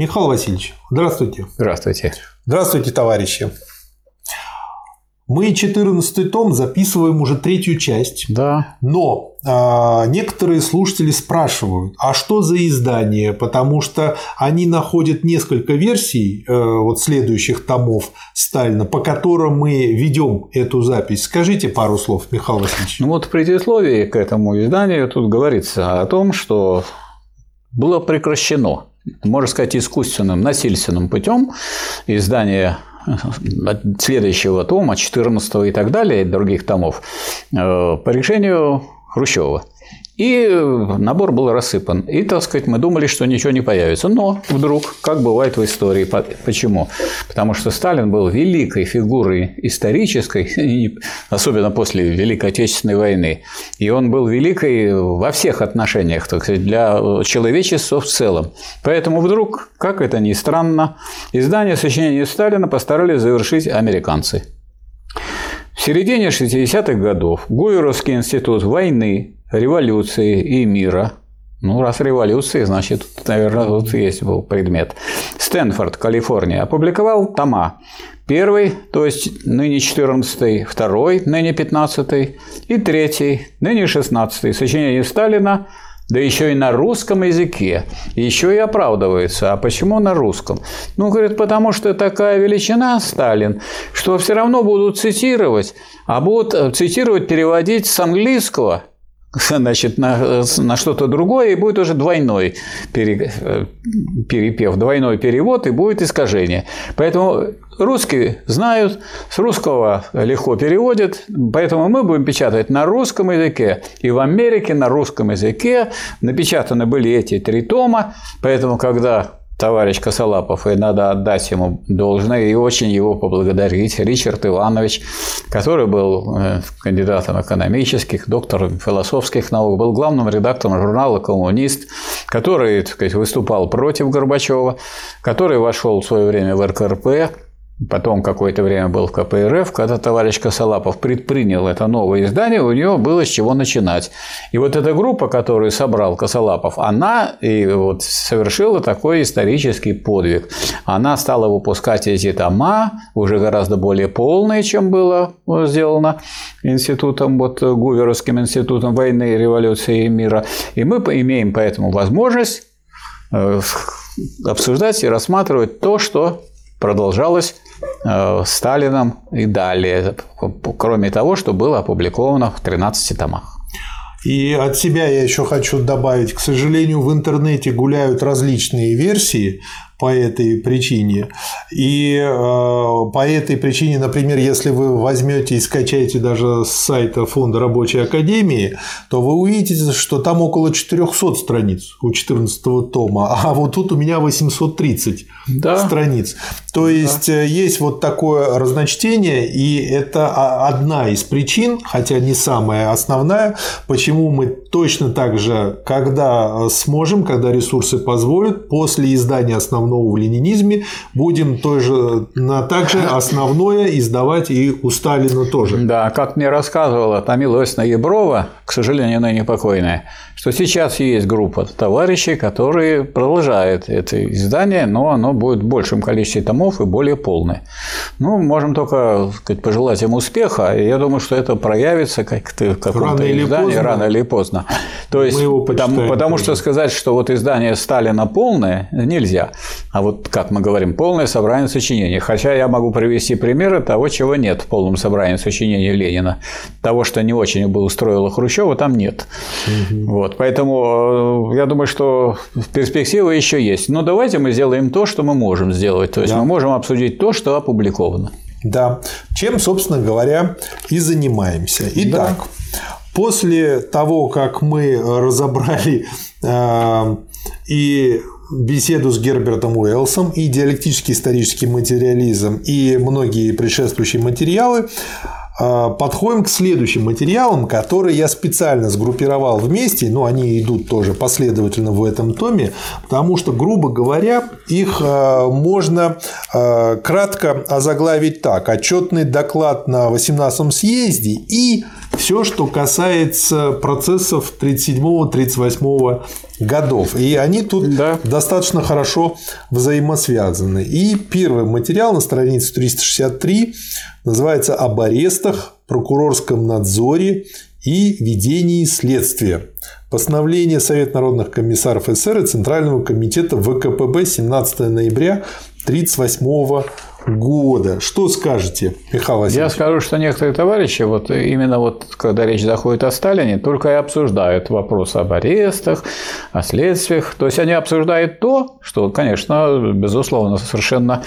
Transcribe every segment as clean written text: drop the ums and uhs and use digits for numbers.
Михаил Васильевич, здравствуйте. Здравствуйте. Здравствуйте, товарищи. Мы 14-й том записываем уже 3-ю часть. Да. Но некоторые слушатели спрашивают, а что за издание? Потому что они находят несколько версий следующих томов Сталина, по которым мы ведем эту запись. Скажите пару слов, Михаил Васильевич. В предисловии к этому изданию тут говорится о том, что было прекращено, можно сказать, искусственным, насильственным путем издание следующего тома, 14-го и так далее, и других томов, по решению Хрущева. И набор был рассыпан. И, так сказать, мы думали, что ничего не появится. Но вдруг, как бывает в истории. Почему? Потому что Сталин был великой фигурой исторической, особенно после Великой Отечественной войны. И он был великой во всех отношениях, так сказать, для человечества в целом. Поэтому вдруг, как это ни странно, издание сочинений Сталина постарались завершить американцы. В середине 60-х годов Гуверовский институт войны, революции и мира, раз революции, значит, наверное, тут есть был предмет, Стэнфорд, Калифорния, опубликовал тома. Первый, то есть ныне 14-й, второй, ныне 15-й, и третий, ныне 16-й, сочинение Сталина, да еще и на русском языке. Еще и оправдывается. А почему на русском? Говорит, потому что такая величина Сталин, что все равно будут цитировать, а будут цитировать, переводить с английского, значит, на что-то другое, и будет уже двойной перепев, двойной перевод, и будет искажение. Поэтому русские знают, с русского легко переводят, поэтому мы будем печатать на русском языке. И в Америке на русском языке напечатаны были эти 3 тома, поэтому когда товарищ Косолапов, и надо отдать ему должное и очень его поблагодарить, Ричард Иванович, который был кандидатом экономических, доктором философских наук, был главным редактором журнала «Коммунист», который, так сказать, выступал против Горбачева, который вошел в свое время в РКРП, потом какое-то время был в КПРФ. Когда товарищ Косолапов предпринял это новое издание, у него было с чего начинать. И эта группа, которую собрал Косолапов, она и совершила такой исторический подвиг. Она стала выпускать эти тома, уже гораздо более полные, чем было сделано институтом, Гуверовским институтом войны, революции и мира. И мы имеем поэтому возможность обсуждать и рассматривать то, что продолжалось Сталином и далее, кроме того, что было опубликовано в 13 томах. И от себя я еще хочу добавить, к сожалению, в интернете гуляют различные версии по этой причине. И по этой причине, например, если вы возьмете и скачаете даже с сайта Фонда Рабочей Академии, то вы увидите, что там около 400 страниц у 14-го тома, а тут у меня 830 страниц. То есть есть такое разночтение, и это одна из причин, хотя не самая основная, почему мы точно так же, когда сможем, когда ресурсы позволят, после издания основного в ленинизме, будем также основное издавать и у Сталина тоже. Да, как мне рассказывала Тамила Иосифовна Еброва, к сожалению, она не покойная, что сейчас есть группа товарищей, которые продолжают это издание, но оно будет в большем количестве томов и более полное. Можем только, сказать, пожелать им успеха, и я думаю, что это проявится как-то в каком-то издании рано или поздно. То есть, потому что сказать, что издание Сталина полное, нельзя. А как мы говорим, полное собрание сочинений. Хотя я могу привести примеры того, чего нет в полном собрании сочинений Ленина. Того, что не очень бы устроило Хрущева, там нет. Поэтому я думаю, что перспективы еще есть. Но давайте мы сделаем то, что мы можем сделать. То есть мы можем обсудить то, что опубликовано. Да. Чем, собственно говоря, и занимаемся. Итак, после того, как мы разобрали и беседу с Гербертом Уэллсом, и диалектический исторический материализм, и многие предшествующие материалы, подходим к следующим материалам, которые я специально сгруппировал вместе, но они идут тоже последовательно в этом томе, потому что, грубо говоря, их можно кратко озаглавить так: отчетный доклад на 18-м съезде и все, что касается процессов 1937-1938 годов. И они тут достаточно хорошо взаимосвязаны. И первый материал на странице 363 называется «Об арестах, прокурорском надзоре и ведении следствия. Постановление Совета народных комиссаров СССР и Центрального комитета ВКПБ 17 ноября 1938 года». Что скажете, Михаил Васильевич? Я скажу, что некоторые товарищи, именно когда речь заходит о Сталине, только и обсуждают вопрос об арестах, о следствиях. То есть они обсуждают то, что, конечно, безусловно, совершенно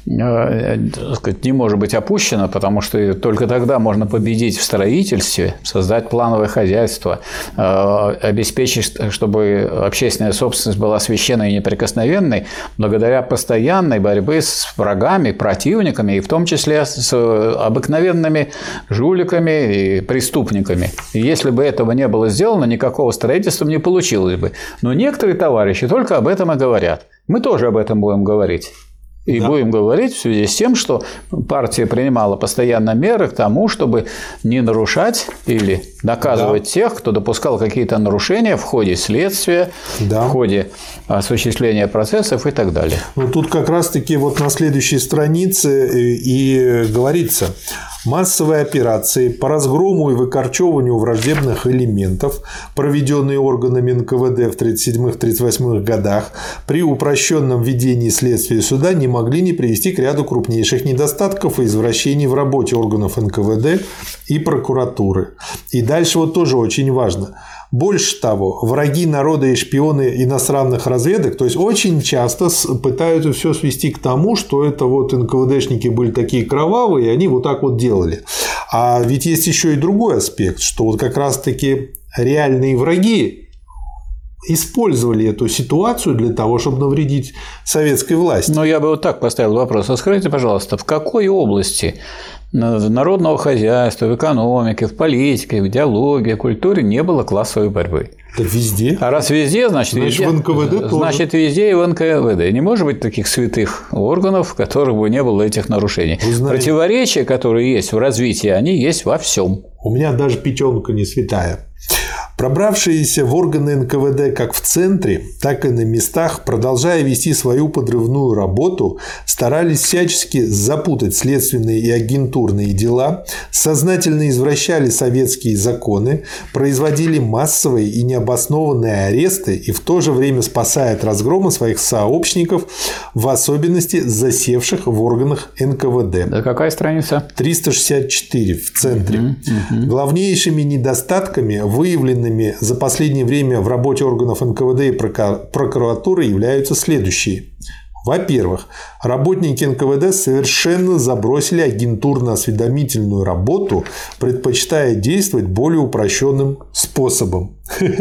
не может быть опущено, потому что только тогда можно победить в строительстве, создать плановое хозяйство, обеспечить, чтобы общественная собственность была священной и неприкосновенной, благодаря постоянной борьбе с врагами, противниками, и в том числе с обыкновенными жуликами и преступниками. И если бы этого не было сделано, никакого строительства не получилось бы. Но некоторые товарищи только об этом и говорят. Мы тоже об этом будем говорить. И будем говорить в связи с тем, что партия принимала постоянно меры к тому, чтобы не нарушать или наказывать тех, кто допускал какие-то нарушения в ходе следствия, в ходе осуществления процессов и так далее. Ну, тут как раз-таки на следующей странице и говорится: массовые операции по разгрому и выкорчевыванию враждебных элементов, проведенные органами НКВД в 1937-1938 годах, при упрощенном ведении следствия и суда не могли не привести к ряду крупнейших недостатков и извращений в работе органов НКВД и прокуратуры. И дальше тоже очень важно. Больше того, враги народа и шпионы иностранных разведок, то есть очень часто пытаются все свести к тому, что это НКВДшники были такие кровавые, и они так делали. А ведь есть еще и другой аспект, что как раз-таки реальные враги использовали эту ситуацию для того, чтобы навредить советской власти. Но я бы так поставил вопрос. А скажите, пожалуйста, в какой области народного хозяйства, в экономике, в политике, в диалоге, в культуре не было классовой борьбы? Да везде. А раз везде, значит везде. В НКВД тоже. Значит, везде и в НКВД. Не может быть таких святых органов, в которых бы не было этих нарушений. Противоречия, которые есть в развитии, они есть во всем. У меня даже пятерка не святая. Пробравшиеся в органы НКВД как в центре, так и на местах, продолжая вести свою подрывную работу, старались всячески запутать следственные и агентурные дела, сознательно извращали советские законы, производили массовые и необоснованные аресты и в то же время спасая от разгрома своих сообщников, в особенности засевших в органах НКВД. Да какая страница? 364 в центре. Главнейшими недостатками, выявленными за последнее время в работе органов НКВД и прокуратуры, являются следующие. Во-первых, работники НКВД совершенно забросили агентурно-осведомительную работу, предпочитая действовать более упрощенным способом.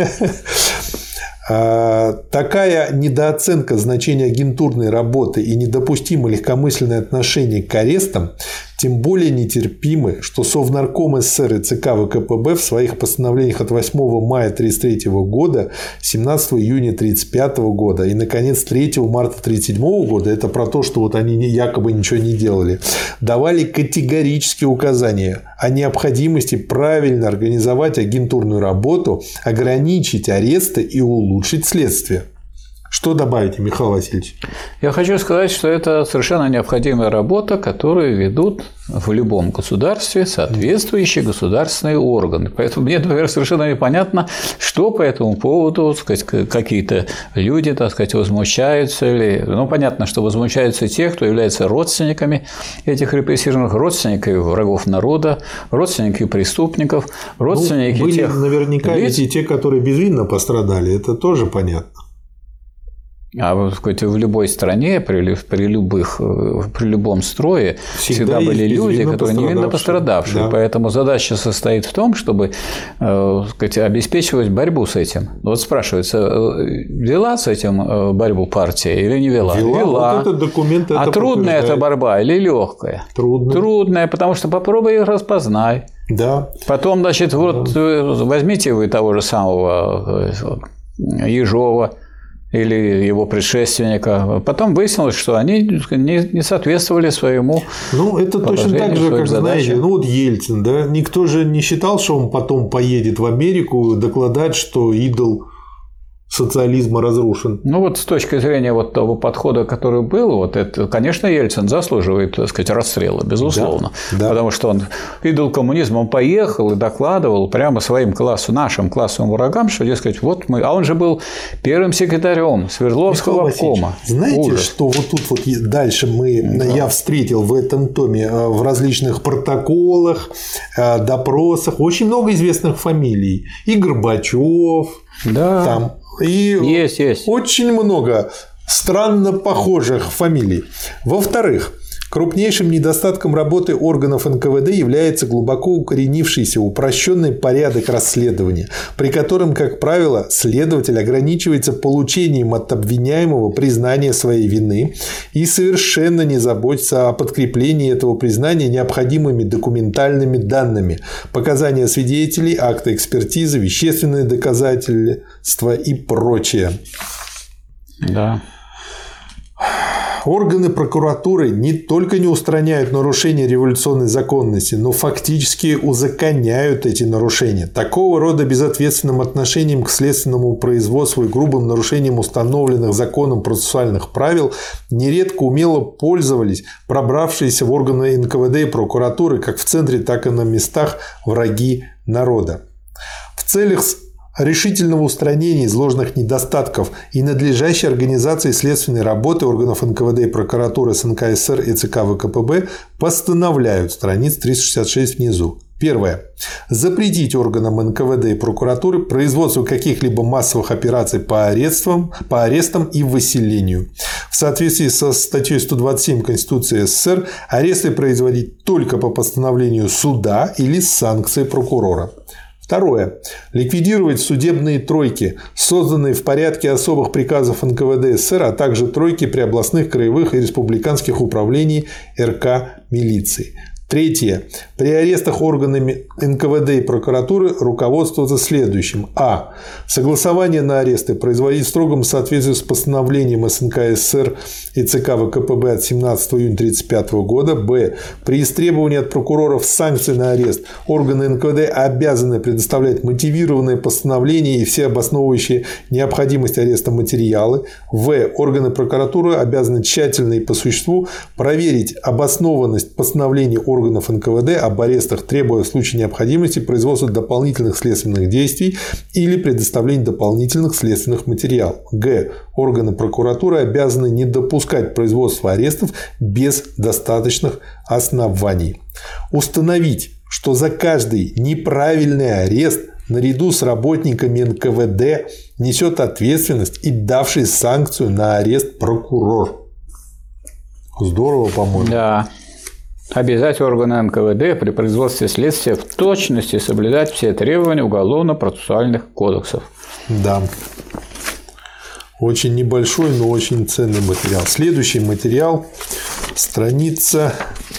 Такая недооценка значения агентурной работы и недопустимо легкомысленное отношение к арестам тем более нетерпимы, что Совнарком СССР и ЦК ВКПБ в своих постановлениях от 8 мая 1933 года, 17 июня 1935 года и, наконец, 3 марта 1937 года, это про то, что они якобы ничего не делали, давали категорические указания о необходимости правильно организовать агентурную работу, ограничить аресты и улучшить следствие. Что добавите, Михаил Васильевич? Я хочу сказать, что это совершенно необходимая работа, которую ведут в любом государстве соответствующие государственные органы. Поэтому мне, например, совершенно непонятно, что по этому поводу, какие-то люди, возмущаются. Понятно, что возмущаются те, кто является родственниками этих репрессированных, родственниками врагов народа, родственники преступников, родственники были тех наверняка лиц. И те, которые безвинно пострадали, это тоже понятно. А в любой стране, при любом строе всегда были люди, которые невинно пострадавшие. Да. Поэтому задача состоит в том, чтобы обеспечивать борьбу с этим. Спрашивается, вела с этим борьбу партия или не вела? Вела. Вот этот документ это трудная эта борьба или легкая? Трудная, потому что попробуй их распознай. Да. Потом, возьмите вы того же самого Ежова, или его предшественника. Потом выяснилось, что они не соответствовали своему это точно так же, как, знаете, Ельцин, да? Никто же не считал, что он потом поедет в Америку докладать, что идол социализма разрушен. С точки зрения того подхода, который был, это, конечно, Ельцин заслуживает, так сказать, расстрела, безусловно. Да. Потому что он идол коммунизма, он поехал и докладывал прямо своим нашим классовым врагам, что, дескать, мы. А он же был первым секретарем Свердловского обкома. Знаете, ужас. Что тут дальше я встретил в этом томе в различных протоколах, допросах очень много известных фамилий. И Горбачев, там. И есть. Очень много странно похожих фамилий. Во-вторых, крупнейшим недостатком работы органов НКВД является глубоко укоренившийся упрощенный порядок расследования, при котором, как правило, следователь ограничивается получением от обвиняемого признания своей вины и совершенно не заботится о подкреплении этого признания необходимыми документальными данными, показания свидетелей, акты экспертизы, вещественные доказательства и прочее. Да. Органы прокуратуры не только не устраняют нарушения революционной законности, но фактически узаконяют эти нарушения. Такого рода безответственным отношением к следственному производству и грубым нарушением установленных законом процессуальных правил нередко умело пользовались пробравшиеся в органы НКВД и прокуратуры как в центре, так и на местах враги народа. В целях решительного устранения изложенных недостатков и надлежащей организации следственной работы органов НКВД и прокуратуры СНК СССР и ЦК ВКПБ постановляют, страниц 366 внизу. Первое. Запретить органам НКВД и прокуратуры производство каких-либо массовых операций по арестам и выселению. В соответствии со статьей 127 Конституции СССР аресты производить только по постановлению суда или с санкцией прокурора. Второе. Ликвидировать судебные тройки, созданные в порядке особых приказов НКВД СССР, а также тройки при областных, краевых и республиканских управлений РК милиции. Третье. При арестах органами НКВД и прокуратуры руководствоваться следующим. А. Согласование на аресты производить в строгом соответствии с постановлением СНК СССР и ЦК ВКПБ от 17 июня 1935 года. Б. При истребовании от прокуроров санкций на арест органы НКВД обязаны предоставлять мотивированное постановление и все обосновывающие необходимость ареста материалы. В. Органы прокуратуры обязаны тщательно и по существу проверить обоснованность постановлений органов НКВД об арестах, требуя в случае необходимости производства дополнительных следственных действий или предоставления дополнительных следственных материалов. Г. Органы прокуратуры обязаны не допускать производства арестов без достаточных оснований. Установить, что за каждый неправильный арест наряду с работниками НКВД несет ответственность и давший санкцию на арест прокурор. Здорово, по-моему. Да. Обязать органы НКВД при производстве следствия в точности соблюдать все требования уголовно-процессуальных кодексов. Да. Очень небольшой, но очень ценный материал. Следующий материал. Страница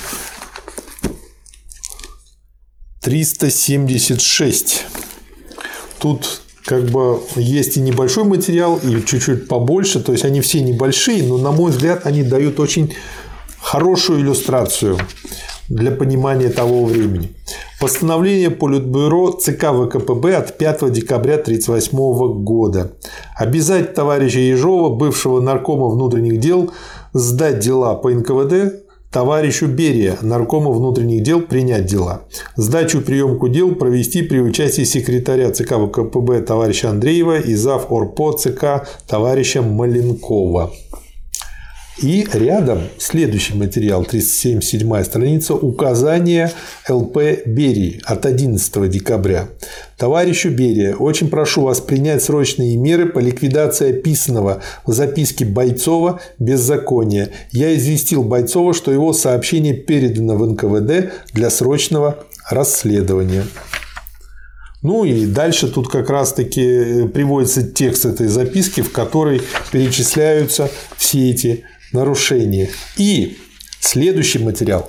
376. Тут есть и небольшой материал, и чуть-чуть побольше. То есть они все небольшие, но, на мой взгляд, они дают очень хорошую иллюстрацию для понимания того времени. Постановление Политбюро ЦК ВКПБ от 5 декабря 1938 года. Обязать товарища Ежова, бывшего наркома внутренних дел, сдать дела по НКВД товарищу Берия, наркома внутренних дел, принять дела. Сдачу и приемку дел провести при участии секретаря ЦК ВКПБ товарища Андреева и зав. ОРПО ЦК товарища Маленкова. И рядом следующий материал, 377 страница, указание ЛП Берии от 11 декабря. Товарищу Берия, очень прошу вас принять срочные меры по ликвидации описанного в записке Бойцова беззакония. Я известил Бойцова, что его сообщение передано в НКВД для срочного расследования. И дальше тут как раз-таки приводится текст этой записки, в которой перечисляются все эти нарушения. И следующий материал.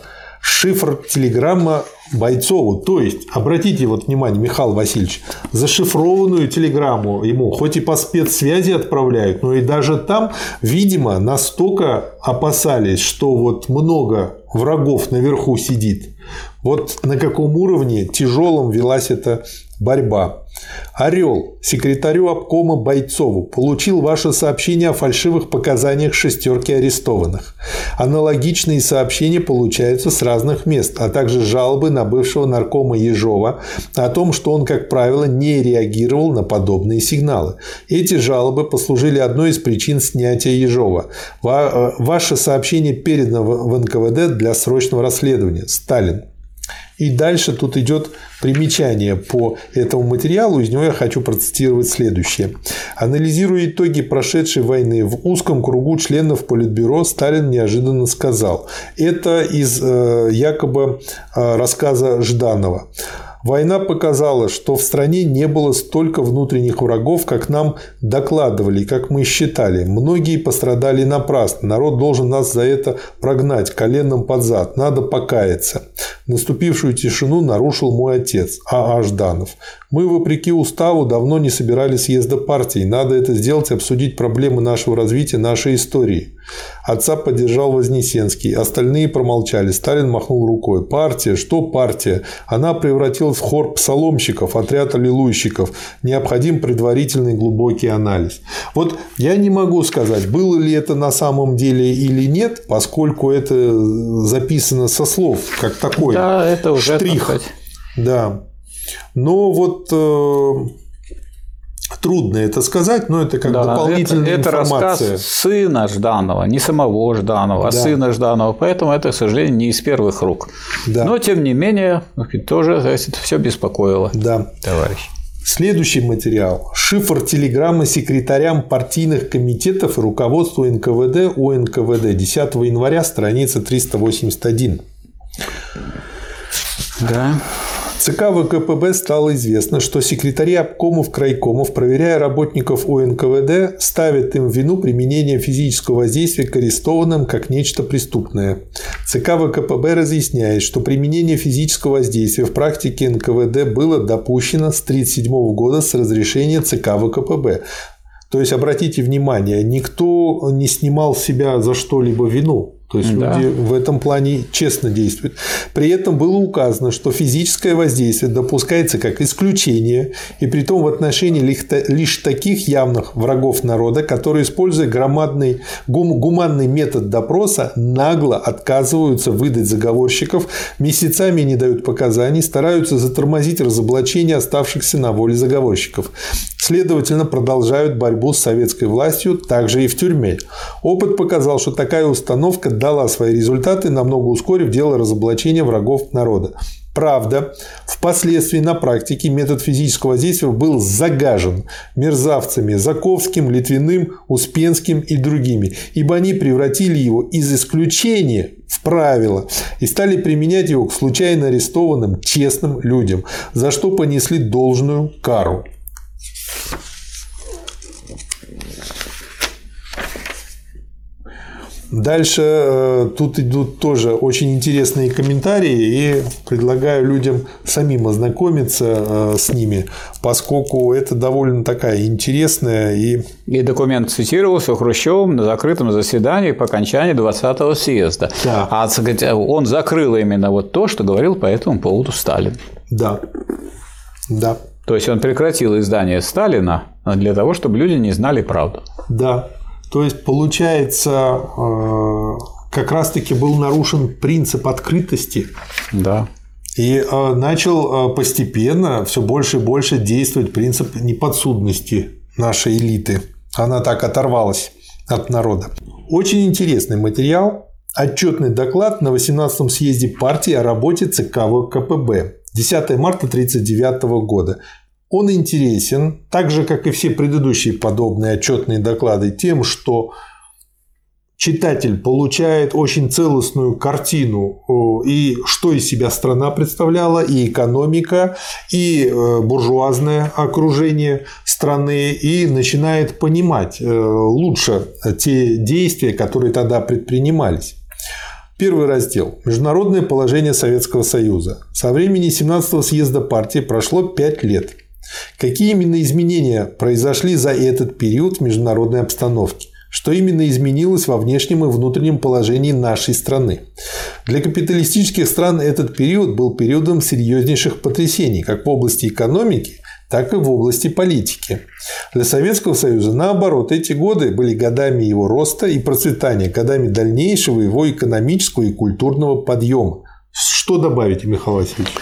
Шифр телеграмма Бойцову. То есть, обратите внимание, Михаил Васильевич, зашифрованную телеграмму ему хоть и по спецсвязи отправляют, но и даже там, видимо, настолько опасались, что много врагов наверху сидит. На каком уровне тяжелом велась эта борьба. Орел, секретарю обкома Бойцову, получил ваше сообщение о фальшивых показаниях шестерки арестованных. Аналогичные сообщения получаются с разных мест, а также жалобы на бывшего наркома Ежова о том, что он, как правило, не реагировал на подобные сигналы. Эти жалобы послужили одной из причин снятия Ежова. Ваше сообщение передано в НКВД для срочного расследования. Сталин. И дальше тут идет примечание по этому материалу. Из него я хочу процитировать следующее. Анализируя итоги прошедшей войны в узком кругу членов Политбюро, Сталин неожиданно сказал. Это из якобы рассказа Жданова. Война показала, что в стране не было столько внутренних врагов, как нам докладывали, как мы считали. Многие пострадали напрасно. Народ должен нас за это прогнать коленом под зад. Надо покаяться. Наступившую тишину нарушил мой отец, А.А. Жданов. Мы, вопреки уставу, давно не собирали съезда партии. Надо это сделать и обсудить проблемы нашего развития, нашей истории. Отца поддержал Вознесенский. Остальные промолчали. Сталин махнул рукой. Партия? Что партия? Она превратилась в хор псаломщиков, отряд аллилуйщиков. Необходим предварительный глубокий анализ. Я не могу сказать, было ли это на самом деле или нет, поскольку это записано со слов, как такой это уже штрих. Да. Но трудно это сказать, но это как дополнительная информация. Это рассказ сына Жданова, не самого Жданова, а сына Жданова. Поэтому это, к сожалению, не из первых рук. Да. Но, тем не менее, тоже это все беспокоило товарищ. Следующий материал. Шифр телеграммы секретарям партийных комитетов и руководству НКВД УНКВД. 10 января, страница 381. Да. ЦК ВКПБ стало известно, что секретари обкомов, крайкомов, проверяя работников УНКВД, ставят им в вину применение физического воздействия к арестованным как нечто преступное. ЦК ВКПБ разъясняет, что применение физического воздействия в практике НКВД было допущено с 1937 года с разрешения ЦК ВКПБ. То есть, обратите внимание, никто не снимал с себя за что-либо вину. То есть, люди в этом плане честно действуют. При этом было указано, что физическое воздействие допускается как исключение, и притом в отношении лишь таких явных врагов народа, которые, используя гуманный метод допроса, нагло отказываются выдать заговорщиков, месяцами не дают показаний, стараются затормозить разоблачение оставшихся на воле заговорщиков. Следовательно, продолжают борьбу с советской властью также и в тюрьме. Опыт показал, что такая установка дала свои результаты, намного ускорив дело разоблачения врагов народа. Правда, впоследствии на практике метод физического воздействия был загажен мерзавцами Заковским, Литвиным, Успенским и другими, ибо они превратили его из исключения в правило и стали применять его к случайно арестованным честным людям, за что понесли должную кару. Дальше тут идут тоже очень интересные комментарии, и предлагаю людям самим ознакомиться с ними, поскольку это довольно такая интересная И документ цитировался Хрущевым на закрытом заседании по окончании 20-го съезда. Да. А он закрыл именно то, что говорил по этому поводу Сталин. Да. Да. То есть он прекратил издание Сталина для того, чтобы люди не знали правду. Да. То есть, получается, как раз-таки был нарушен принцип открытости. Да. И начал постепенно все больше и больше действовать принцип неподсудности нашей элиты. Она так оторвалась от народа. Очень интересный материал. Отчетный доклад на 18-м съезде партии о работе ЦК ВКПБ. 10 марта 1939 года. Он интересен, так же, как и все предыдущие подобные отчетные доклады, тем, что читатель получает очень целостную картину, и что из себя страна представляла, и экономика, и буржуазное окружение страны, и начинает понимать лучше те действия, которые тогда предпринимались. Первый раздел. Международное положение Советского Союза. Со времени 17-го съезда партии прошло 5 лет. Какие именно изменения произошли за этот период в международной обстановке? Что именно изменилось во внешнем и внутреннем положении нашей страны? Для капиталистических стран этот период был периодом серьезнейших потрясений как в области экономики, так и в области политики. Для Советского Союза, наоборот, эти годы были годами его роста и процветания, годами дальнейшего его экономического и культурного подъема. Что добавите, Михаил Васильевич?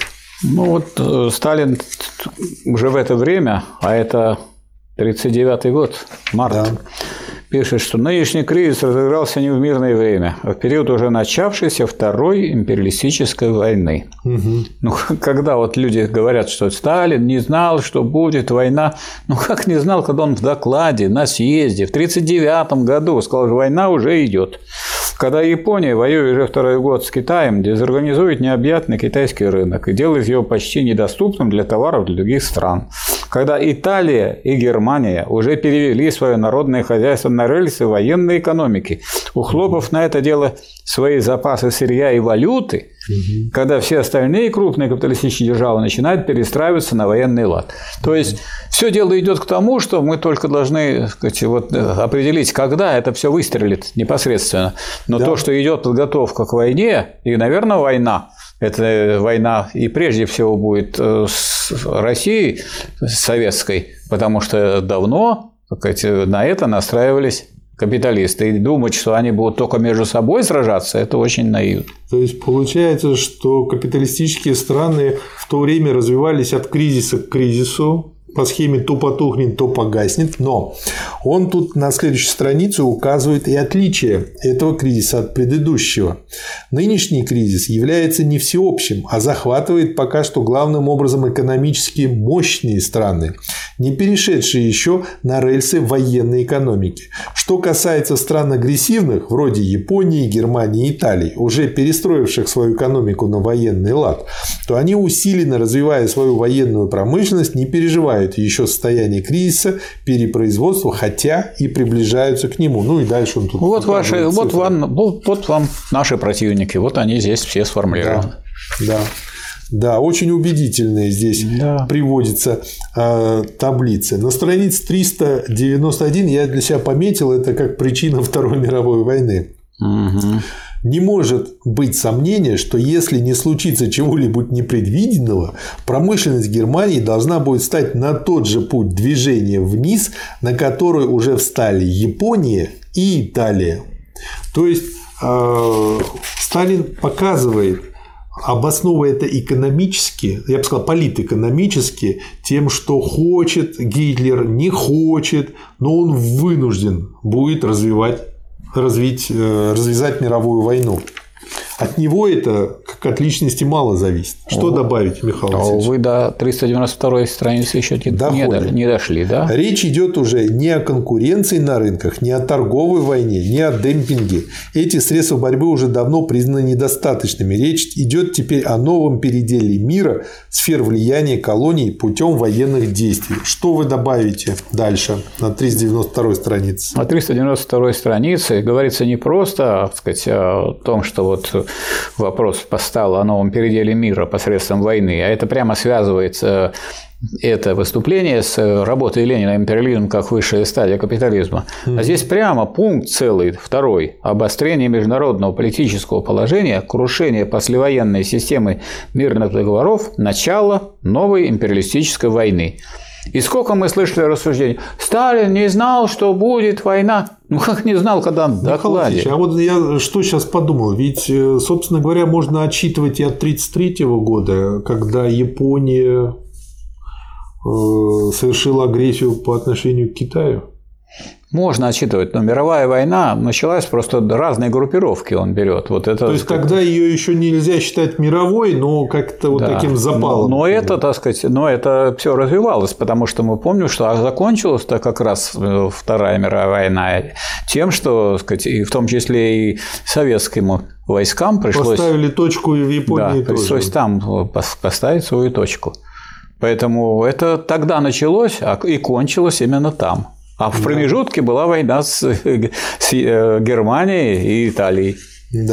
Сталин уже в это время, а это 1939 год, март, да, пишет, что нынешний кризис разыгрался не в мирное время, а в период уже начавшейся Второй империалистической войны. Угу. Когда люди говорят, что Сталин не знал, что будет война, как не знал, когда он в докладе на съезде в 1939 году сказал, что война уже идет. Когда Япония, воюя уже второй год с Китаем, дезорганизует необъятный китайский рынок и делает его почти недоступным для товаров для других стран. Когда Италия и Германия уже перевели свое народное хозяйство на рельсы военной экономики, ухлопав на это дело свои запасы сырья и валюты, когда все остальные крупные капиталистические державы начинают перестраиваться на военный лад. То есть все дело идет к тому, что мы только должны определить, когда это все выстрелит непосредственно. Но да, то, что идет подготовка к войне, и, наверное, война, это война и прежде всего будет с Россией, с советской, потому что давно на это настраивались капиталисты. И думать, что они будут только между собой сражаться, это очень наивно. То есть получается, что капиталистические страны в то время развивались от кризиса к кризису, по схеме то потухнет, то погаснет, но он тут на следующей странице указывает и отличие этого кризиса от предыдущего. Нынешний кризис является не всеобщим, а захватывает пока что главным образом экономически мощные страны, не перешедшие еще на рельсы военной экономики. Что касается стран агрессивных, вроде Японии, Германии и Италии, уже перестроивших свою экономику на военный лад, то они, усиленно развивая свою военную промышленность, не переживают еще состояние кризиса, перепроизводства, хотя и приближаются к нему. И дальше он тут... Вот вам наши противники, вот они здесь все сформулированы. Да, очень убедительные здесь приводятся таблицы. На странице 391 я для себя пометил это как причина Второй мировой войны. Угу. Не может быть сомнения, что если не случится чего-либо непредвиденного, промышленность Германии должна будет стать на тот же путь движения вниз, на который уже встали Япония и Италия. То есть Сталин показывает, обосновывая это экономически, я бы сказал, политэкономически, тем, что хочет Гитлер, не хочет, но он вынужден будет развязать мировую войну. От него это, как от личности, мало зависит. Что добавить, Михаил Васильевич? Вы до 392 страницы еще не дошли, да? Речь идет уже не о конкуренции на рынках, не о торговой войне, не о демпинге. Эти средства борьбы уже давно признаны недостаточными. Речь идет теперь о новом переделе мира, сфер влияния колоний путем военных действий. Что вы добавите дальше на 392 странице? На 392 странице говорится не просто, о том, что вопрос поставил о новом переделе мира посредством войны, а это прямо связывается это выступление с работой Ленина «Империализм как высшая стадия капитализма». А здесь прямо пункт целый, второй – обострение международного политического положения, крушение послевоенной системы мирных договоров, начало новой империалистической войны. И сколько мы слышали рассуждений. Сталин не знал, что будет война. Как не знал, когда он в докладе. А вот я что сейчас подумал. Ведь, собственно говоря, можно отчитывать и от 1933 года, когда Япония совершила агрессию по отношению к Китаю. Можно отчитывать, но мировая война началась, просто разные группировки он берет. То есть тогда ее еще нельзя считать мировой, но как-то таким запалом. Но это все развивалось, потому что мы помним, что закончилась-то как раз Вторая мировая война тем, что, и в том числе и советским войскам пришлось... Поставили точку и в Японии тоже. Пришлось там поставить свою точку. Поэтому это тогда началось, и кончилось именно там. А в промежутке была война с Германией и Италией. Да.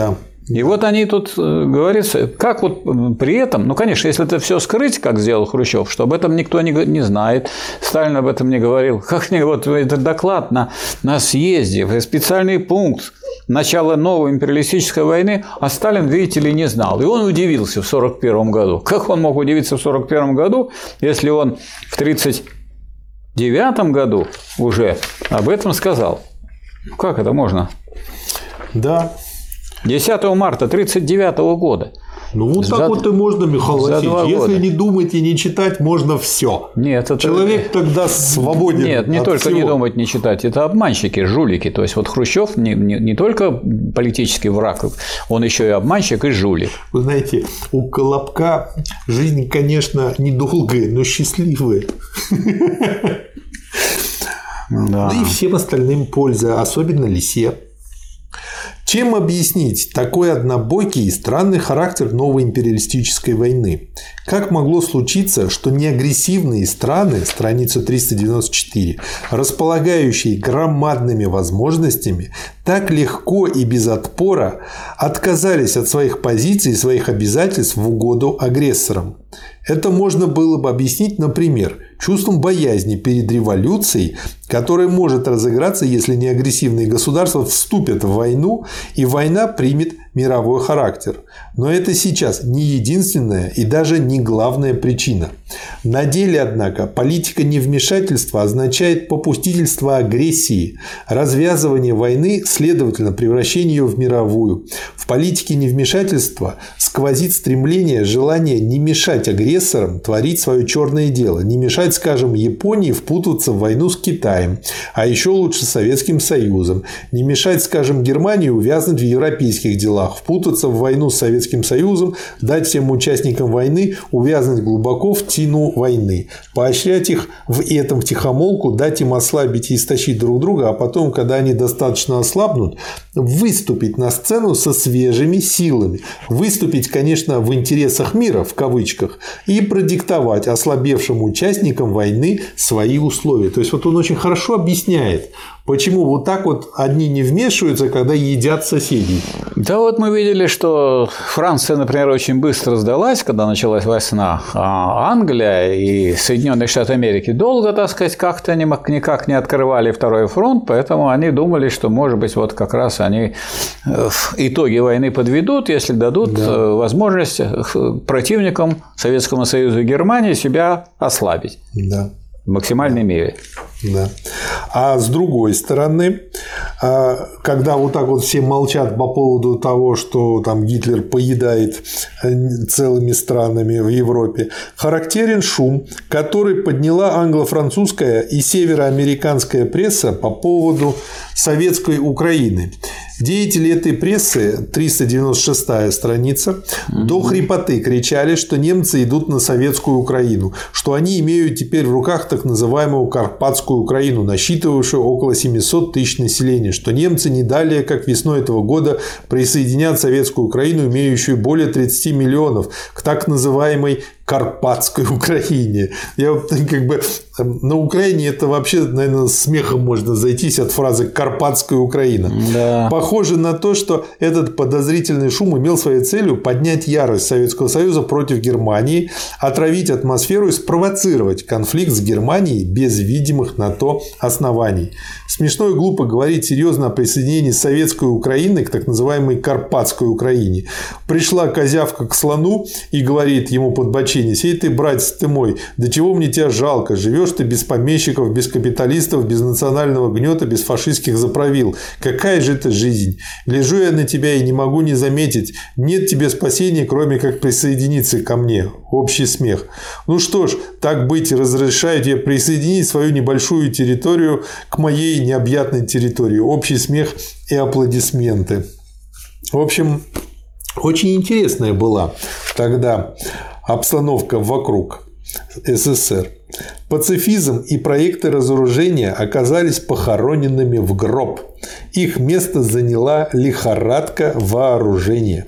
И вот они тут, говорится, как вот при этом, ну, конечно, если это все скрыть, как сделал Хрущев, что об этом никто не знает, Сталин об этом не говорил, как не, вот этот доклад на съезде, специальный пункт начала новой империалистической войны, а Сталин, видите ли, не знал. И он удивился в 1941 году. Как он мог удивиться в 1941 году, если он в 1939 году уже об этом сказал? Как это можно? Да. 10 марта 1939 года. Ну, вот так вот и можно, Михаил Васильевич. Если не думать и не читать, можно все. Нет, это... Человек тогда свободен. Нет, не только всего. Не думать, не читать. Это обманщики, жулики. То есть, вот Хрущев не только политический враг, он еще и обманщик и жулик. Вы знаете, у Колобка жизнь, конечно, недолгая, но счастливая. Да. И всем остальным польза, особенно лисе. Чем объяснить такой однобокий и странный характер новой империалистической войны? Как могло случиться, что неагрессивные страны, страница 394, располагающие громадными возможностями, так легко и без отпора отказались от своих позиций и своих обязательств в угоду агрессорам? Это можно было бы объяснить, например, чувством боязни перед революцией, которая может разыграться, если неагрессивные государства вступят в войну, и война примет мировой характер. Но это сейчас не единственная и даже не главная причина. На деле, однако, политика невмешательства означает попустительство агрессии, развязывание войны, следовательно, превращение ее в мировую. В политике невмешательства сквозит стремление, желание не мешать агрессорам творить свое черное дело, не мешать, скажем, Японии впутываться в войну с Китаем, а еще лучше с Советским Союзом, не мешать, скажем, Германии увязнуть в европейских делах, впутаться в войну с Советским Союзом, дать всем участникам войны увязнуть глубоко в тину войны, поощрять их в этом втихомолку, дать им ослабить и истощить друг друга, а потом, когда они достаточно ослабнут, выступить на сцену со свежими силами, выступить, конечно, в интересах мира, в кавычках, и продиктовать ослабевшим участникам войны свои условия. То есть, вот он очень хорошо объясняет, почему вот так вот одни не вмешиваются, когда едят соседей. Да, вот мы видели, что Франция, например, очень быстро сдалась, когда началась война, а Англия и Соединенные Штаты Америки долго, так сказать, как-то никак не открывали второй фронт, поэтому они думали, что, может быть, вот как раз они итоги войны подведут, если дадут возможность противникам Советскому Союзу и Германии себя ослабить. Да. В максимальной мере. Да. А с другой стороны, когда вот так вот все молчат по поводу того, что там Гитлер поедает целыми странами в Европе, характерен шум, который подняла англо-французская и североамериканская пресса по поводу советской Украины. Деятели этой прессы, 396-я страница, до хрипоты кричали, что немцы идут на советскую Украину, что они имеют теперь в руках так называемую Карпатскую Украину, насчитывавшую около 700 тысяч населения, что немцы не далее, как весной этого года, присоединят советскую Украину, имеющую более 30 миллионов, к так называемой Карпатской Украине. Я как бы на Украине это вообще, наверное, смехом можно зайтись от фразы «Карпатская Украина». Да. Похоже на то, что этот подозрительный шум имел своей целью поднять ярость Советского Союза против Германии, отравить атмосферу и спровоцировать конфликт с Германией без видимых на то оснований. Смешно и глупо говорить серьезно о присоединении Советской Украины к так называемой Карпатской Украине. Пришла козявка к слону и говорит ему под бочиной: «Сей ты, братец ты мой, до чего мне тебя жалко, живешь ты без помещиков, без капиталистов, без национального гнета, без фашистских заправил. Какая же это жизнь? Гляжу я на тебя и не могу не заметить, нет тебе спасения, кроме как присоединиться ко мне». Общий смех. Ну что ж, так быть, разрешаю тебе присоединить свою небольшую территорию к моей необъятной территории. Общий смех и аплодисменты. В общем, очень интересная была тогда обстановка вокруг СССР. Пацифизм и проекты разоружения оказались похороненными в гроб. Их место заняла лихорадка вооружения.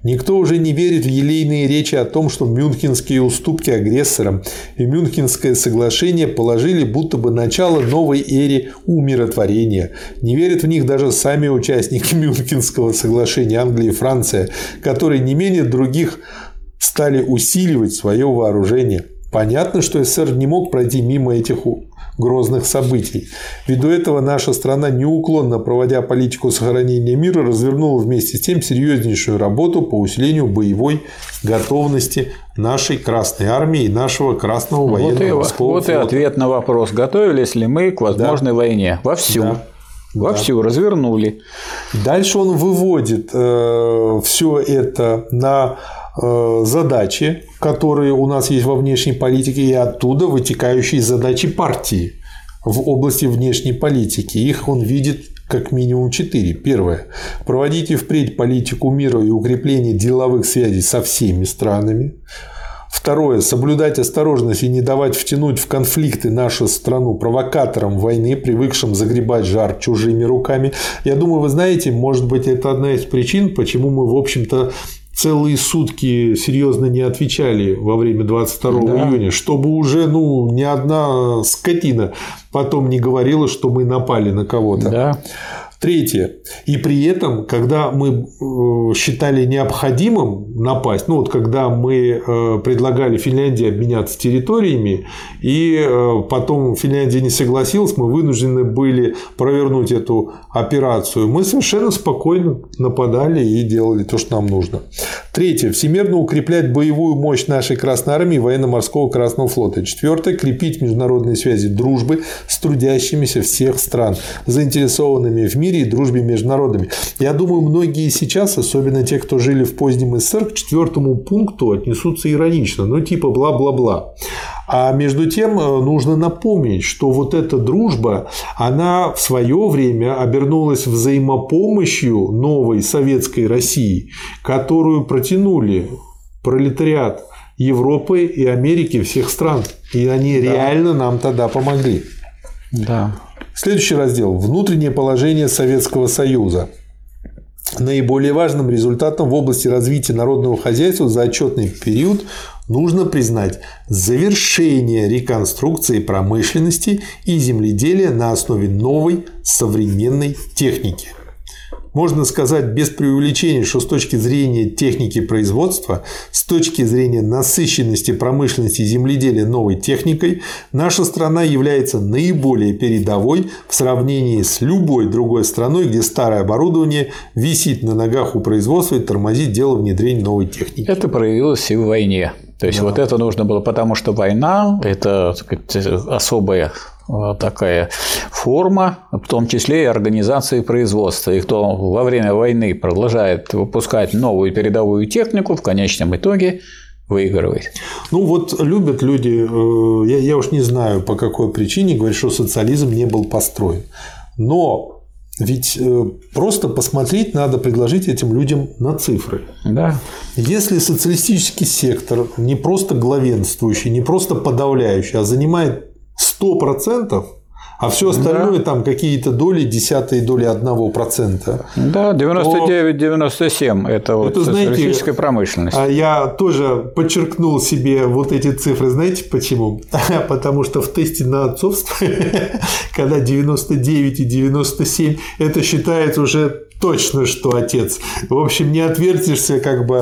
Никто уже не верит в елейные речи о том, что мюнхенские уступки агрессорам и Мюнхенское соглашение положили будто бы начало новой эре умиротворения. Не верят в них даже сами участники Мюнхенского соглашения Англия и Франция, которые не менее других стали усиливать свое вооружение. Понятно, что СССР не мог пройти мимо этих грозных событий. Ввиду этого наша страна, неуклонно проводя политику сохранения мира, развернула вместе с тем серьезнейшую работу по усилению боевой готовности нашей Красной Армии и нашего Красного военно-морского флота. Вот и ответ на вопрос, готовились ли мы к возможной войне. Вовсю. Да. Вовсю развернули. Дальше он выводит все это на задачи, которые у нас есть во внешней политике, и оттуда вытекающие задачи партии в области внешней политики. Их он видит как минимум 4. Первое. Проводите впредь политику мира и укрепления деловых связей со всеми странами. Второе. Соблюдать осторожность и не давать втянуть в конфликты нашу страну провокаторам войны, привыкшим загребать жар чужими руками. Я думаю, вы знаете, может быть, это одна из причин, почему мы, в общем-то, целые сутки серьезно не отвечали во время 22 июня, чтобы уже ни одна скотина потом не говорила, что мы напали на кого-то. Да. Третье. И при этом, когда мы считали необходимым напасть, когда мы предлагали Финляндии обменяться территориями, и потом Финляндия не согласилась, мы вынуждены были провернуть эту операцию, мы совершенно спокойно нападали и делали то, что нам нужно. Третье. Всемерно укреплять боевую мощь нашей Красной Армии и военно-морского Красного флота. Четвертое. Крепить международные связи дружбы с трудящимися всех стран, заинтересованными в мире и дружбе между народами. Я думаю, многие сейчас, особенно те, кто жили в позднем СССР, к 4 пункту отнесутся иронично, типа бла-бла-бла. А между тем нужно напомнить, что вот эта дружба, она в свое время обернулась взаимопомощью новой советской России, которую протянули пролетариат Европы и Америки, всех стран. И они реально нам тогда помогли. Да. Следующий раздел. Внутреннее положение Советского Союза. Наиболее важным результатом в области развития народного хозяйства за отчетный период нужно признать завершение реконструкции промышленности и земледелия на основе новой современной техники. Можно сказать без преувеличения, что с точки зрения техники производства, с точки зрения насыщенности промышленности и земледелия новой техникой, наша страна является наиболее передовой в сравнении с любой другой страной, где старое оборудование висит на ногах у производства и тормозит дело внедрения новой техники. Это проявилось и в войне. То есть, вот это нужно было, потому что война – это, так сказать, особая такая форма, в том числе и организации производства. И кто во время войны продолжает выпускать новую передовую технику, в конечном итоге выигрывает. Любят люди, я уж не знаю по какой причине, говорят, что социализм не был построен. Но ведь просто посмотреть надо, предложить этим людям на цифры. Да. Если социалистический сектор не просто главенствующий, не просто подавляющий, а занимает 100%, а все остальное там какие-то доли, десятые доли 1%. Да, 99-97 – это социалистическая промышленность. А я тоже подчеркнул себе вот эти цифры. Знаете почему? Потому что в тесте на отцовство, когда 99 и 97, это считается уже точно, что отец. В общем, не отвертишься,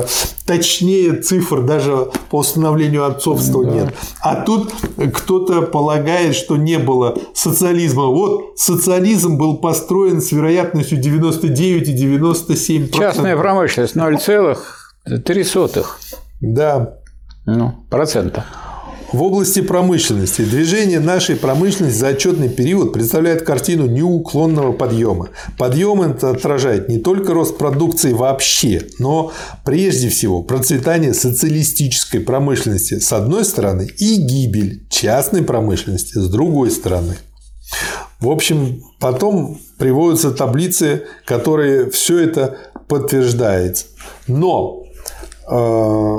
точнее цифр даже по установлению отцовства нет. А тут кто-то полагает, что не было социализма. Вот социализм был построен с вероятностью 99 и 97%. Частная промышленность 0,3%. Да. Процента. В области промышленности движение нашей промышленности за отчетный период представляет картину неуклонного подъема. Подъем это отражает не только рост продукции вообще, но прежде всего процветание социалистической промышленности с одной стороны и гибель частной промышленности с другой стороны. В общем, потом приводятся таблицы, которые все это подтверждают. Но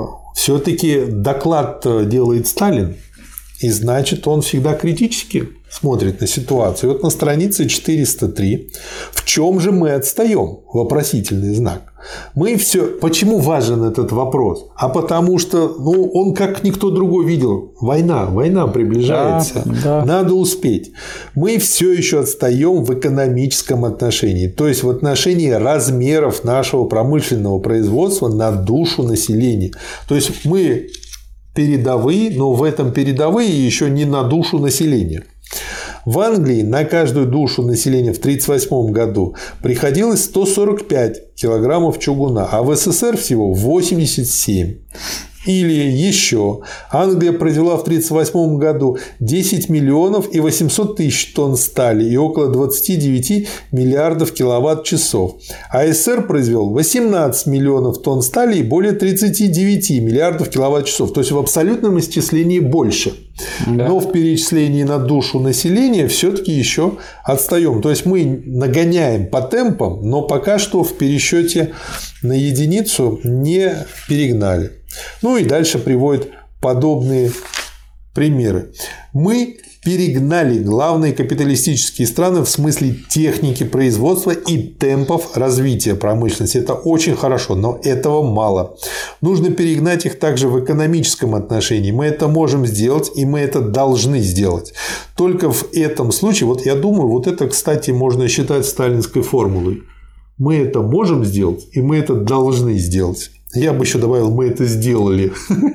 все-таки доклад делает Сталин, и значит, он всегда критически смотрит на ситуацию. Вот на странице 403. В чем же мы отстаем? Вопросительный знак. Мы все. Почему важен этот вопрос? А потому что он как никто другой видел. Война приближается. Да. Надо успеть. Мы все еще отстаем в экономическом отношении. То есть в отношении размеров нашего промышленного производства на душу населения. То есть мы передовые, но в этом передовые еще не на душу населения. В Англии на каждую душу населения в 1938 году приходилось 145 килограммов чугуна, а в СССР всего 87. Или еще. Англия произвела в 1938 году 10 миллионов и 800 тысяч тонн стали и около 29 миллиардов киловатт-часов. А СССР произвел 18 миллионов тонн стали и более 39 миллиардов киловатт-часов. То есть в абсолютном исчислении больше. Да. Но в перечислении на душу населения все-таки еще отстаем. То есть мы нагоняем по темпам, но пока что в пересчете на единицу не перегнали. Ну и дальше приводят подобные примеры. Мы перегнали главные капиталистические страны в смысле техники производства и темпов развития промышленности. Это очень хорошо, но этого мало. Нужно перегнать их также в экономическом отношении. Мы это можем сделать, и мы это должны сделать. Только в этом случае, вот я думаю, вот это, кстати, можно считать сталинской формулой. Мы это можем сделать, и мы это должны сделать. Я бы еще добавил, мы это сделали.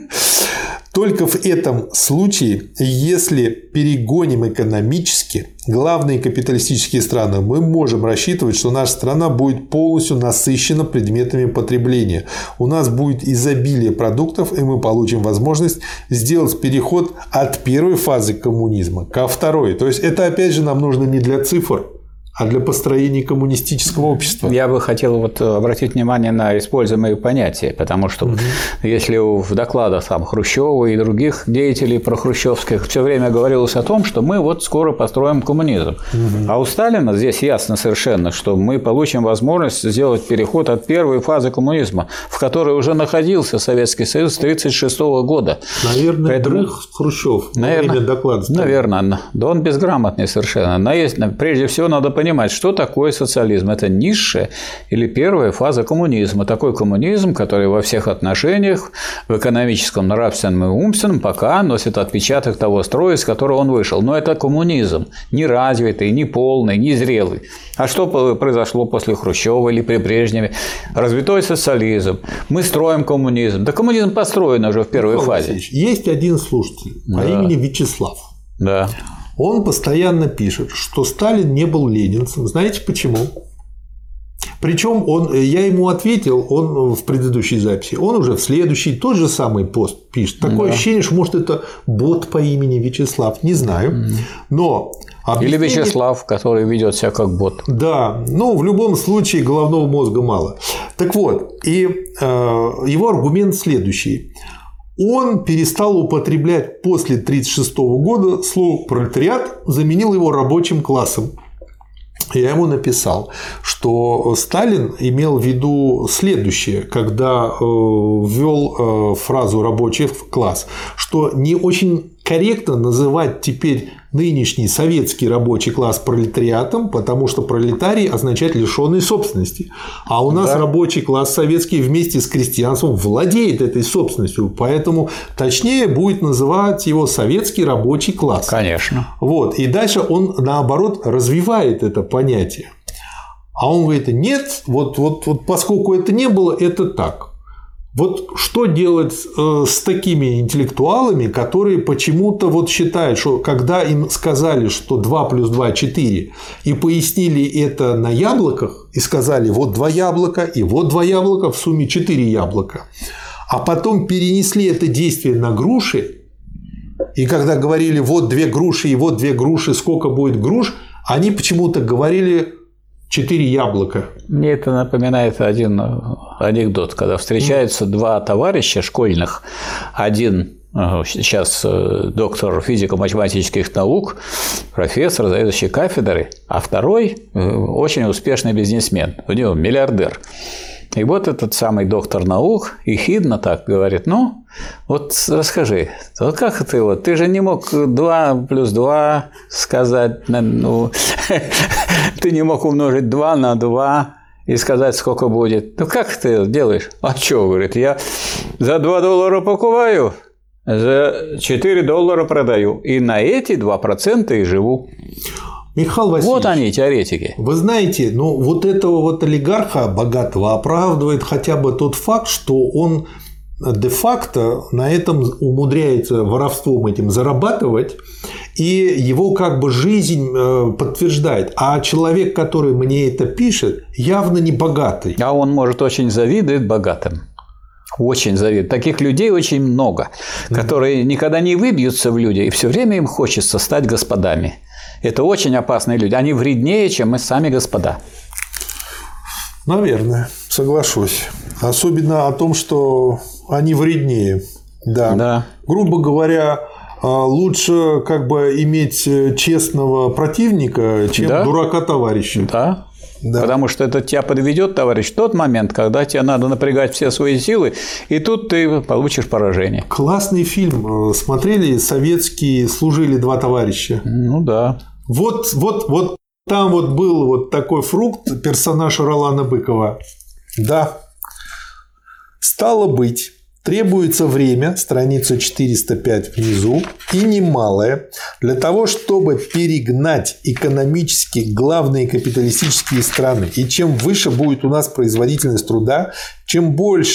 Только в этом случае, если перегоним экономически главные капиталистические страны, мы можем рассчитывать, что наша страна будет полностью насыщена предметами потребления. У нас будет изобилие продуктов, и мы получим возможность сделать переход от первой фазы коммунизма ко второй. То есть это, опять же, нам нужно не для цифр, а для построения коммунистического общества. Я бы хотел обратить внимание на используемые понятия, потому что если в докладах Хрущёва и других деятелей прохрущевских все время говорилось о том, что мы скоро построим коммунизм, а у Сталина здесь ясно совершенно, что мы получим возможность сделать переход от первой фазы коммунизма, в которой уже находился Советский Союз с 1936 года. Наверное, поэтому Хрущев во время доклада. Наверное, да он безграмотный совершенно. Прежде всего надо понимать, что такое социализм. Это низшая или первая фаза коммунизма. Такой коммунизм, который во всех отношениях, в экономическом, нравственном и умственном, пока носит отпечаток того строя, из которого он вышел. Но это коммунизм. Не развитый, не полный, не зрелый. А что произошло после Хрущева или при Брежневе? Развитой социализм. Мы строим коммунизм. Да коммунизм построен уже в первой фазе. Есть один слушатель по имени Вячеслав. Да. Он постоянно пишет, что Сталин не был ленинцем. Знаете почему? Причем я ему ответил, он в предыдущей записи, он уже в следующий тот же самый пост пишет. Такое ощущение, что, может, это бот по имени Вячеслав, не знаю. Но или Вячеслав, который ведет себя как бот. Да, в любом случае головного мозга мало. Так вот, и его аргумент следующий. Он перестал употреблять после 1936 года слово «пролетариат», заменил его рабочим классом. Я ему написал, что Сталин имел в виду следующее, когда ввел фразу «рабочий класс», что не очень корректно называть теперь нынешний советский рабочий класс пролетариатом, потому что пролетарий означает лишенный собственности. А у нас рабочий класс советский вместе с крестьянством владеет этой собственностью, поэтому точнее будет называть его советский рабочий класс. Конечно. Вот. И дальше он, наоборот, развивает это понятие. А он говорит, нет, вот поскольку это не было, это так. Вот что делать с такими интеллектуалами, которые почему-то считают, что когда им сказали, что 2 плюс 2 – 4, и пояснили это на яблоках, и сказали, вот 2 яблока, и вот 2 яблока, в сумме 4 яблока, а потом перенесли это действие на груши, и когда говорили, вот 2 груши, и вот 2 груши, сколько будет груш, они почему-то говорили 4 яблока. Мне это напоминает один анекдот, когда встречаются 2 товарища школьных. Один сейчас доктор физико-математических наук, профессор, заведующий кафедрой, а второй очень успешный бизнесмен, у него миллиардер. И вот этот самый доктор наук ехидно так говорит: ну, вот расскажи, вот как ты же не мог 2 + 2 сказать, ну, ты не мог умножить 2 на 2 и сказать, сколько будет. Ну, как ты это делаешь? А что, говорит, я за $2 покупаю, за $4 продаю, и на эти 2% и живу. Михаил Васильевич, вот они, теоретики. Вы знаете, ну вот этого вот олигарха богатого оправдывает хотя бы тот факт, что он де-факто на этом умудряется воровством этим зарабатывать, и его как бы жизнь подтверждает. А человек, который мне это пишет, явно не богатый. А он, может, очень завидует богатым. Очень завидует. Таких людей очень много, которые никогда не выбьются в люди, и все время им хочется стать господами. Это очень опасные люди. Они вреднее, чем мы сами господа. Наверное, соглашусь. Особенно о том, что они вреднее. Да. Грубо говоря, лучше как бы иметь честного противника, чем дурака товарища. Да. Потому что это тебя подведет, товарищ, в тот момент, когда тебе надо напрягать все свои силы, и тут ты получишь поражение. Классный фильм. Смотрели? Советские «Служили два товарища». Ну да. Вот там вот был вот такой фрукт, персонаж Ролана Быкова. Да. Стало быть, требуется время, страница 405 внизу, и немалое, для того, чтобы перегнать экономически главные капиталистические страны. И чем выше будет у нас производительность труда, чем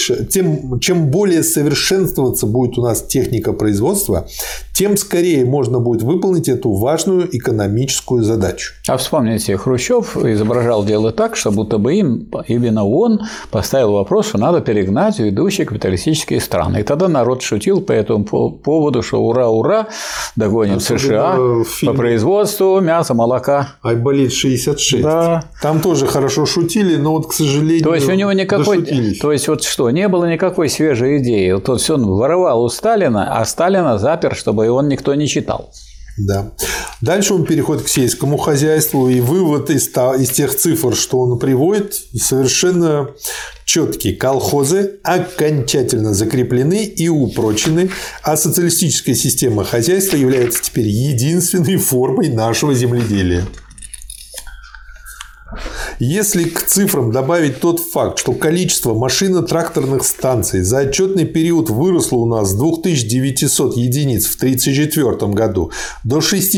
более совершенствоваться будет у нас техника производства, тем скорее можно будет выполнить эту важную экономическую задачу. А вспомните, Хрущев изображал дело так, что будто бы именно он поставил вопрос, что надо перегнать ведущие капиталистические страны. И тогда народ шутил по этому поводу, что ура, ура, догоним США по производству мяса, молока. Айболит 66. Да. Там тоже хорошо шутили, но вот, к сожалению, то есть у него никакой... дошутились. То есть вот что, не было никакой свежей идеи. Вот все он воровал у Сталина, а Сталина запер, чтобы его никто не читал. Да. Дальше он переходит к сельскому хозяйству, и вывод из тех цифр, что он приводит, совершенно четкий. Колхозы окончательно закреплены и упрочены, а социалистическая система хозяйства является теперь единственной формой нашего земледелия. Если к цифрам добавить тот факт, что количество машино-тракторных станций за отчетный период выросло у нас с 2900 единиц в 1934 году до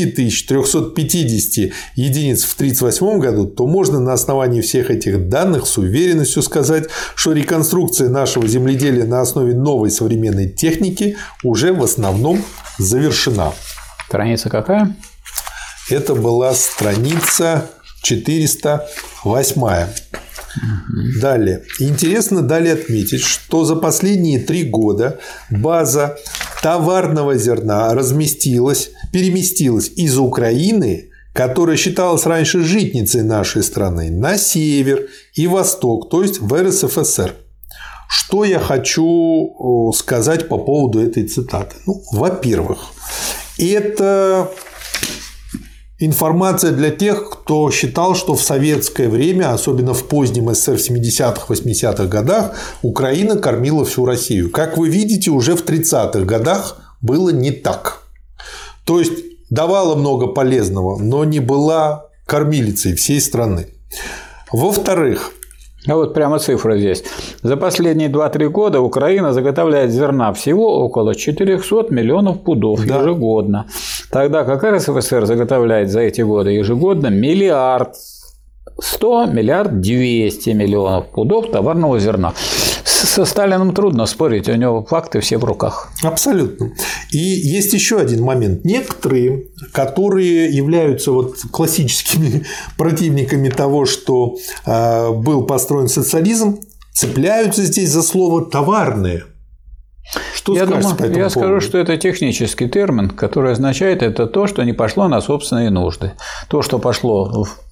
6350 единиц в 1938 году, то можно на основании всех этих данных с уверенностью сказать, что реконструкция нашего земледелия на основе новой современной техники уже в основном завершена. Страница какая? Это была страница 408. Далее. Интересно далее отметить, что за последние 3 года база товарного зерна переместилась из Украины, которая считалась раньше житницей нашей страны, на север и восток, то есть в РСФСР. Что я хочу сказать по поводу этой цитаты? Ну, во-первых, это информация для тех, кто считал, что в советское время, особенно в позднем СССР в 70-х, 80-х годах, Украина кормила всю Россию. Как вы видите, уже в 30-х годах было не так. То есть давала много полезного, но не была кормилицей всей страны. Во-вторых, а вот прямо цифра здесь. За последние 2-3 года Украина заготовляет зерна всего около 400 миллионов пудов ежегодно. Тогда как РСФСР заготовляет за эти годы ежегодно 1 100 200 миллионов пудов товарного зерна. Со Сталиным трудно спорить, у него факты все в руках. Абсолютно. И есть еще один момент. Некоторые, которые являются вот классическими противниками того, что был построен социализм, цепляются здесь за слово «товарное». Что я скажете по этому поводу? Скажу, что это технический термин, который означает это то, что не пошло на собственные нужды. То, что пошло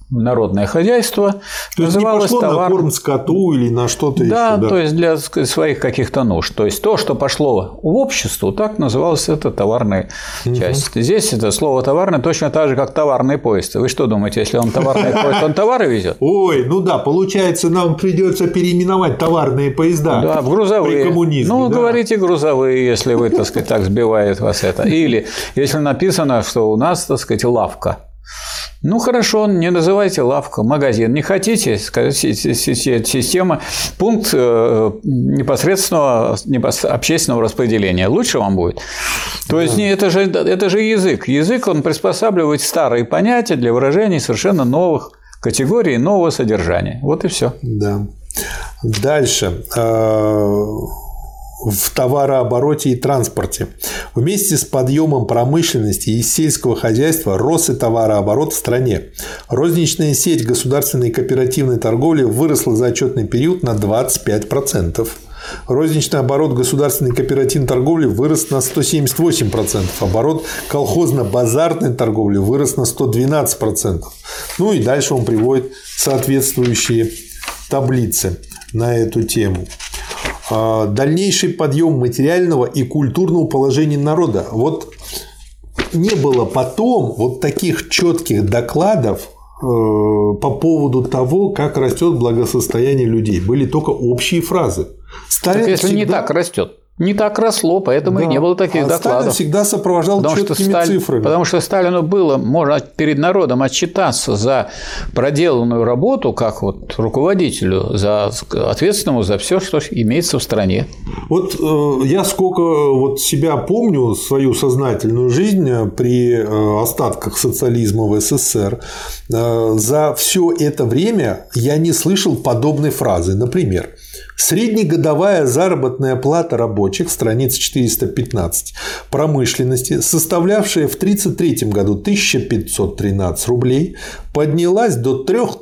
народное хозяйство. То есть не пошло на корм скоту или на что-то еще? Да, то есть для своих каких-то нужд. То есть то, что пошло в общество, так называлось это товарная часть. Здесь это слово товарное точно так же, как товарный поезд. Вы что думаете, если он товарный поезд, он товары везет? Ой, ну да, получается, нам придется переименовать товарные поезда. Да, в грузовые. При коммунизме. Ну, да. говорите грузовые, если вы, так сказать, так сбивает вас это. Или если написано, что у нас, так сказать, лавка. Ну, хорошо, не называйте лавка, магазин. Не хотите, скажите, система, пункт непосредственного общественного распределения. Лучше вам будет. То есть, это же язык. Язык, он приспосабливает старые понятия для выражения совершенно новых категорий, нового содержания. Вот и все. Да. Дальше. В товарообороте и транспорте. Вместе с подъемом промышленности и сельского хозяйства рос и товарооборот в стране. Розничная сеть государственной кооперативной торговли выросла за отчетный период на 25%. Розничный оборот государственной кооперативной торговли вырос на 178%. Оборот колхозно-базарной торговли вырос на 112%. Ну и дальше он приводит соответствующие таблицы на эту тему. Дальнейший подъем материального и культурного положения народа. Вот не было потом вот таких четких докладов по поводу того, как растет благосостояние людей. Были только общие фразы. Так если не так растет. Не так росло, поэтому и не было таких докладов. Сталин всегда сопровождал четкими цифрами. Потому что Сталину было можно перед народом отчитаться за проделанную работу, как вот руководителю, ответственному за все, что имеется в стране. Вот я сколько вот себя помню, свою сознательную жизнь при остатках социализма в СССР, за все это время я не слышал подобной фразы. Например, среднегодовая заработная плата рабочих, страница 415, промышленности, составлявшая в 1933 году 1513 рублей, поднялась до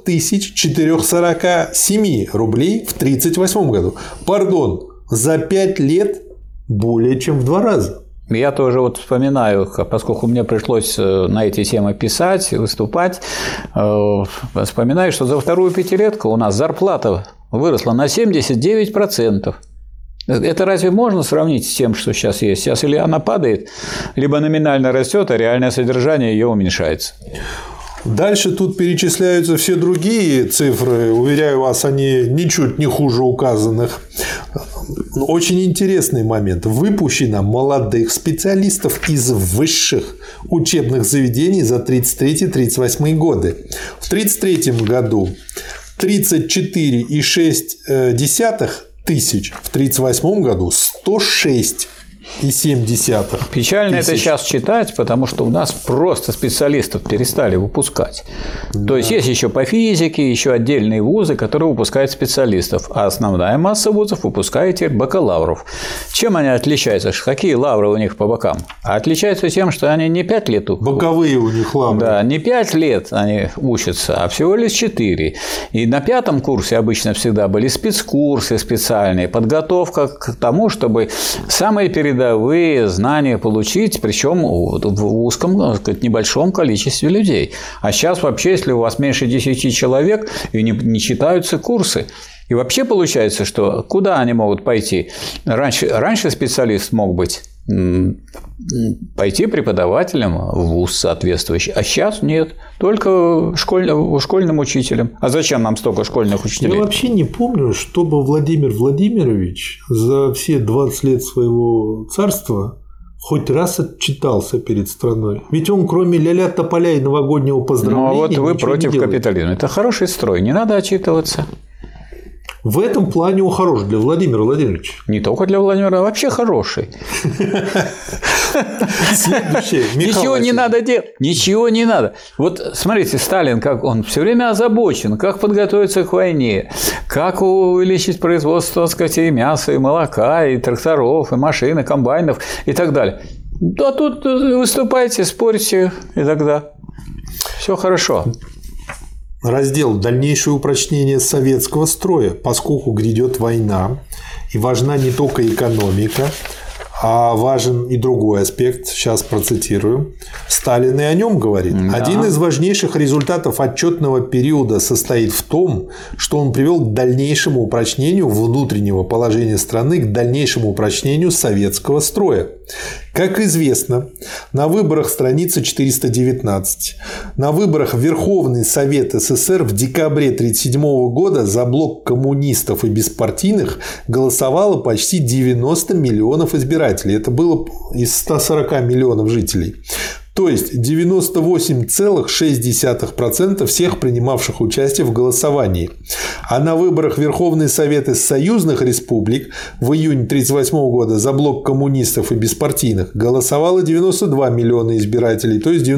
3447 рублей в 1938 году. Пардон, за 5 лет более чем в 2 раза. Я тоже вот вспоминаю, поскольку мне пришлось на эти темы писать, выступать, вспоминаю, что за вторую пятилетку у нас зарплата выросла на 79%. Это разве можно сравнить с тем, что сейчас есть? Сейчас или она падает, либо номинально растет, а реальное содержание ее уменьшается. Дальше тут перечисляются все другие цифры. Уверяю вас, они ничуть не хуже указанных. Очень интересный момент. Выпущено молодых специалистов из высших учебных заведений за 1933-1938 годы. В 1933 году 34,6 тысяч, в 1938 году 106,7 Печально тысяч. Это сейчас читать, потому что у нас просто специалистов перестали выпускать. Да. То есть есть еще по физике, еще отдельные вузы, которые выпускают специалистов, а основная масса вузов выпускает теперь бакалавров. Чем они отличаются? Какие лавры у них по бокам? А отличаются тем, что они не 5 лет учатся. Боковые у них лавры. Да, не 5 лет они учатся, а всего лишь 4. И на 5-м курсе обычно всегда были спецкурсы специальные, подготовка к тому, чтобы самые передовые знания получить, причем в узком, небольшом количестве людей. А сейчас вообще, если у вас меньше 10 человек, и не читаются курсы. И вообще получается, что куда они могут пойти? Раньше специалист мог быть пойти преподавателем в вуз соответствующий, а сейчас нет, только школьным учителем. А зачем нам столько школьных учителей? Я вообще не помню, чтобы Владимир Владимирович за все 20 лет своего царства хоть раз отчитался перед страной. Ведь он, кроме ля-ля тополя и новогоднего поздравления, ну, а вот вы против не делает. Капитализма. Это хороший строй, не надо отчитываться. В этом плане он хорош для Владимира Владимировича. Не только для Владимира, а вообще хороший. Ничего не надо делать. Ничего не надо. Вот смотрите, Сталин, как он все время озабочен, как подготовиться к войне, как увеличить производство, так сказать, и мяса, и молока, и тракторов, и машин, и комбайнов, и так далее. А тут выступайте, спорьте, и тогда все хорошо. Раздел «Дальнейшее упрочнение советского строя», поскольку грядет война, и важна не только экономика, А важен и другой аспект, сейчас процитирую. Сталин и о нем говорит. Да. Один из важнейших результатов отчетного периода состоит в том, что он привел к дальнейшему упрочнению внутреннего положения страны, к дальнейшему упрочнению советского строя. Как известно, на выборах страница 419, на выборах в Верховный Совет СССР в декабре 1937 года за блок коммунистов и беспартийных голосовало почти 90 миллионов избирателей. Это было из 140 миллионов жителей. То есть 98,6% всех принимавших участие в голосовании. А на выборах в Верховный Совет из союзных республик в июне 1938 года за блок коммунистов и беспартийных голосовало 92 миллиона избирателей, то есть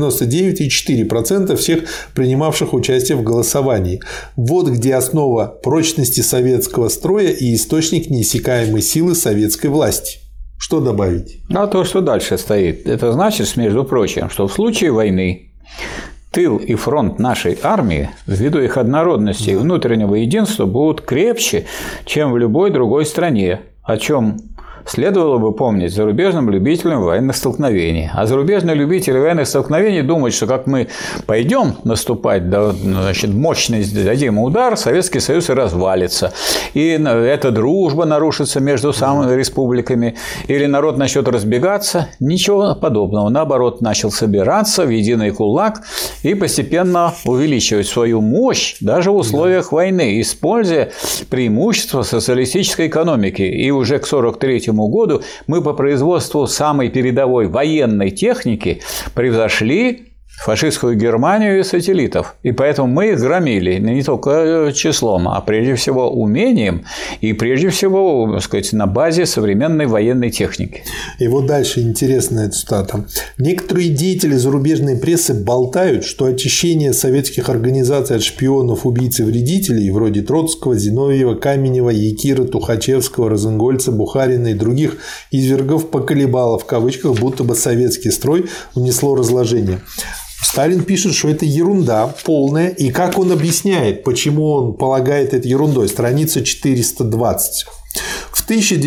99,4% всех принимавших участие в голосовании. Вот где основа прочности советского строя и источник неиссякаемой силы советской власти. Что добавить? А то, что дальше стоит. Это значит, между прочим, что в случае войны тыл и фронт нашей армии, ввиду их однородности и внутреннего единства, будут крепче, чем в любой другой стране, о чем следовало бы помнить зарубежным любителям военных столкновений. А зарубежные любители военных столкновений думают, что как мы пойдем наступать, да, значит, мощно дадим удар, Советский Союз и развалится. И эта дружба нарушится между самыми республиками, или народ начнет разбегаться. Ничего подобного. Наоборот, начал собираться в единый кулак и постепенно увеличивать свою мощь даже в условиях войны, используя преимущества социалистической экономики. И уже к 1943 году мы по производству самой передовой военной техники превзошли фашистскую Германию и сателлитов. И поэтому мы их громили не только числом, а прежде всего умением и прежде всего, так сказать, на базе современной военной техники. И вот дальше интересная цитата. Некоторые деятели зарубежной прессы болтают, что очищение советских организаций от шпионов, убийц и вредителей вроде Троцкого, Зиновьева, Каменева, Якира, Тухачевского, Розенгольца, Бухарина и других извергов поколебало в кавычках, будто бы советский строй внесло разложение. Сталин пишет, что это ерунда полная. И как он объясняет, почему он полагает это ерундой? Страница 420. В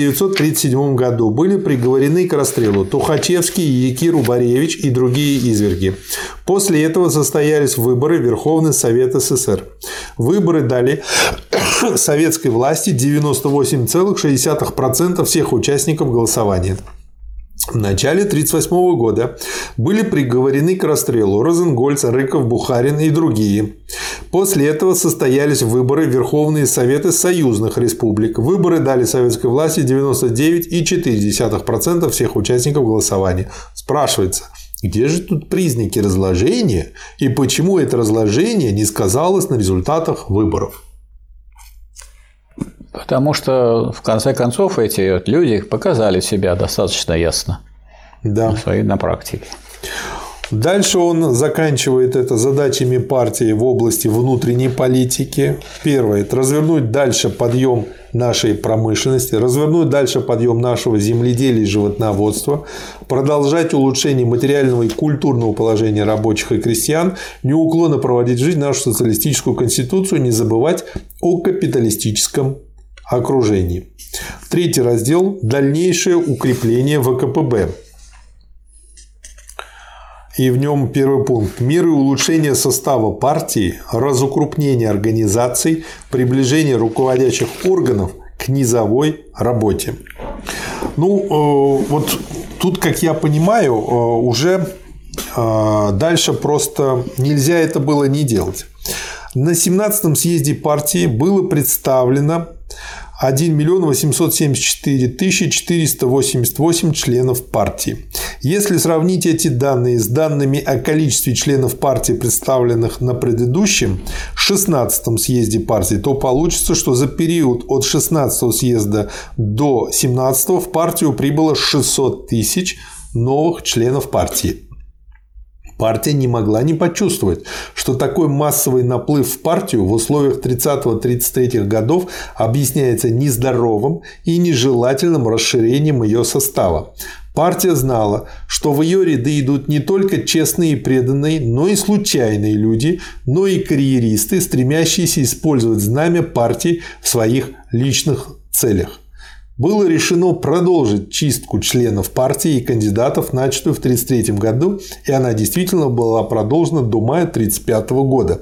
1937 году были приговорены к расстрелу Тухачевский, Якир Убаревич и другие изверги. После этого состоялись выборы в Верховный Совет СССР. Выборы дали советской власти 98,6% всех участников голосования. В начале 1938 года были приговорены к расстрелу Розенгольц, Рыков, Бухарин и другие. После этого состоялись выборы в Верховные Советы союзных республик. Выборы дали советской власти 99,4% всех участников голосования. Спрашивается, где же тут признаки разложения и почему это разложение не сказалось на результатах выборов? Потому что, в конце концов, эти люди показали себя достаточно ясно на практике. Дальше он заканчивает это задачами партии в области внутренней политики. Первое – это развернуть дальше подъем нашей промышленности, развернуть дальше подъем нашего земледелия и животноводства, продолжать улучшение материального и культурного положения рабочих и крестьян, неуклонно проводить в жизнь нашу социалистическую конституцию, не забывать о капиталистическом окружении. Третий раздел – дальнейшее укрепление ВКПБ. И в нем первый пункт – меры улучшения состава партии, разукрупнение организаций, приближение руководящих органов к низовой работе. Ну, вот тут, как я понимаю, уже дальше просто нельзя это было не делать. На 17-м съезде партии было представлено 1 874 488 членов партии. Если сравнить эти данные с данными о количестве членов партии, представленных на предыдущем 16-м съезде партии, то получится, что за период от 16-го съезда до 17-го в партию прибыло 600 тысяч новых членов партии. Партия не могла не почувствовать, что такой массовый наплыв в партию в условиях 30-33 годов объясняется нездоровым и нежелательным расширением ее состава. Партия знала, что в ее ряды идут не только честные и преданные, но и случайные люди, но и карьеристы, стремящиеся использовать знамя партии в своих личных целях. было решено продолжить чистку членов партии и кандидатов, начатую в 1933 году, и она действительно была продолжена до мая 1935 года.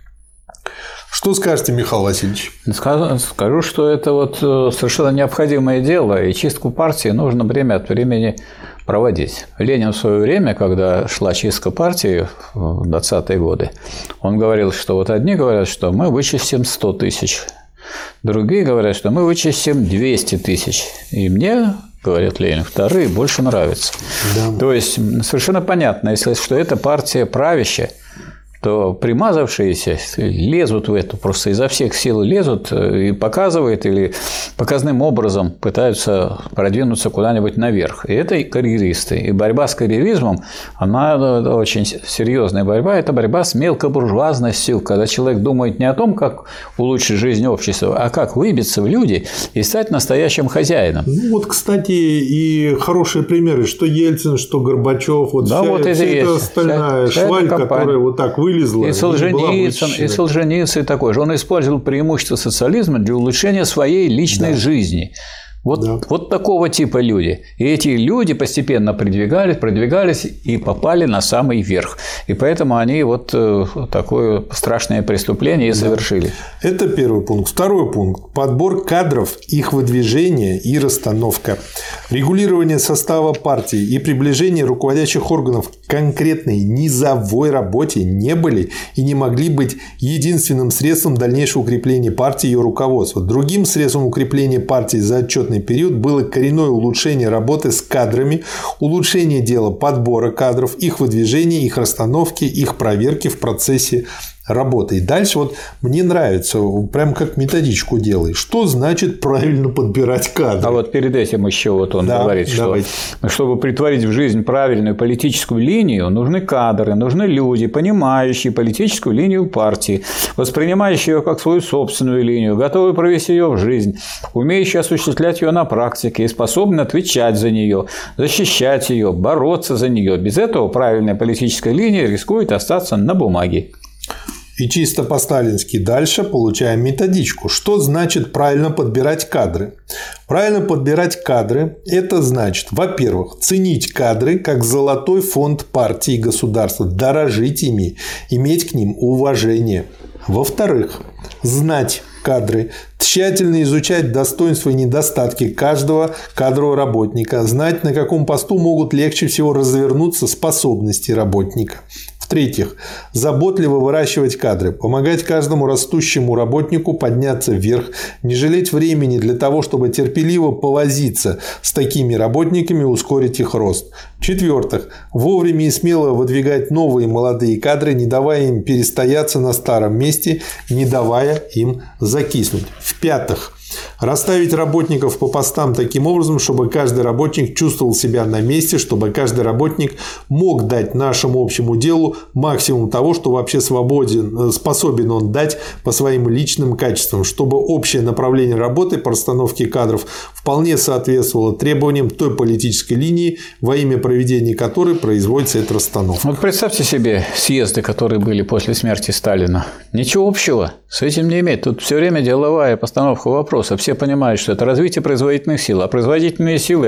Что скажете, Михаил Васильевич? Скажу, что это вот совершенно необходимое дело, и чистку партии нужно время от времени проводить. Ленин в свое время, когда шла чистка партии в 20-е годы, он говорил, что вот одни говорят, что мы вычистим 100 тысяч, другие говорят, что мы вычистим 200 тысяч. И мне, говорит Ленин, вторые больше нравятся. Да. То есть совершенно понятно, если что это партия правящая, то примазавшиеся лезут в это, просто изо всех сил лезут и показывают или показным образом пытаются продвинуться куда-нибудь наверх. И это и карьеристы. И борьба с карьеризмом, она очень серьезная борьба, это борьба с мелкобуржуазностью, когда человек думает не о том, как улучшить жизнь общества, а как выбиться в люди и стать настоящим хозяином. Ну вот, кстати, и хорошие примеры, что Ельцин, что Горбачев, вот, да, вся эта остальная шваль, которая вот так вылезла. И Солженицын такой же. Он использовал преимущество социализма для улучшения своей личной жизни. Вот такого типа люди. И эти люди постепенно продвигались и попали на самый верх. И поэтому они вот такое страшное преступление и совершили. Это первый пункт. Второй пункт. Подбор кадров, их выдвижение и расстановка. Регулирование состава партии и приближение руководящих органов к конкретной низовой работе не были и не могли быть единственным средством дальнейшего укрепления партии и ее руководства. Другим средством укрепления партии за отчетный период было коренное улучшение работы с кадрами, улучшение дела подбора кадров, их выдвижения, их расстановки, их проверки в процессе работы. И дальше вот мне нравится, прям как методичку делай. Что значит правильно подбирать кадры? А вот перед этим еще вот он говорит, что чтобы притворить в жизнь правильную политическую линию, нужны кадры, нужны люди, понимающие политическую линию партии, воспринимающие ее как свою собственную линию, готовые провести ее в жизнь, умеющие осуществлять ее на практике и способны отвечать за нее, защищать ее, бороться за нее. Без этого правильная политическая линия рискует остаться на бумаге. И чисто по-сталински дальше получаем методичку. Что значит правильно подбирать кадры? Правильно подбирать кадры – это значит, во-первых, ценить кадры как золотой фонд партии и государства, дорожить ими, иметь к ним уважение. Во-вторых, знать кадры, тщательно изучать достоинства и недостатки каждого кадрового работника, знать, на каком посту могут легче всего развернуться способности работника. В-третьих, заботливо выращивать кадры, помогать каждому растущему работнику подняться вверх, не жалеть времени для того, чтобы терпеливо повозиться с такими работниками и ускорить их рост. В-четвертых, вовремя и смело выдвигать новые молодые кадры, не давая им перестояться на старом месте, не давая им закиснуть. В-пятых, расставить работников по постам таким образом, чтобы каждый работник чувствовал себя на месте, чтобы каждый работник мог дать нашему общему делу максимум того, что вообще способен он дать по своим личным качествам, чтобы общее направление работы по расстановке кадров вполне соответствовало требованиям той политической линии, во имя проведения которой производится эта расстановка. Вот представьте себе съезды, которые были после смерти Сталина. Ничего общего с этим не имеет. Тут все время деловая постановка вопроса. Все понимают, что это развитие производительных сил. А производительные силы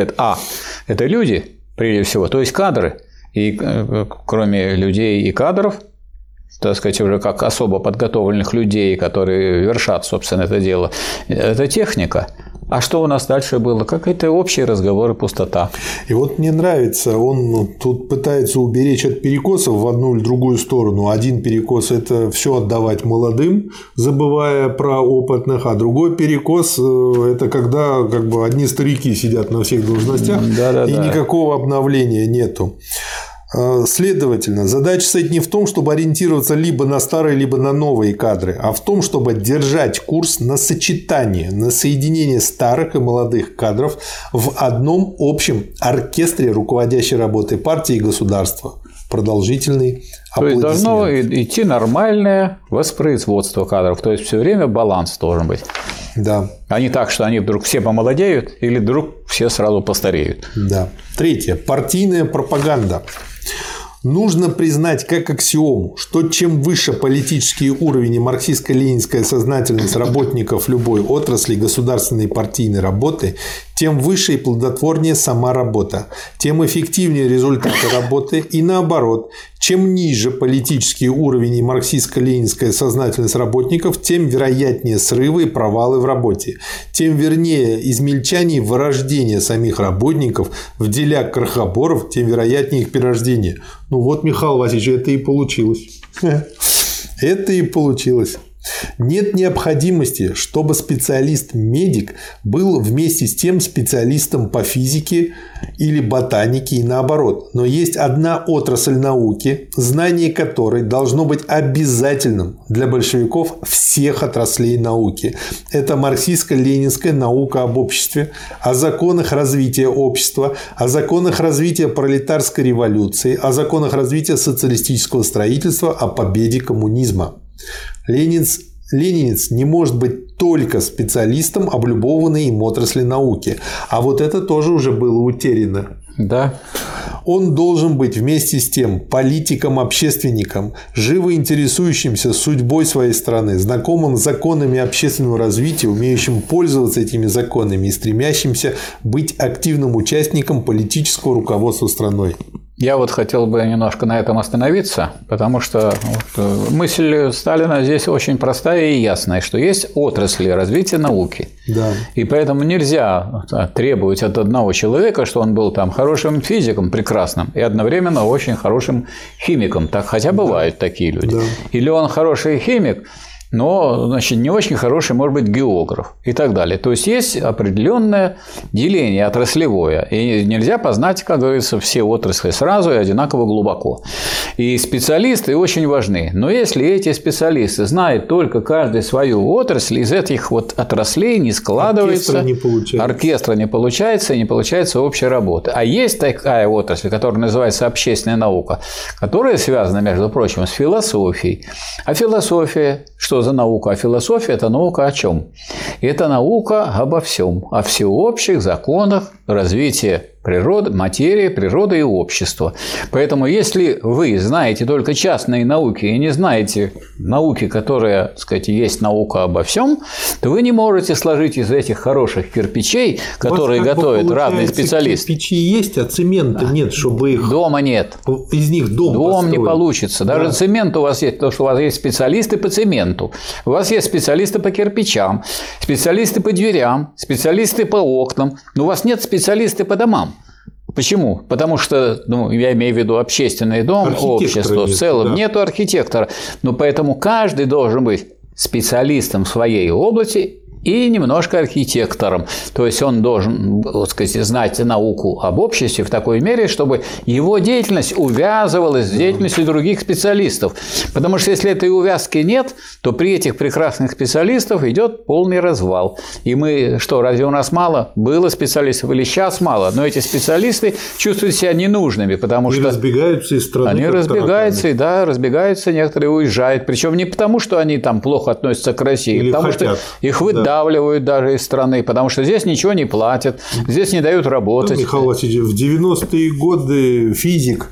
– это люди, прежде всего, то есть кадры. И кроме людей и кадров, так сказать, уже как особо подготовленных людей, которые вершат, собственно, это дело, это техника. А что у нас дальше было? Какие-то общие разговоры, пустота. И вот мне нравится, он тут пытается уберечь от перекосов в одну или другую сторону. Один перекос – это все отдавать молодым, забывая про опытных, а другой перекос – это когда как бы одни старики сидят на всех должностях, и никакого обновления нету. Следовательно, задача стоит не в том, чтобы ориентироваться либо на старые, либо на новые кадры, а в том, чтобы держать курс на сочетание, на соединение старых и молодых кадров в одном общем оркестре руководящей работы партии и государства. Продолжительный аплодисмент. То есть должно идти нормальное воспроизводство кадров, то есть все время баланс должен быть. Да. А не так, что они вдруг все помолодеют или вдруг все сразу постареют. Да. Третье. Партийная пропаганда. Нужно признать как аксиому, что чем выше политический уровень и марксистско-ленинская сознательность работников любой отрасли государственной и партийной работы, тем выше и плодотворнее сама работа, тем эффективнее результаты работы и наоборот, чем ниже политический уровень и марксистско-ленинская сознательность работников, тем вероятнее срывы и провалы в работе, тем вернее измельчание и вырождение самих работников в деляк крохоборов, тем вероятнее их перерождение. Ну вот, Михаил Васильевич, это и получилось. Это и получилось. Нет необходимости, чтобы специалист-медик был вместе с тем специалистом по физике или ботанике и наоборот. Но есть одна отрасль науки, знание которой должно быть обязательным для большевиков всех отраслей науки. Это марксистско-ленинская наука об обществе, о законах развития общества, о законах развития пролетарской революции, о законах развития социалистического строительства, о победе коммунизма. Ленинец не может быть только специалистом облюбованной им отрасли науки. А вот это тоже уже было утеряно. Да. Он должен быть вместе с тем политиком-общественником, живо интересующимся судьбой своей страны, знакомым с законами общественного развития, умеющим пользоваться этими законами и стремящимся быть активным участником политического руководства страной. Я вот хотел бы немножко на этом остановиться, потому что мысль Сталина здесь очень простая и ясная, что есть отрасли развития науки. Да. И поэтому нельзя требовать от одного человека, что он был там хорошим физиком, прекрасным, и одновременно очень хорошим химиком. Так, хотя бывают такие люди. Да. Или он хороший химик, но, значит, не очень хороший, может быть, географ и так далее. То есть есть определенное деление отраслевое, и нельзя познать, как говорится, все отрасли сразу и одинаково глубоко. И специалисты очень важны. Но если эти специалисты знают только каждый свою отрасль, из этих вот отраслей не складывается, оркестра не получается и не получается общая работа. А есть такая отрасль, которая называется общественная наука, которая связана, между прочим, с философией. А философия что за наука? А философия – это наука о чем? Это наука обо всем, о всеобщих законах развития природы, материи, природы и общества. Поэтому, если вы знаете только частные науки и не знаете науки, которая, так сказать, есть наука обо всем, то вы не можете сложить из этих хороших кирпичей, которые готовят разные специалисты. Кирпичи есть, а цемента нет, чтобы их… Дома нет. Из них дом построить. Не получится. Даже цемент у вас есть, потому что у вас есть специалисты по цементу, у вас есть специалисты по кирпичам, специалисты по дверям, специалисты по окнам, но у вас нет специалистов по домам. Почему? Потому что, я имею в виду общественный дом, общество в целом, нету архитектора. Но поэтому каждый должен быть специалистом в своей области и немножко архитектором. То есть он должен, так сказать, знать науку об обществе в такой мере, чтобы его деятельность увязывалась с деятельностью других специалистов. Потому что если этой увязки нет, то при этих прекрасных специалистах идет полный развал. И мы что, разве у нас мало? Было специалистов или сейчас мало? Но эти специалисты чувствуют себя ненужными, потому что… разбегаются из страны. Они разбегаются, разбегаются, некоторые уезжают. Причем не потому, что они там плохо относятся к России, а потому что их выдавливают даже из страны, потому что здесь ничего не платят, здесь не дают работать. Михаил Васильевич, в 90-е годы физик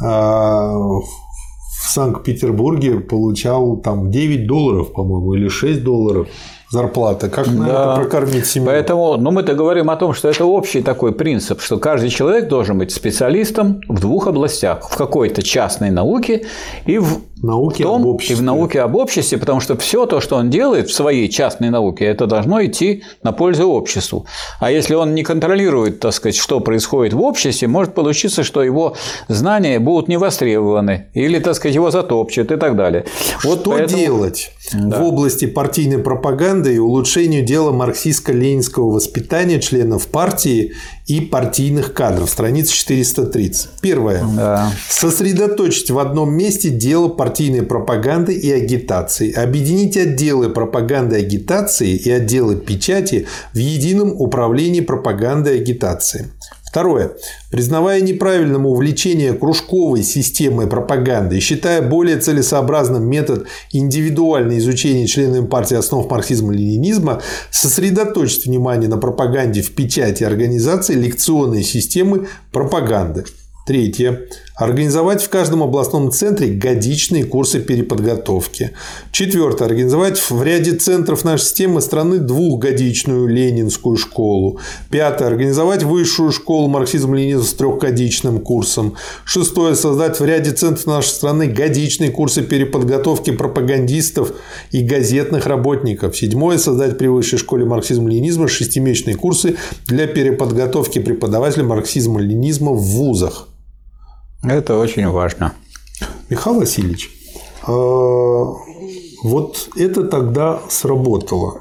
в Санкт-Петербурге получал там $9, по-моему, или $6 зарплата. Как на это прокормить семью? Поэтому мы-то говорим о том, что это общий такой принцип, что каждый человек должен быть специалистом в двух областях. В какой-то частной науке и в науке об обществе, потому что все то, что он делает в своей частной науке, это должно идти на пользу обществу. А если он не контролирует, так сказать, что происходит в обществе, может получиться, что его знания будут не востребованы или, так сказать, его затопчут и так далее. Что делать в области партийной пропаганды и улучшению дела марксистско-ленинского воспитания членов партии и партийных кадров? Страница 430. Первое. Сосредоточить в одном месте дело партийной пропаганды и агитации. Объединить отделы пропаганды и агитации и отделы печати в едином управлении пропагандой и агитации. Второе. Признавая неправильным увлечение кружковой системой пропаганды и считая более целесообразным метод индивидуального изучения членами партии основ марксизма-ленинизма, сосредоточить внимание на пропаганде в печати организации лекционной системы пропаганды. Третье. Организовать в каждом областном центре годичные курсы переподготовки. Четвертое. Организовать в ряде центров нашей системы страны двухгодичную ленинскую школу. Пятое. Организовать высшую школу марксизма-ленинизма с трехгодичным курсом. Шестое. Создать в ряде центров нашей страны годичные курсы переподготовки пропагандистов и газетных работников. Седьмое. Создать при высшей школе марксизма-ленинизма шестимесячные курсы для переподготовки преподавателей марксизма-ленинизма в вузах. Это очень важно. Михаил Васильевич, вот это тогда сработало.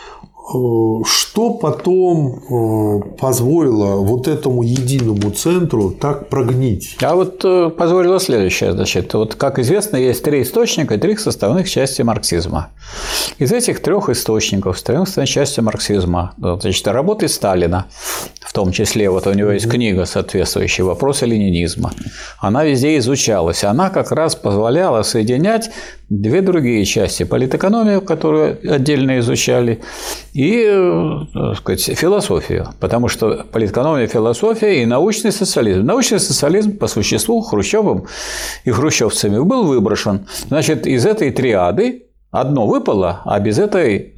Что потом позволило вот этому единому центру так прогнить? А вот позволило следующее. Значит, вот, как известно, есть три источника, три составных части марксизма. Из этих трех источников, составных части марксизма, значит, работы Сталина, в том числе, вот у него есть книга соответствующая «Вопросы ленинизма». Она везде изучалась. Она как раз позволяла соединять две другие части: политэкономию, которую отдельно изучали, и, так сказать, философию. Потому что политэкономия, философия и научный социализм. Научный социализм по существу Хрущевым и хрущевцами был выброшен. Значит, из этой триады одно выпало, а без этой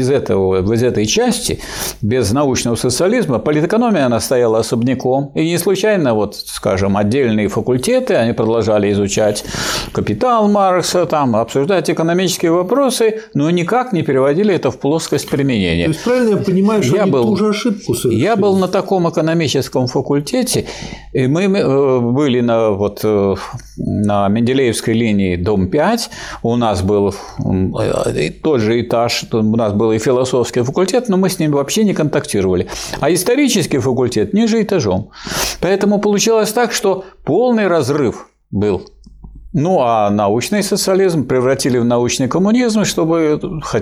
части, без научного социализма, политэкономия, она стояла особняком. И не случайно, вот, скажем, отдельные факультеты, они продолжали изучать «Капитал» Маркса, там, обсуждать экономические вопросы, но никак не переводили это в плоскость применения. То есть, правильно я понимаю, что они ту же ошибку совершили? Я был на таком экономическом факультете, и мы были на Менделеевской линии, дом 5, у нас был тот же этаж, у нас был и философский факультет, но мы с ним вообще не контактировали. А исторический факультет ниже этажом. Поэтому получилось так, что полный разрыв был. Ну, а научный социализм превратили в научный коммунизм, чтобы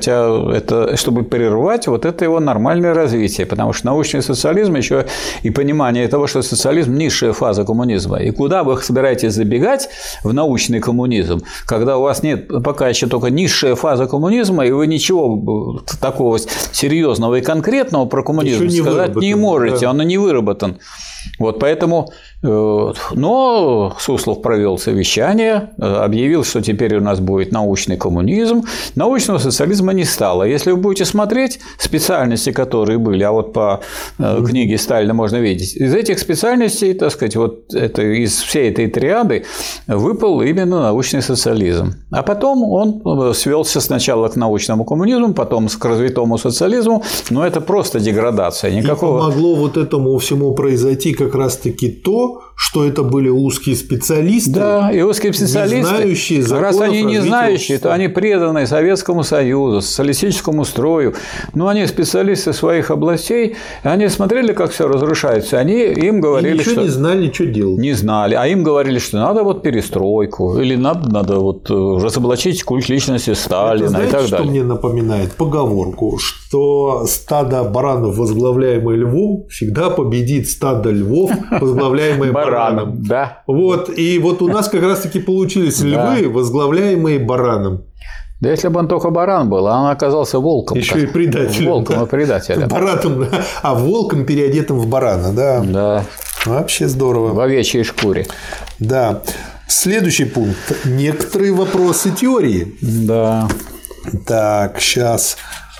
прервать вот это его нормальное развитие. Потому что научный социализм еще и понимание того, что социализм – низшая фаза коммунизма. И куда вы собираетесь забегать в научный коммунизм, когда у вас нет пока еще только низшая фаза коммунизма, и вы ничего такого серьезного и конкретного про коммунизм сказать не можете, да. Он не выработан. Вот поэтому, но Суслов провел совещание, объявил, что теперь у нас будет научный коммунизм. Научного социализма не стало. Если вы будете смотреть специальности, которые были, а вот по книге Сталина можно видеть, из этих специальностей, так сказать, вот это, из всей этой триады выпал именно научный социализм. А потом он свелся сначала к научному коммунизму, потом к развитому социализму, но это просто деградация. Никакого... И помогло вот этому всему произойти как раз-таки то, что это были узкие специалисты. Да, и узкие специалисты, не знающие законов, раз они не знающие, общества, то они преданы Советскому Союзу, социалистическому строю. Но они специалисты своих областей, и они смотрели, как все разрушается. Они им говорили, ничего что... не знали, что делать. Не знали. А им говорили, что надо вот перестройку, или надо вот разоблачить культ личности Сталина, это, знаете, и так далее. что мне напоминает? Поговорку, что стадо баранов, возглавляемое львом, всегда победит стадо львов, возглавляемое бараном. Да. Вот, и вот у нас как раз-таки получились львы, возглавляемые бараном. Да если бы он только баран был, а он оказался волком. Еще и предателем. Волком и предателем. Бараном, а волком, переодетым в барана, да. Да. Вообще здорово. В овечьей шкуре. Да. Следующий пункт. Некоторые вопросы теории. Да. Так, сейчас.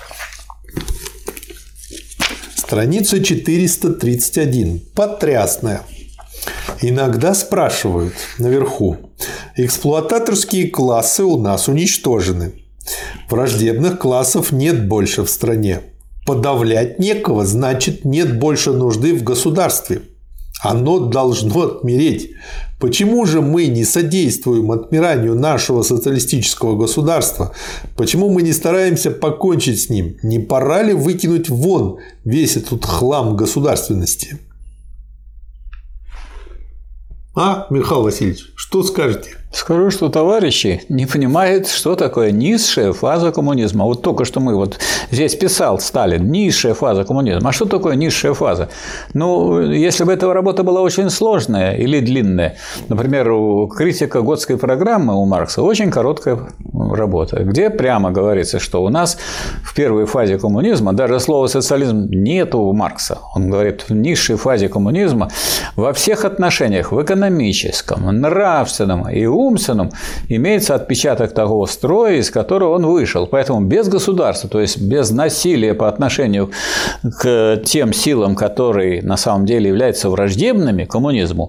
Страница 431. Потрясная. Иногда спрашивают наверху: эксплуататорские классы у нас уничтожены. Враждебных классов нет больше в стране. Подавлять некого, значит, нет больше нужды в государстве. Оно должно отмереть. Почему же мы не содействуем отмиранию нашего социалистического государства? Почему мы не стараемся покончить с ним? Не пора ли выкинуть вон весь этот хлам государственности? А, Михаил Васильевич, что скажете? Скажу, что товарищи не понимают, что такое низшая фаза коммунизма. Вот только что мы вот здесь писал Сталин, низшая фаза коммунизма. А что такое низшая фаза? Ну, если бы эта работа была очень сложная или длинная, например, критика Готской программы у Маркса очень короткая работа, где прямо говорится, что у нас в первой фазе коммунизма даже слова социализм нету у Маркса. Он говорит, в низшей фазе коммунизма во всех отношениях, в экономическом, нравственном и умственном имеется отпечаток того строя, из которого он вышел. Поэтому без государства, то есть без насилия по отношению к тем силам, которые на самом деле являются враждебными коммунизму,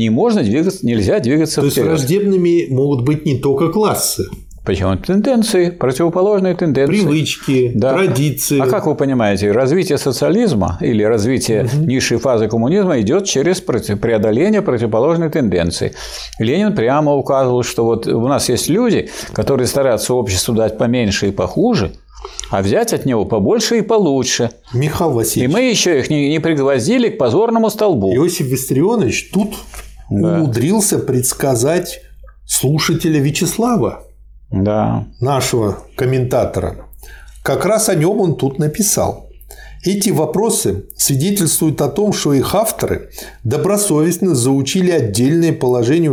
нельзя двигаться вперед. То есть враждебными могут быть не только классы. Почему? Тенденции, противоположные тенденции. Привычки, да. Традиции. А как вы понимаете, развитие социализма или развитие низшей фазы коммунизма идет через преодоление противоположной тенденции. Ленин прямо указывал, что вот у нас есть люди, которые стараются обществу дать поменьше и похуже, а взять от него побольше и получше. Михаил Васильевич. И мы еще их не пригвоздили к позорному столбу. Иосиф Виссарионович тут умудрился предсказать слушателя Вячеслава. Да. Нашего комментатора. Как раз о нем он тут написал. Эти вопросы свидетельствуют о том, что их авторы добросовестно заучили отдельные положения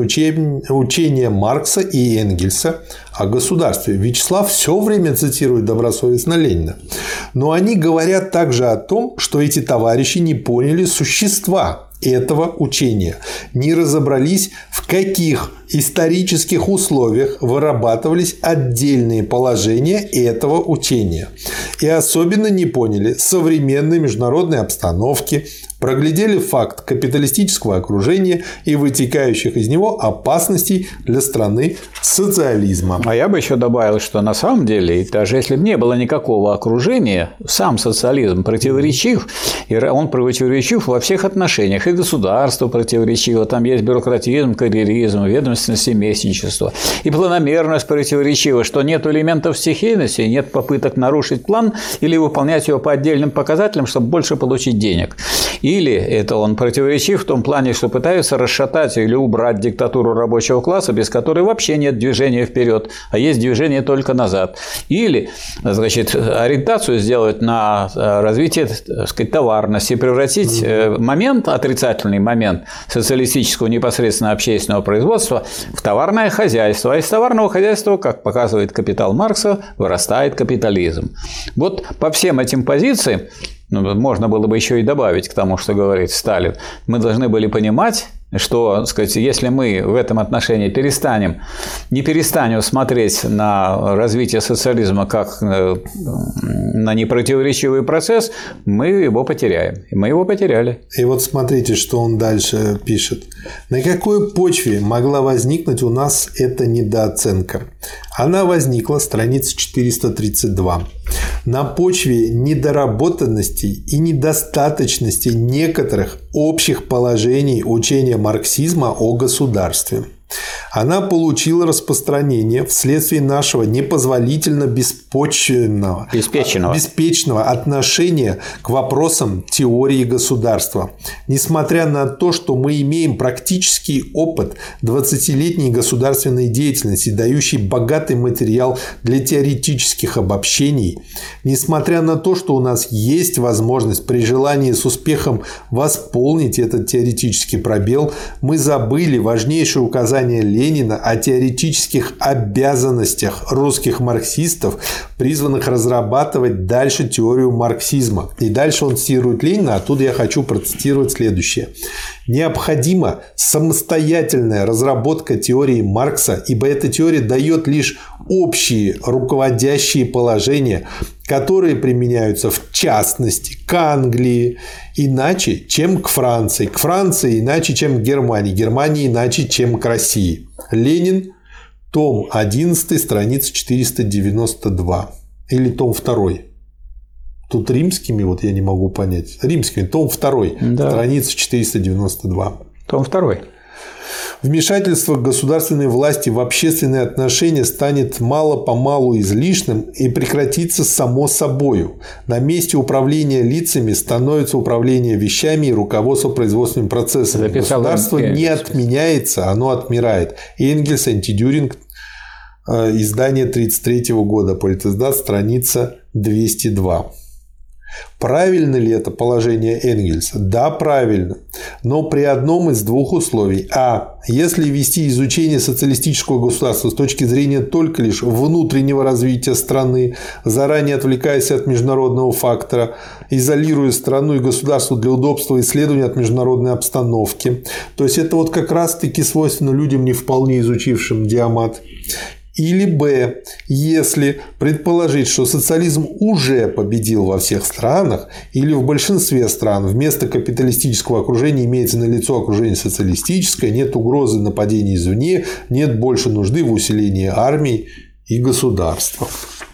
учения Маркса и Энгельса о государстве. Вячеслав все время цитирует добросовестно Ленина. Но они говорят также о том, что эти товарищи не поняли существа этого учения, не разобрались, в каких исторических условиях вырабатывались отдельные положения этого учения, и особенно не поняли современной международной обстановки, проглядели факт капиталистического окружения и вытекающих из него опасностей для страны социализма. А я бы еще добавил, что на самом деле, даже если бы не было никакого окружения, сам социализм противоречив, и он противоречив во всех отношениях, и государство противоречиво, там есть бюрократизм, карьеризм, ведомственность и местничество, и планомерность противоречива, что нет элементов стихийности, нет попыток нарушить план или выполнять его по отдельным показателям, чтобы больше получить денег. Или это он противоречив в том плане, что пытаются расшатать или убрать диктатуру рабочего класса, без которой вообще нет движения вперед, а есть движение только назад. Или, значит, ориентацию сделать на развитие, так сказать, товарности, превратить момент, отрицательный момент социалистического непосредственно общественного производства в товарное хозяйство. А из товарного хозяйства, как показывает «Капитал» Маркса, вырастает капитализм. Вот по всем этим позициям, можно было бы еще и добавить к тому, что говорит Сталин, мы должны были понимать, что, так сказать, если мы в этом отношении не перестанем смотреть на развитие социализма как на непротиворечивый процесс, мы его потеряем. И мы его потеряли. И вот смотрите, что он дальше пишет. На какой почве могла возникнуть у нас эта недооценка? Она возникла, страница 432. На почве недоработанности и недостаточности некоторых общих положений учения марксизма о государстве. Она получила распространение вследствие нашего непозволительно беспечного отношения к вопросам теории государства. Несмотря на то, что мы имеем практический опыт 20-летней государственной деятельности, дающий богатый материал для теоретических обобщений, несмотря на то, что у нас есть возможность при желании с успехом восполнить этот теоретический пробел, мы забыли важнейшее указание Ленина о теоретических обязанностях русских марксистов, призванных разрабатывать дальше теорию марксизма. И дальше он цитирует Ленина, оттуда я хочу процитировать следующее. Необходима самостоятельная разработка теории Маркса, ибо эта теория дает лишь общие руководящие положения, которые применяются в частности к Англии иначе, чем к Франции иначе, чем к Германии, Германии иначе, чем к России. Ленин, том 11, страница 492. Или том 2. Тут римскими, вот я не могу понять. Римскими, том 2, страница 492. Том 2. Вмешательство государственной власти в общественные отношения станет мало-помалу излишним и прекратится само собою. На месте управления лицами становится управление вещами и руководство производственными процессами. Государство не отменяется, оно отмирает. Энгельс, Антидюринг, издание 1933 года, Политиздат, страница 202. Правильно ли это положение Энгельса? Да, правильно. Но при одном из двух условий. Если вести изучение социалистического государства с точки зрения только лишь внутреннего развития страны, заранее отвлекаясь от международного фактора, изолируя страну и государство для удобства исследования от международной обстановки. То есть, это вот как раз-таки свойственно людям, не вполне изучившим Диамат. Или Б. Если предположить, что социализм уже победил во всех странах или в большинстве стран, вместо капиталистического окружения имеется налицо окружение социалистическое, нет угрозы нападений извне, нет больше нужды в усилении армий и государства.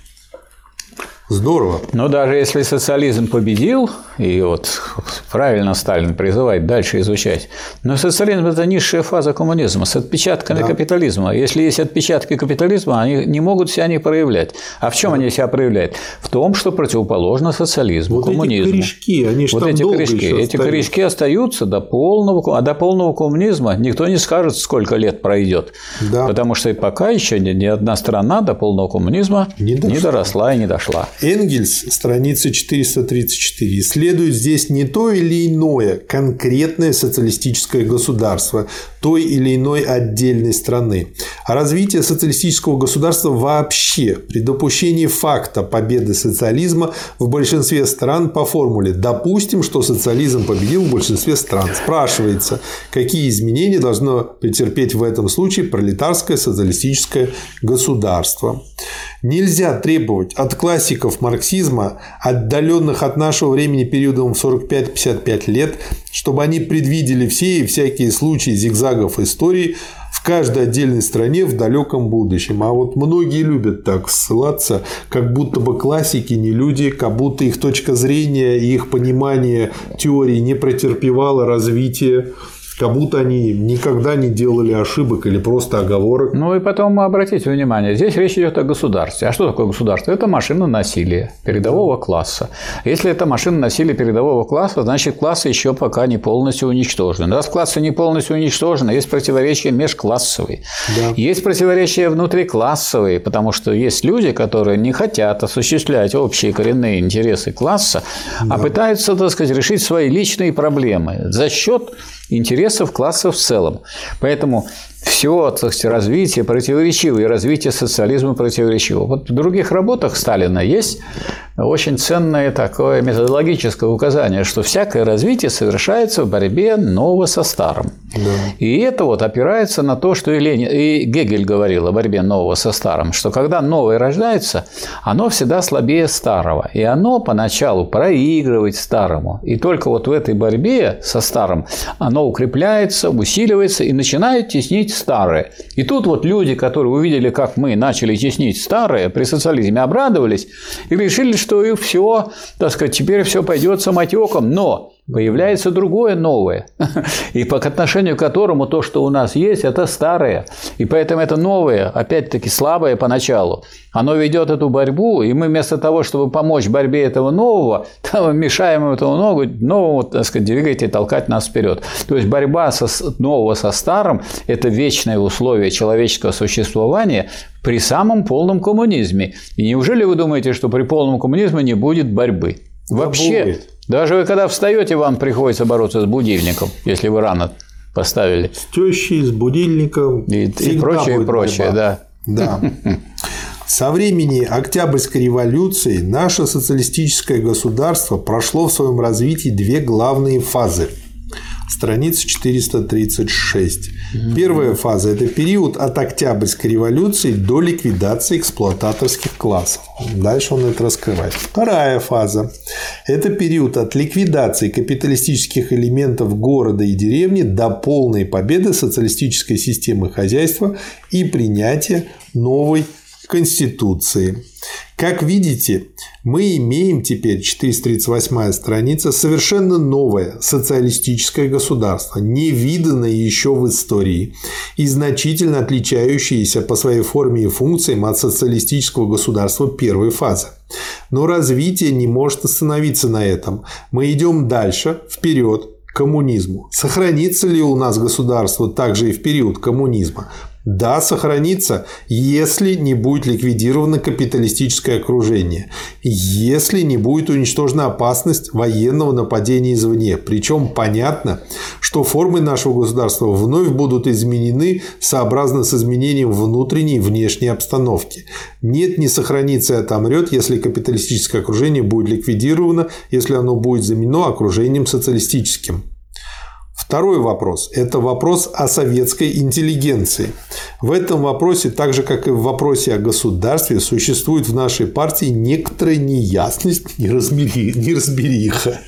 Здорово. Но даже если социализм победил, и вот правильно Сталин призывает дальше изучать, но социализм – это низшая фаза коммунизма с отпечатками капитализма. Если есть отпечатки капитализма, они не могут себя не проявлять. А в чем они себя проявляют? В том, что противоположно социализму, коммунизму. Эти корешки, они же там долго еще эти корешки остаются до полного, а до полного коммунизма никто не скажет, сколько лет пройдет. Да. Потому что и пока еще ни одна страна до полного коммунизма не доросла и не дошла. Энгельс, страница 434, исследует здесь не то или иное конкретное социалистическое государство той или иной отдельной страны, а развитие социалистического государства вообще при допущении факта победы социализма в большинстве стран по формуле «допустим, что социализм победил в большинстве стран». Спрашивается, какие изменения должно претерпеть в этом случае пролетарское социалистическое государство. Нельзя требовать от классиков марксизма, отдаленных от нашего времени периодом в 45-55 лет, чтобы они предвидели все и всякие случаи зигзагов истории в каждой отдельной стране в далеком будущем. А вот многие любят так ссылаться, как будто бы классики не люди, как будто их точка зрения и их понимание теории не претерпевало развития, как будто они никогда не делали ошибок или просто оговорок. Ну и потом обратите внимание, здесь речь идет о государстве. А что такое государство? Это машина насилия передового класса. Если это машина насилия передового класса, значит классы еще пока не полностью уничтожены. Раз классы не полностью уничтожены, есть противоречия межклассовые, есть противоречия внутриклассовые, потому что есть люди, которые не хотят осуществлять общие коренные интересы класса, а пытаются, так сказать, решить свои личные проблемы за счет интересов класса в целом. Поэтому все, так сказать, развитие противоречиво, и развитие социализма противоречиво. Вот в других работах Сталина есть очень ценное такое методологическое указание, что всякое развитие совершается в борьбе нового со старым. И это вот опирается на то, что и Гегель говорил о борьбе нового со старым, что когда новое рождается, оно всегда слабее старого, и оно поначалу проигрывает старому. И только вот в этой борьбе со старым оно укрепляется, усиливается и начинает теснить старое. И тут вот люди, которые увидели, как мы начали теснить старое, при социализме обрадовались и решили, что и все, так сказать, теперь все пойдет самотеком. Но появляется другое новое, и по отношению к которому то, что у нас есть, это старое. И поэтому это новое, опять-таки слабое поначалу, оно ведет эту борьбу, и мы вместо того, чтобы помочь борьбе этого нового, мешаем этому новому, так сказать, двигать и толкать нас вперед. То есть борьба нового со старым – это вечное условие человеческого существования при самом полном коммунизме. И неужели вы думаете, что при полном коммунизме не будет борьбы? Вообще. Даже вы, когда встаете, вам приходится бороться с будильником, если вы рано поставили. С тещей, с будильником. И прочее, да. Со времени Октябрьской революции наше социалистическое государство прошло в своем развитии две главные фазы. Страница 436. Первая фаза – это период от Октябрьской революции до ликвидации эксплуататорских классов. Дальше он это раскрывает. Вторая фаза – это период от ликвидации капиталистических элементов города и деревни до полной победы социалистической системы хозяйства и принятия новой Конституции. Как видите, мы имеем теперь, 438 страница, совершенно новое социалистическое государство, невиданное еще в истории и значительно отличающееся по своей форме и функциям от социалистического государства первой фазы. Но развитие не может остановиться на этом. Мы идем дальше, вперед, к коммунизму. Сохранится ли у нас государство также и в период коммунизма? Да, сохранится, если не будет ликвидировано капиталистическое окружение, если не будет уничтожена опасность военного нападения извне. Причем понятно, что формы нашего государства вновь будут изменены сообразно с изменением внутренней и внешней обстановки. Нет, не сохранится и отомрет, если капиталистическое окружение будет ликвидировано, если оно будет заменено окружением социалистическим. Второй вопрос – это вопрос о советской интеллигенции. В этом вопросе, так же как и в вопросе о государстве, существует в нашей партии некоторая неясность, неразбериха.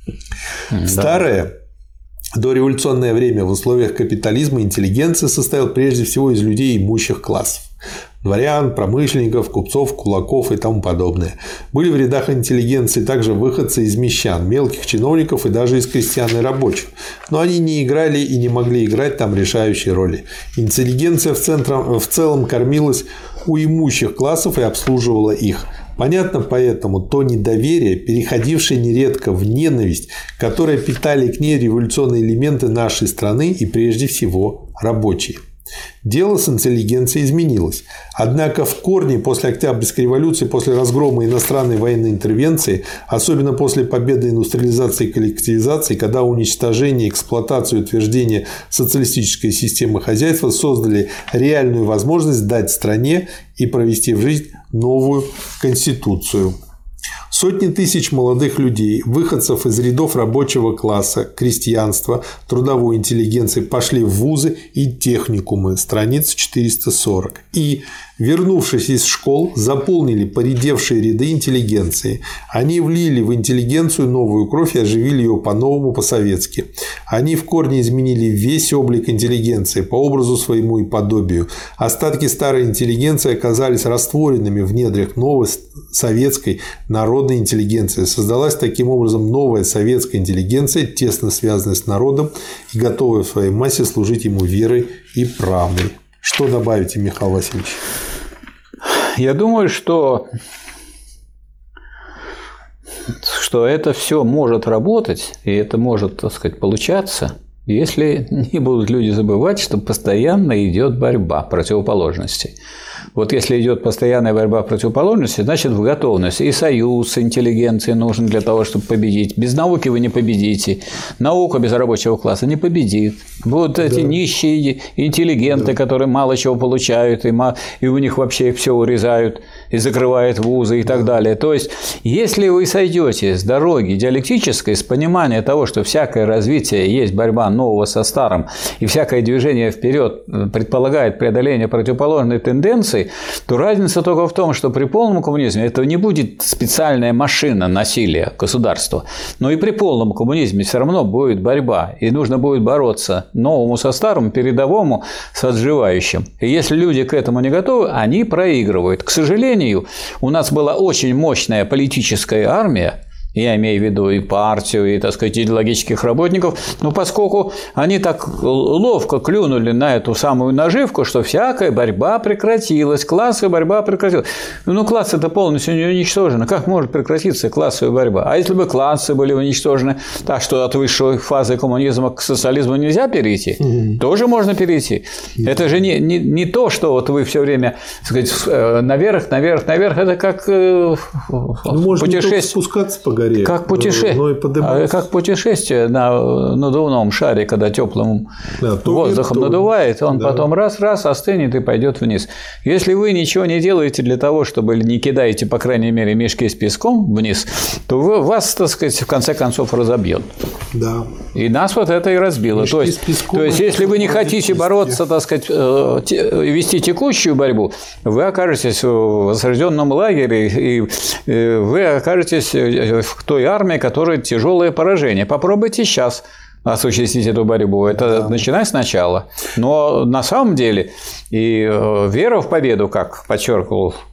В старое дореволюционное время в условиях капитализма интеллигенция состояла прежде всего из людей имущих классов. Дворян, промышленников, купцов, кулаков и тому подобное. Были в рядах интеллигенции также выходцы из мещан, мелких чиновников и даже из крестьян и рабочих. Но они не играли и не могли играть там решающей роли. Интеллигенция в целом кормилась у имущих классов и обслуживала их. Понятно поэтому то недоверие, переходившее нередко в ненависть, которое питали к ней революционные элементы нашей страны и прежде всего рабочие. Дело с интеллигенцией изменилось. Однако в корне после Октябрьской революции, после разгрома иностранной военной интервенции, особенно после победы индустриализации и коллективизации, когда уничтожение, эксплуатацию и утверждение социалистической системы хозяйства создали реальную возможность дать стране и провести в жизнь новую конституцию. Сотни тысяч молодых людей, выходцев из рядов рабочего класса, крестьянства, трудовой интеллигенции пошли в вузы и техникумы, страница 440. И, вернувшись из школ, заполнили поредевшие ряды интеллигенции. Они влили в интеллигенцию новую кровь и оживили ее по-новому, по-советски. Они в корне изменили весь облик интеллигенции по образу своему и подобию. Остатки старой интеллигенции оказались растворенными в недрах новой советской народной интеллигенции. Создалась таким образом новая советская интеллигенция, тесно связанная с народом и готовая в своей массе служить ему верой и правдой. Что добавите, Михаил Васильевич? Я думаю, что это все может работать, и это может, так сказать, получаться, если не будут люди забывать, что постоянно идет борьба противоположностей. Вот если идет постоянная борьба противоположностей, значит, в готовности. И союз интеллигенции нужен для того, чтобы победить. Без науки вы не победите. Наука без рабочего класса не победит. Вот эти нищие интеллигенты, которые мало чего получают, и у них вообще все урезают, и закрывают вузы и так далее. То есть, если вы сойдете с дороги диалектической, с понимания того, что всякое развитие есть борьба нового со старым, и всякое движение вперед предполагает преодоление противоположной тенденции, то разница только в том, что при полном коммунизме это не будет специальная машина насилия государства, но и при полном коммунизме все равно будет борьба, и нужно будет бороться новому со старым, передовому с отживающим. И если люди к этому не готовы, они проигрывают. К сожалению, у нас была очень мощная политическая армия, я имею в виду и партию, и, так сказать, идеологических работников, но поскольку они так ловко клюнули на эту самую наживку, что всякая борьба прекратилась, классовая борьба прекратилась. Ну, классы-то полностью уничтожены. Как может прекратиться классовая борьба? А если бы классы были уничтожены, так что от высшей фазы коммунизма к социализму нельзя перейти? Тоже можно перейти. Это же не то, что вот вы все время, так сказать, наверх. Это как путешествие. Спускаться по горе, как путешествие на надувном шаре, когда теплым воздухом надувает, он потом раз остынет и пойдет вниз. Если вы ничего не делаете для того, чтобы не кидаете, по крайней мере, мешки с песком вниз, то вас, так сказать, в конце концов разобьет. Да. И нас вот это и разбило. То есть, если вы не хотите бороться, так сказать, вести текущую борьбу, вы окажетесь в осажденном лагере, и вы окажетесь в той армии, которая тяжелое поражение. Попробуйте сейчас осуществить эту борьбу. Это начинать сначала. Но на самом деле и вера в победу, как подчеркивал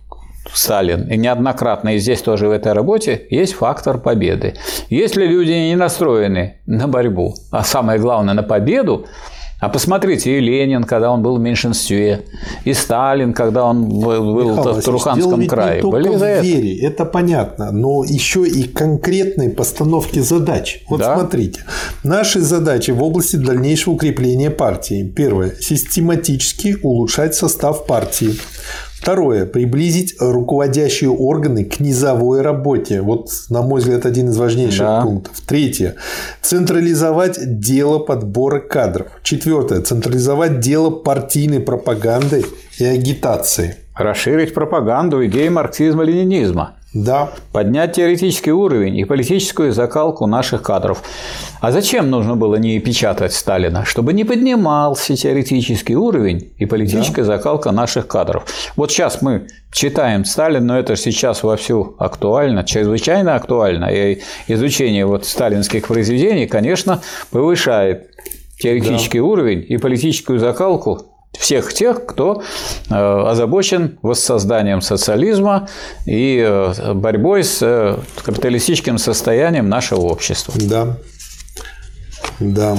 Сталин, и неоднократно, и здесь тоже в этой работе, есть фактор победы. Если люди не настроены на борьбу, а самое главное, на победу, а посмотрите, и Ленин, когда он был в меньшинстве, и Сталин, когда он был в Туруханском крае. Дело ведь не только в вере, это понятно, но еще и конкретной постановки задач. Вот да? Смотрите, наши задачи в области дальнейшего укрепления партии. Первое. Систематически улучшать состав партии. Второе. Приблизить руководящие органы к низовой работе. Вот, на мой взгляд, один из важнейших пунктов. Третье. Централизовать дело подбора кадров. Четвертое. Централизовать дело партийной пропаганды и агитации. Расширить пропаганду идей марксизма-ленинизма. Да. Поднять теоретический уровень и политическую закалку наших кадров. А зачем нужно было не печатать Сталина? Чтобы не поднимался теоретический уровень и политическая закалка наших кадров. Вот сейчас мы читаем Сталин, но это сейчас вовсю актуально, чрезвычайно актуально. И изучение вот сталинских произведений, конечно, повышает теоретический уровень и политическую закалку всех тех, кто озабочен воссозданием социализма и борьбой с капиталистическим состоянием нашего общества. Да. Да.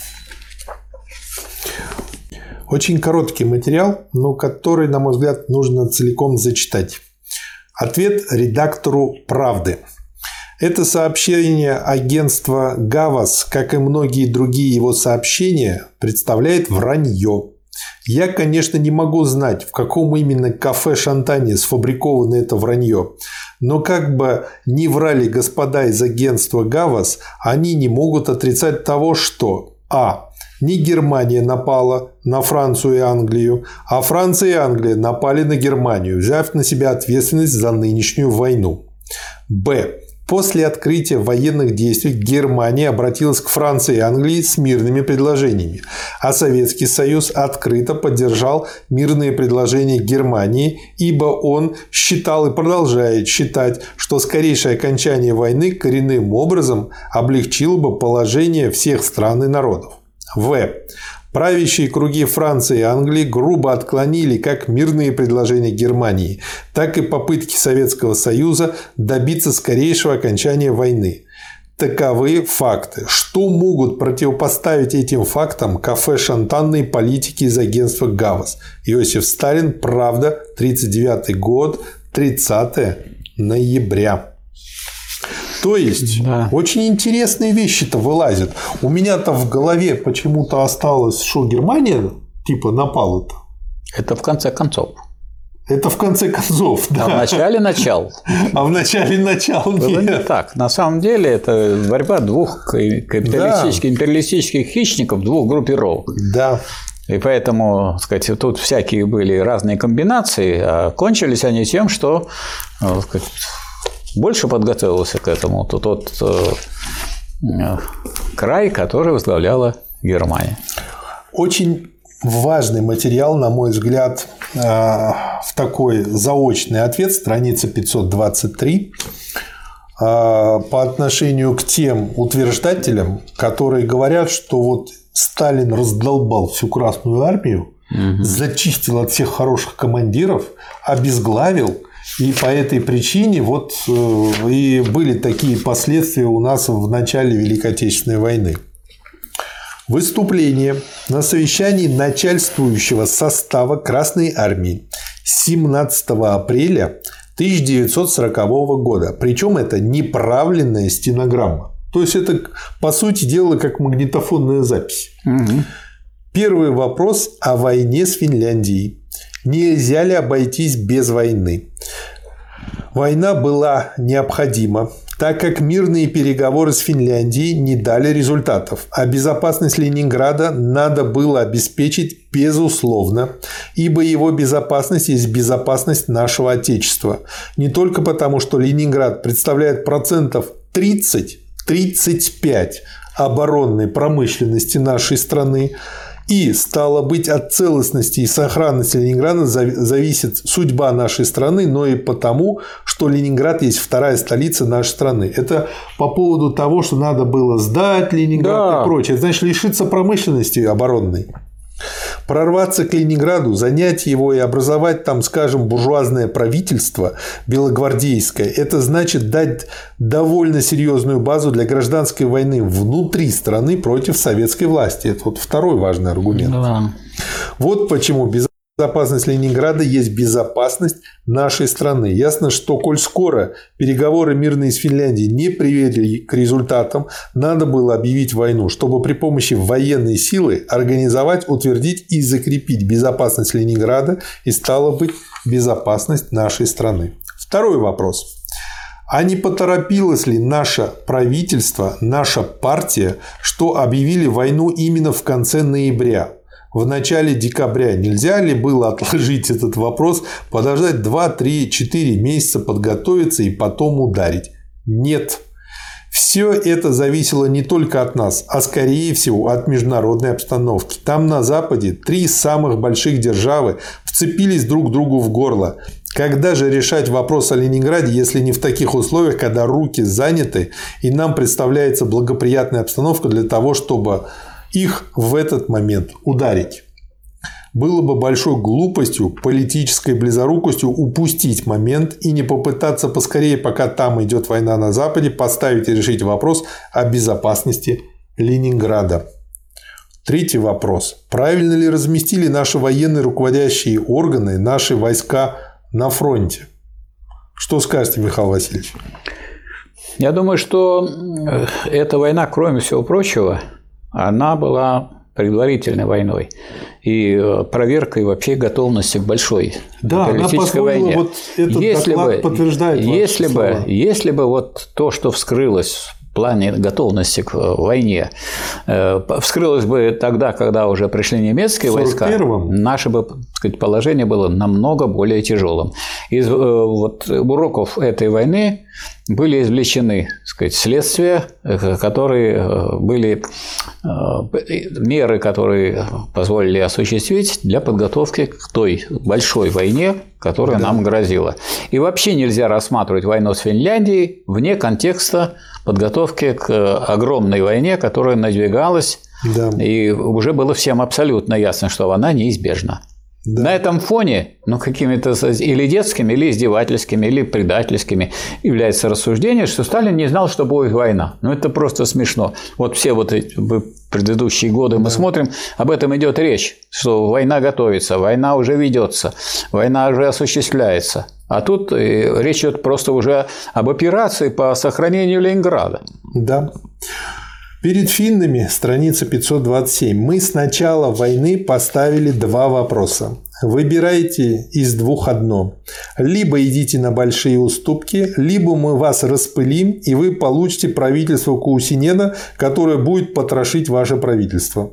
Очень короткий материал, но который, на мой взгляд, нужно целиком зачитать. Ответ редактору «Правды». Это сообщение агентства «Гавас», как и многие другие его сообщения, представляет вранье. Я, конечно, не могу знать, в каком именно кафе Шантане сфабриковано это вранье, но как бы ни врали господа из агентства «Гавас», они не могут отрицать того, что не Германия напала на Францию и Англию, а Франция и Англия напали на Германию, взяв на себя ответственность за нынешнюю войну. После открытия военных действий Германия обратилась к Франции и Англии с мирными предложениями, а Советский Союз открыто поддержал мирные предложения Германии, ибо он считал и продолжает считать, что скорейшее окончание войны коренным образом облегчило бы положение всех стран и народов. Правящие круги Франции и Англии грубо отклонили как мирные предложения Германии, так и попытки Советского Союза добиться скорейшего окончания войны. Таковы факты. Что могут противопоставить этим фактам кафе шантанной политики из агентства «Гавас»? Иосиф Сталин, «Правда», 1939 год, 30 ноября. То есть, очень интересные вещи-то вылазят. У меня-то в голове почему-то осталось, что Германия типа напала-то. Это в конце концов. Это в конце концов, да. А в начале начал. А в начале начал нет. Было не так. На самом деле это борьба двух капиталистических, империалистических хищников, двух группировок. Да. И поэтому, так сказать, тут всякие были разные комбинации, а кончились они тем, что, так сказать, больше подготовился к этому тот край, который возглавляла Германия. Очень важный материал, на мой взгляд, в такой заочный ответ, страница 523, по отношению к тем утверждателям, которые говорят, что вот Сталин раздолбал всю Красную армию, зачистил от всех хороших командиров, обезглавил. И по этой причине вот и были такие последствия у нас в начале Великой Отечественной войны. Выступление на совещании начальствующего состава Красной армии 17 апреля 1940 года. Причем это неправленная стенограмма. То есть это, по сути дела, как магнитофонная запись. Первый вопрос о войне с Финляндией. Нельзя ли обойтись без войны? Война была необходима, так как мирные переговоры с Финляндией не дали результатов, а безопасность Ленинграда надо было обеспечить безусловно, ибо его безопасность есть безопасность нашего Отечества. Не только потому, что Ленинград представляет 30-35% оборонной промышленности нашей страны, и, стало быть, от целостности и сохранности Ленинграда зависит судьба нашей страны, но и потому, что Ленинград есть вторая столица нашей страны. Это по поводу того, что надо было сдать Ленинград и прочее. Это значит лишиться промышленности оборонной. Прорваться к Ленинграду, занять его и образовать там, скажем, буржуазное правительство белогвардейское, это значит дать довольно серьезную базу для гражданской войны внутри страны против советской власти. Это вот второй важный аргумент. Да. Вот почему безопасность Ленинграда есть безопасность нашей страны. Ясно, что коль скоро переговоры мирные с Финляндией не привели к результатам, надо было объявить войну, чтобы при помощи военной силы организовать, утвердить и закрепить безопасность Ленинграда и, стало быть, безопасность нашей страны. Второй вопрос. А не поторопилось ли наше правительство, наша партия, что объявили войну именно в конце ноября? В начале декабря нельзя ли было отложить этот вопрос, подождать 2, 3, 4 месяца, подготовиться и потом ударить? Нет. Все это зависело не только от нас, а скорее всего от международной обстановки. Там на Западе 3 самых больших державы вцепились друг другу в горло. Когда же решать вопрос о Ленинграде, если не в таких условиях, когда руки заняты и нам представляется благоприятная обстановка для того, чтобы их в этот момент ударить? Было бы большой глупостью, политической близорукостью упустить момент и не попытаться поскорее, пока там идет война на Западе, поставить и решить вопрос о безопасности Ленинграда. Третий вопрос. Правильно ли разместили наши военные руководящие органы, наши войска на фронте? Что скажете, Михаил Васильевич? Я думаю, что эта война, кроме всего прочего, она была предварительной войной и проверкой вообще готовности к большой империалистической войне. Вот этот доклад подтверждает если бы вот то, что вскрылось в плане готовности к войне, вскрылось бы тогда, когда уже пришли немецкие войска, наше бы, так сказать, положение было намного более тяжелым. Из вот уроков этой войны были извлечены, так сказать, следствия, которые были меры, которые позволили осуществить для подготовки к той большой войне, которая нам грозила. И вообще нельзя рассматривать войну с Финляндией вне контекста подготовки к огромной войне, которая надвигалась, и уже было всем абсолютно ясно, что она неизбежна. Да. На этом фоне, какими-то или детскими, или издевательскими, или предательскими является рассуждение, что Сталин не знал, что будет война. Это просто смешно. Вот все вот эти предыдущие годы мы смотрим, об этом идет речь, что война готовится, война уже ведется, война уже осуществляется. А тут речь идет просто уже об операции по сохранению Ленинграда. Да. Перед финнами, страница 527, мы с начала войны поставили 2 вопроса. Выбирайте из 2 одно. Либо идите на большие уступки, либо мы вас распылим, и вы получите правительство Каусинена, которое будет потрошить ваше правительство.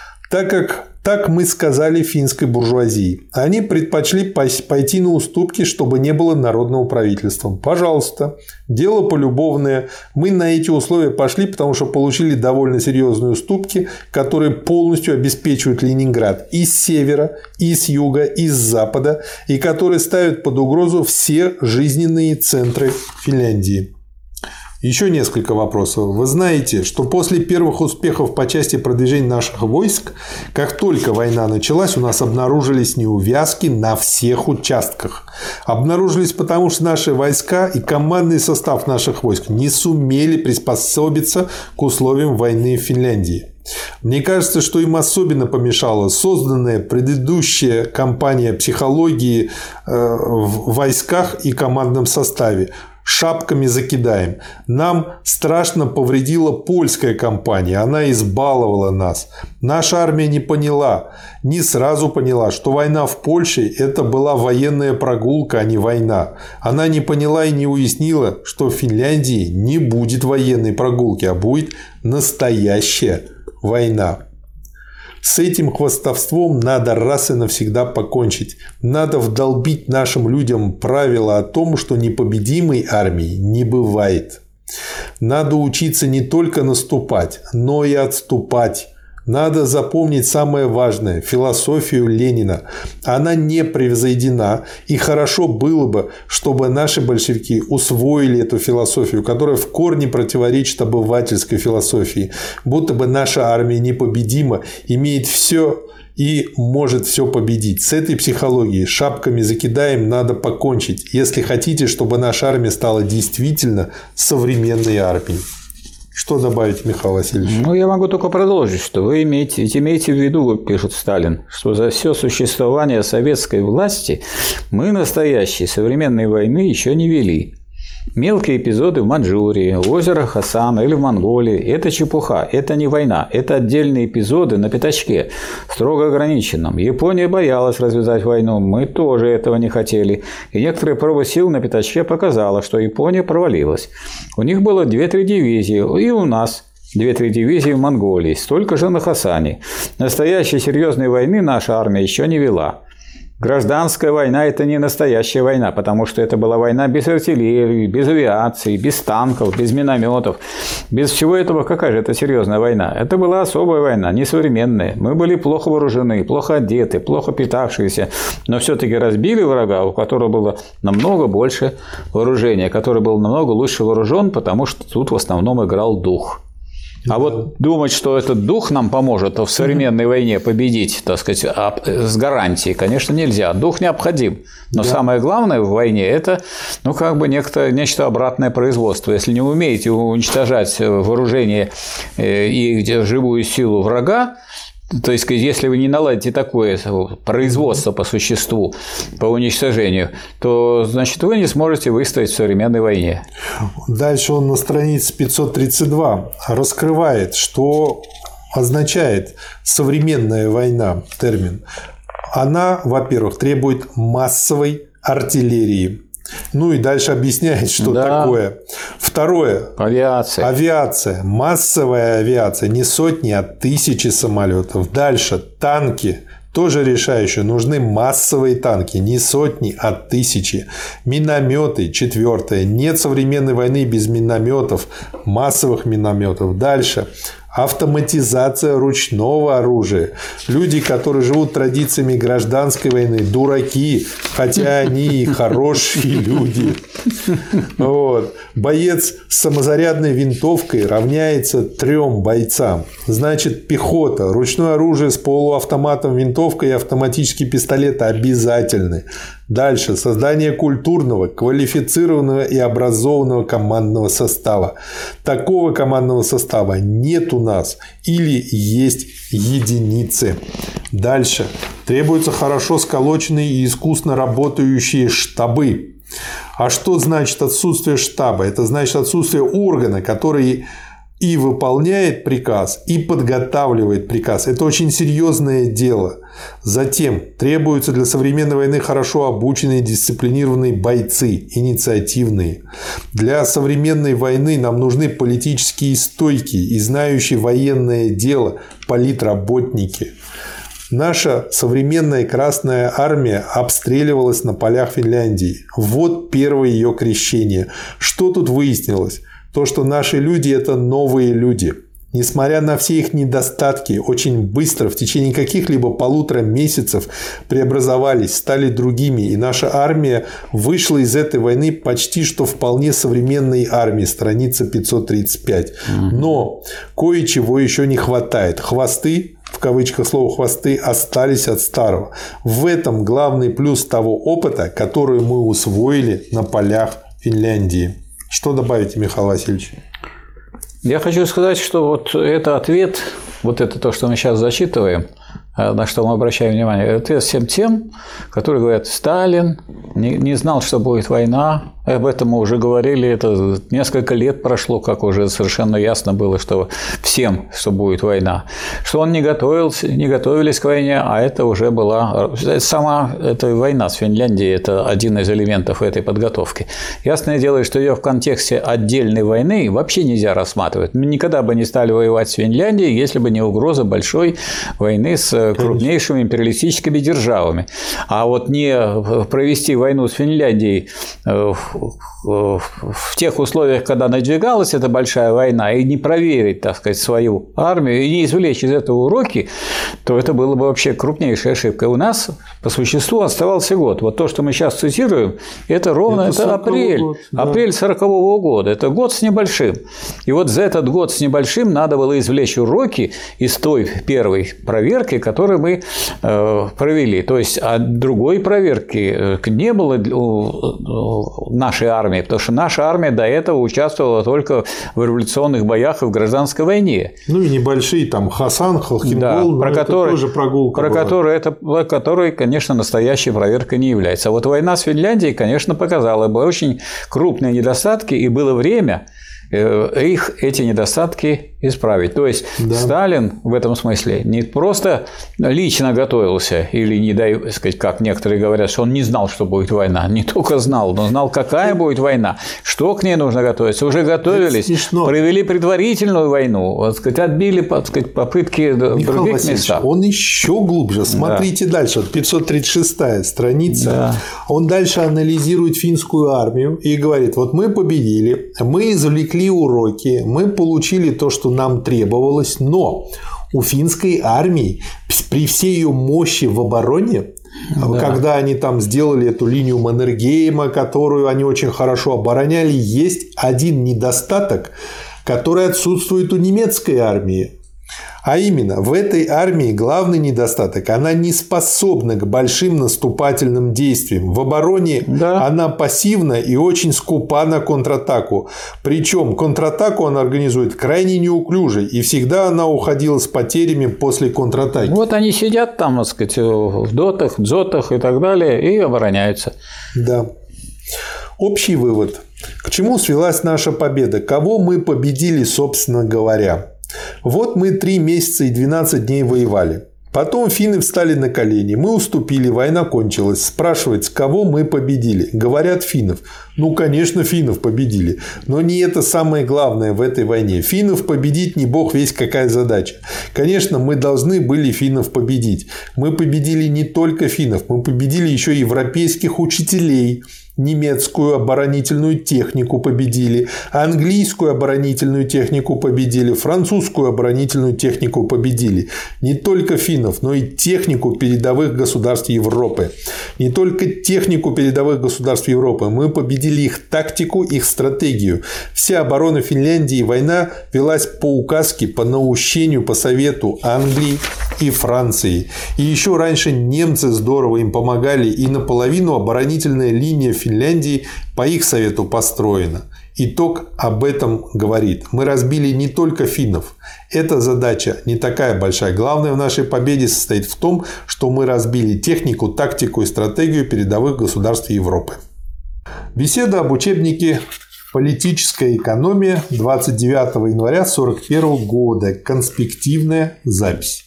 Так мы сказали финской буржуазии. Они предпочли пойти на уступки, чтобы не было народного правительства. Пожалуйста, дело полюбовное. Мы на эти условия пошли, потому что получили довольно серьезные уступки, которые полностью обеспечивают Ленинград и с севера, и с юга, и с запада, и которые ставят под угрозу все жизненные центры Финляндии. Еще несколько вопросов. Вы знаете, что после первых успехов по части продвижения наших войск, как только война началась, у нас обнаружились неувязки на всех участках. Обнаружились потому, что наши войска и командный состав наших войск не сумели приспособиться к условиям войны в Финляндии. Мне кажется, что им особенно помешала созданная предыдущая кампания психологии в войсках и командном составе. Шапками закидаем. Нам страшно повредила польская кампания. Она избаловала нас. Наша армия не сразу поняла, что война в Польше – это была военная прогулка, а не война. Она не поняла и не уяснила, что в Финляндии не будет военной прогулки, а будет настоящая война. С этим хвастовством надо раз и навсегда покончить. Надо вдолбить нашим людям правило о том, что непобедимой армии не бывает. Надо учиться не только наступать, но и отступать. Надо запомнить самое важное – философию Ленина. Она не превзойдена, и хорошо было бы, чтобы наши большевики усвоили эту философию, которая в корне противоречит обывательской философии. Будто бы наша армия непобедима, имеет все и может все победить. С этой психологией шапками закидаем надо покончить, если хотите, чтобы наша армия стала действительно современной армией. Что добавить, Михаил Васильевич? Ну, я могу только продолжить, что вы имеете в виду, пишет Сталин, что за все существование советской власти мы настоящей современной войны еще не вели. Мелкие эпизоды в Маньчжурии, озеро Хасан или в Монголии – это чепуха, это не война, это отдельные эпизоды на пятачке, строго ограниченном. Япония боялась развязать войну, мы тоже этого не хотели. И некоторые пробы сил на пятачке показала, что Япония провалилась. У них было 2-3 дивизии, и у нас 2-3 дивизии в Монголии, столько же на Хасане. Настоящей серьезной войны наша армия еще не вела. Гражданская война – это не настоящая война, потому что это была война без артиллерии, без авиации, без танков, без минометов. Без всего этого какая же это серьезная война? Это была особая война, несовременная. Мы были плохо вооружены, плохо одеты, плохо питавшиеся, но все-таки разбили врага, у которого было намного больше вооружения, который был намного лучше вооружен, потому что тут в основном играл дух. А вот думать, что этот дух нам поможет в современной войне победить, так сказать, с гарантией, конечно, нельзя. Дух необходим. Но самое главное в войне – это, нечто обратное производство. Если не умеете уничтожать вооружение и живую силу врага, то есть, если вы не наладите такое производство по существу, по уничтожению, то, значит, вы не сможете выстоять в современной войне. Дальше он на странице 532 раскрывает, что означает современная война, термин. Она, во-первых, требует массовой артиллерии. Ну и дальше объясняет, что такое. Второе. Авиация. Массовая авиация. Не сотни, а тысячи самолетов. Дальше. Танки. Тоже решающие. Нужны массовые танки. Не сотни, а тысячи. Минометы. Четвертое. Нет современной войны без минометов. Массовых минометов. Дальше. Автоматизация ручного оружия. Люди, которые живут традициями гражданской войны, дураки, хотя они и хорошие люди. Вот. Боец с самозарядной винтовкой равняется 3 бойцам. Значит, пехота, ручное оружие с полуавтоматом, винтовкой и автоматический пистолет обязательны. Дальше. Создание культурного, квалифицированного и образованного командного состава. Такого командного состава нет у нас или есть единицы. Дальше. Требуются хорошо сколоченные и искусно работающие штабы. А что значит отсутствие штаба? Это значит отсутствие органа, который и выполняет приказ, и подготавливает приказ. Это очень серьезное дело. Затем требуются для современной войны хорошо обученные, дисциплинированные бойцы, инициативные. Для современной войны нам нужны политические стойкие и знающие военное дело политработники. Наша современная Красная Армия обстреливалась на полях Финляндии. Вот первое ее крещение. Что тут выяснилось? То, что наши люди – это новые люди. Несмотря на все их недостатки, очень быстро, в течение каких-либо 1,5 месяцев преобразовались, стали другими. И наша армия вышла из этой войны почти что вполне современной армией. Страница 535. Но кое-чего еще не хватает. Хвосты, в кавычках слово «хвосты», остались от старого. В этом главный плюс того опыта, который мы усвоили на полях Финляндии. Что добавите, Михаил Васильевич? Я хочу сказать, что вот это ответ, вот это то, что мы сейчас зачитываем, на что мы обращаем внимание, это ответ всем тем, которые говорят, Сталин не знал, что будет война, об этом мы уже говорили, это несколько лет прошло, как уже совершенно ясно было, что всем, что будет война, что он не готовились к войне, а это уже была сама эта война с Финляндией, это один из элементов этой подготовки. Ясное дело, что ее в контексте отдельной войны вообще нельзя рассматривать. Мы никогда бы не стали воевать с Финляндией, если бы не угроза большой войны с крупнейшими империалистическими державами. А вот не провести войну с Финляндией в тех условиях, когда надвигалась эта большая война, и не проверить, так сказать, свою армию, и не извлечь из этого уроки, то это было бы вообще крупнейшая ошибка. У нас по существу оставался год. Вот то, что мы сейчас цитируем, это ровно это апрель. Год, да. Апрель 40-го года. Это год с небольшим. И вот за этот год с небольшим надо было извлечь уроки из той первой проверки, которую мы провели. То есть, другой проверки не было у нашей армии, потому что наша армия до этого участвовала только в революционных боях и в гражданской войне. Ну и небольшие там Хасан, Холхенкол, да, про который, тоже прогулка про которой, конечно, настоящая проверка не является. А вот война с Финляндией, конечно, показала бы очень крупные недостатки, и было время эти недостатки исправить. То есть, да. Сталин в этом смысле не просто лично готовился, или, не дай сказать, как некоторые говорят, что он не знал, что будет война. Не только знал, но знал, какая будет война, что к ней нужно готовиться. Уже готовились, провели предварительную войну, вот, сказать, отбили, так сказать, попытки в других местах. Он еще глубже. Смотрите, да. Дальше. 536-я страница. Да. Он дальше анализирует финскую армию и говорит: вот мы победили, мы извлекли уроки, мы получили то, что нам требовалось, но у финской армии при всей ее мощи в обороне, да. Когда они там сделали эту линию Маннергейма, которую они очень хорошо обороняли, есть один недостаток, который отсутствует у немецкой армии. А именно, в этой армии главный недостаток – она не способна к большим наступательным действиям. В обороне да. Она пассивна и очень скупа на контратаку. Причем контратаку она организует крайне неуклюже, и всегда она уходила с потерями после контратаки. Вот они сидят там, так сказать, в дотах, дзотах и так далее, и обороняются. Да. Общий вывод. К чему свелась наша победа? Кого мы победили, собственно говоря? Вот мы 3 месяца и 12 дней воевали. Потом финны встали на колени. Мы уступили, война кончилась. Спрашивать, кого мы победили? Говорят, финнов. Ну, конечно, финнов победили. Но не это самое главное в этой войне. Финнов победить не бог весть какая задача. Конечно, мы должны были финнов победить. Мы победили не только финнов. Мы победили еще и европейских учителей. Немецкую оборонительную технику победили, английскую оборонительную технику победили, французскую оборонительную технику победили. Не только финнов, но и технику передовых государств Европы. Не только технику передовых государств Европы. Мы победили их тактику, их стратегию. Вся оборона Финляндии, война велась по указке, по наущению, по совету Англии и Франции. И еще раньше немцы здорово им помогали, и наполовину оборонительная линия Финляндии по их совету построена. Итог об этом говорит. Мы разбили не только финнов. Эта задача не такая большая. Главное в нашей победе состоит в том, что мы разбили технику, тактику и стратегию передовых государств Европы. Беседа об учебнике «Политическая экономия» 29 января 1941 года. Конспективная запись.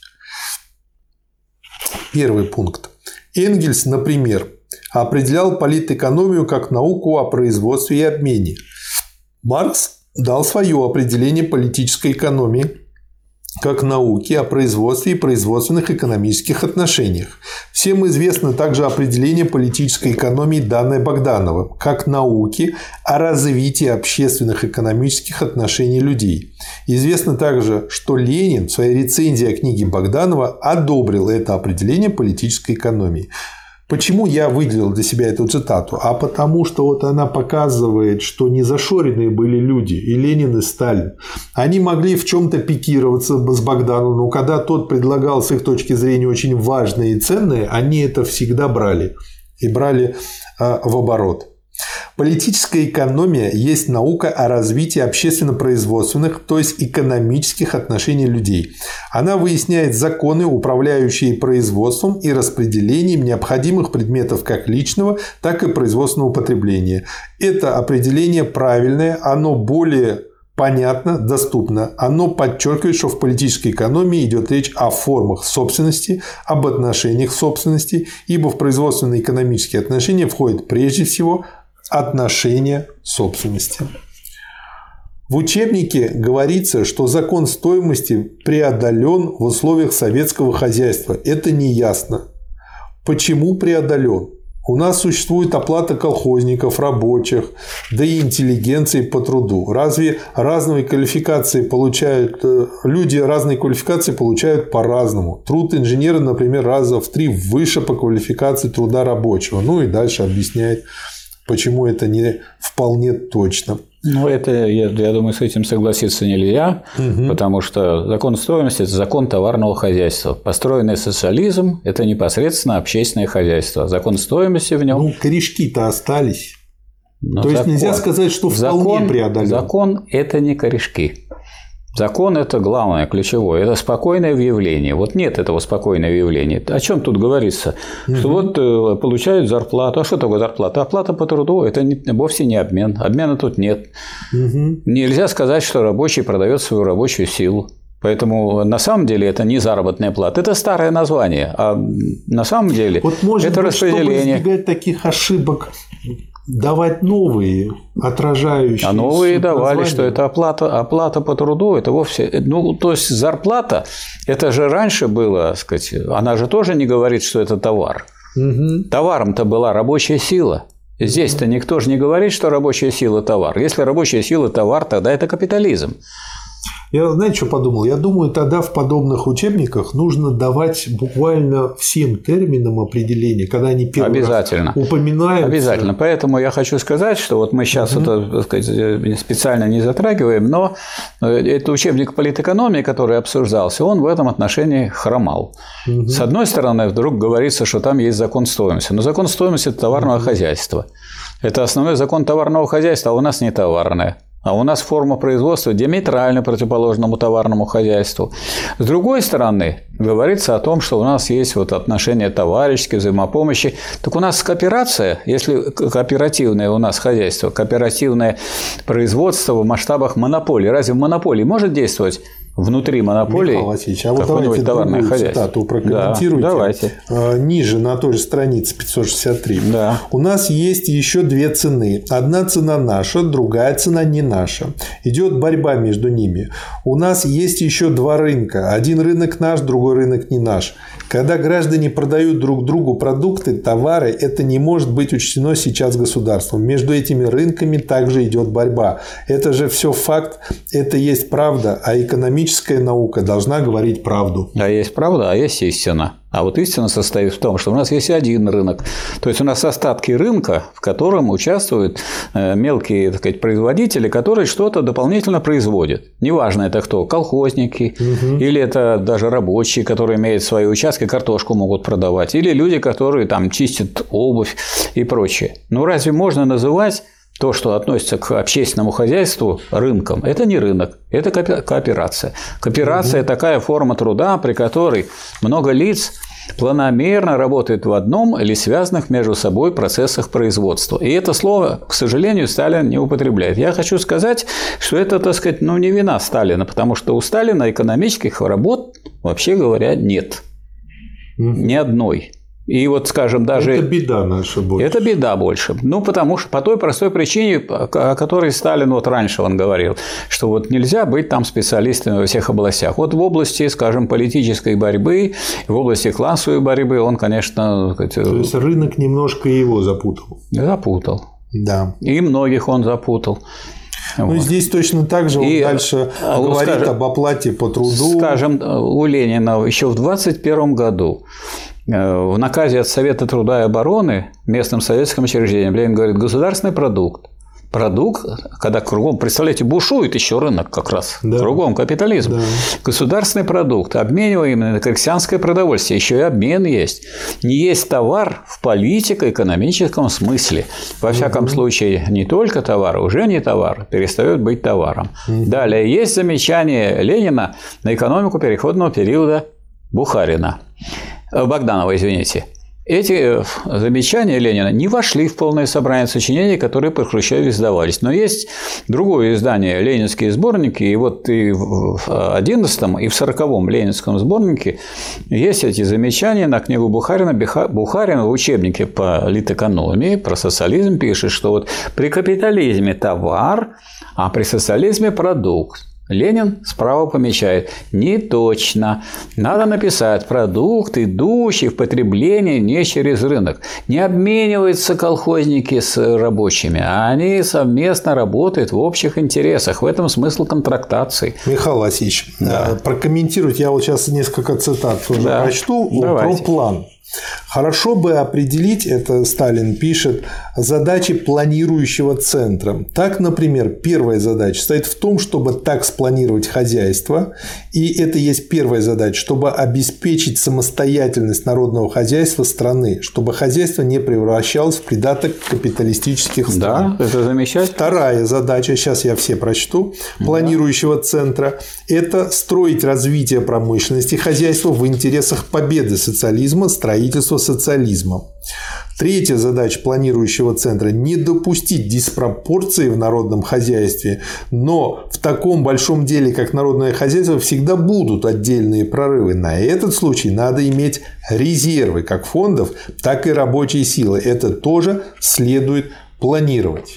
Первый пункт. Энгельс, например, определял политэкономию как науку о производстве и обмене. Маркс дал свое определение политической экономии как науки о производстве и производственных экономических отношениях. Всем известно также определение политической экономии, данное Богдановым, как науки о развитии общественных экономических отношений людей. Известно также, что Ленин в своей рецензии о книге Богданова одобрил это определение политической экономии. Почему я выделил для себя эту цитату? А потому что вот она показывает, что незашоренные были люди, и Ленин, и Сталин. Они могли в чем-то пикироваться с Богдановым, но когда тот предлагал с их точки зрения очень важное и ценное, они это всегда брали. И брали в оборот. Политическая экономия есть наука о развитии общественно-производственных, то есть экономических отношений людей. Она выясняет законы, управляющие производством и распределением необходимых предметов как личного, так и производственного потребления. Это определение правильное, оно более понятно, доступно. Оно подчеркивает, что в политической экономии идет речь о формах собственности, об отношениях собственности, ибо в производственно-экономические отношения входит прежде всего отношения собственности. В учебнике говорится, что закон стоимости преодолен в условиях советского хозяйства. Это неясно. Почему преодолен? У нас существует оплата колхозников, рабочих, да и интеллигенции по труду. Разве разные квалификации получают, люди разной квалификации получают по-разному. Труд инженера, например, раза в 3 выше по квалификации труда рабочего. Ну и дальше объясняет, почему это не вполне точно. Ну, это, я думаю, с этим согласиться нельзя, потому что закон стоимости – это закон товарного хозяйства. Построенный социализм – это непосредственно общественное хозяйство. Закон стоимости в нем. Ну, корешки-то остались. То есть нельзя сказать, что вполне преодолен. Закон – это не корешки. Закон – это главное, ключевое. Это спокойное явление. Вот нет этого спокойного явления. О чем тут говорится? Что вот получают зарплату. А что такое зарплата? Оплата по труду – это вовсе не обмен. Обмена тут нет. Нельзя сказать, что рабочий продает свою рабочую силу. Поэтому на самом деле это не заработная плата. Это старое название. А на самом деле вот, может это быть, распределение. Чтобы избегать таких ошибок, давать новые, отражающие. А новые давали, что это оплата по труду, это вовсе. Ну, то есть зарплата, это же раньше было, так сказать, она же тоже не говорит, что это товар. Товаром-то была рабочая сила. Здесь-то никто же не говорит, что рабочая сила товар. Если рабочая сила товар, тогда это капитализм. Я, знаете, что подумал? Я думаю, тогда в подобных учебниках нужно давать буквально всем терминам определения, когда они первый раз упоминаются. Обязательно. Поэтому я хочу сказать, что вот мы сейчас это, так сказать, специально не затрагиваем, но этот учебник политэкономии, который обсуждался, он в этом отношении хромал. С одной стороны, вдруг говорится, что там есть закон стоимости. Но закон стоимости – это товарного хозяйства. Это основной закон товарного хозяйства, а у нас не товарное. А у нас форма производства диаметрально противоположному товарному хозяйству. С другой стороны, говорится о том, что у нас есть вот отношения товарищеские, взаимопомощи. Так у нас кооперация, если кооперативное у нас хозяйство, кооперативное производство в масштабах монополии. Разве в монополии может действовать внутри монополии какое-нибудь товарное хозяйство? Цитату прокомментируйте. Да, давайте. Ниже, на той же странице 563. Да. У нас есть еще две цены. Одна цена наша, другая цена не наша. Идет борьба между ними. У нас есть еще два рынка. Один рынок наш, другой рынок не наш. Когда граждане продают друг другу продукты, товары, это не может быть учтено сейчас государством. Между этими рынками также идет борьба. Это же все факт, это есть правда, а экономическая наука должна говорить правду. А есть правда, а есть истина. А вот истина состоит в том, что у нас есть один рынок. То есть у нас остатки рынка, в котором участвуют мелкие, так сказать, производители, которые что-то дополнительно производят. Неважно, это кто, колхозники, или это даже рабочие, которые имеют свои участки, картошку могут продавать, или люди, которые там чистят обувь и прочее. Ну разве можно называть то, что относится к общественному хозяйству, рынком? Это не рынок, это кооперация. Кооперация – такая форма труда, при которой много лиц планомерно работают в одном или связанных между собой процессах производства. И это слово, к сожалению, Сталин не употребляет. Я хочу сказать, что это, так сказать, не вина Сталина, потому что у Сталина экономических работ, вообще говоря, нет. Ни одной. И вот, скажем, даже… Это беда наша больше. Это беда больше. Ну, потому что по той простой причине, о которой Сталин вот раньше он говорил, что вот нельзя быть там специалистами во всех областях. Вот в области, скажем, политической борьбы, в области классовой борьбы он, конечно… То есть рынок немножко его запутал. Запутал. Да. И многих он запутал. Ну, вот. Здесь точно так же он дальше говорит об оплате по труду. Скажем, у Ленина еще в 1921 году в наказе от Совета труда и обороны местным советским учреждениям Ленин говорит: государственный продукт. Продукт, когда кругом, представляете, бушует еще рынок как раз, да. Кругом капитализм. Да. Государственный продукт, обмениваемый на крестьянское продовольствие, еще и обмен есть. Не есть товар в политико-экономическом смысле. Во всяком случае, не только товар, уже не товар, перестает быть товаром. Далее, есть замечание Ленина на экономику переходного периода Богданова, извините. Эти замечания Ленина не вошли в полное собрание сочинений, которые при Хрущеве издавались. Но есть другое издание «Ленинские сборники», и вот и в 11-м, и в 40-м ленинском сборнике есть эти замечания на книгу Бухарина. Бухарин в учебнике по политэкономии, про социализм пишет, что вот при капитализме товар, а при социализме продукт. Ленин справа помечает: не точно. Надо написать: продукт, идущий в потребление не через рынок. Не обмениваются колхозники с рабочими, а они совместно работают в общих интересах. В этом смысл контрактации. Михаил Васильевич, прокомментировать я вот сейчас несколько цитат тоже прочту. Давайте. Про план. Хорошо бы определить, это Сталин пишет, задачи планирующего центра. Так, например, первая задача стоит в том, чтобы так спланировать хозяйство, и это есть первая задача, чтобы обеспечить самостоятельность народного хозяйства страны, чтобы хозяйство не превращалось в придаток капиталистических стран. Да, это замечательно. Вторая задача, сейчас я все прочту, планирующего центра – это строить развитие промышленности, хозяйства в интересах победы социализма, строительства социализма. Третья задача планирующего центра – не допустить диспропорции в народном хозяйстве, но в таком большом деле, как народное хозяйство, всегда будут отдельные прорывы. На этот случай надо иметь резервы как фондов, так и рабочей силы. Это тоже следует планировать.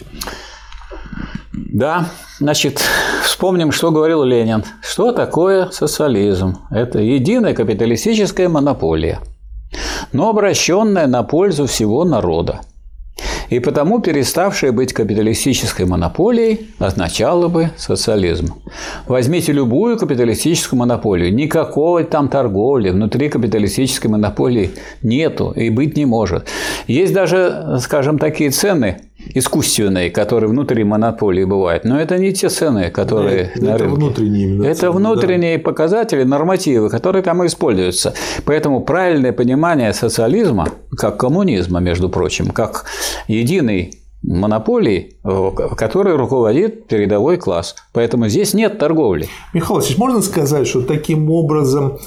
Да, значит, вспомним, что говорил Ленин. Что такое социализм? Это единая капиталистическая монополия, но обращенная на пользу всего народа. И потому переставшая быть капиталистической монополией означало бы социализм. Возьмите любую капиталистическую монополию. Никакой там торговли внутри капиталистической монополии нету и быть не может. Есть даже, скажем, такие цены искусственные, которые внутри монополии бывают, но это не те цены, которые на рынке. Внутренние именно цены, это внутренние показатели, нормативы, которые там и используются. Поэтому правильное понимание социализма, как коммунизма, между прочим, как единой монополии, которой руководит передовой класс. Поэтому здесь нет торговли. Михаил Васильевич, можно сказать, что таким образом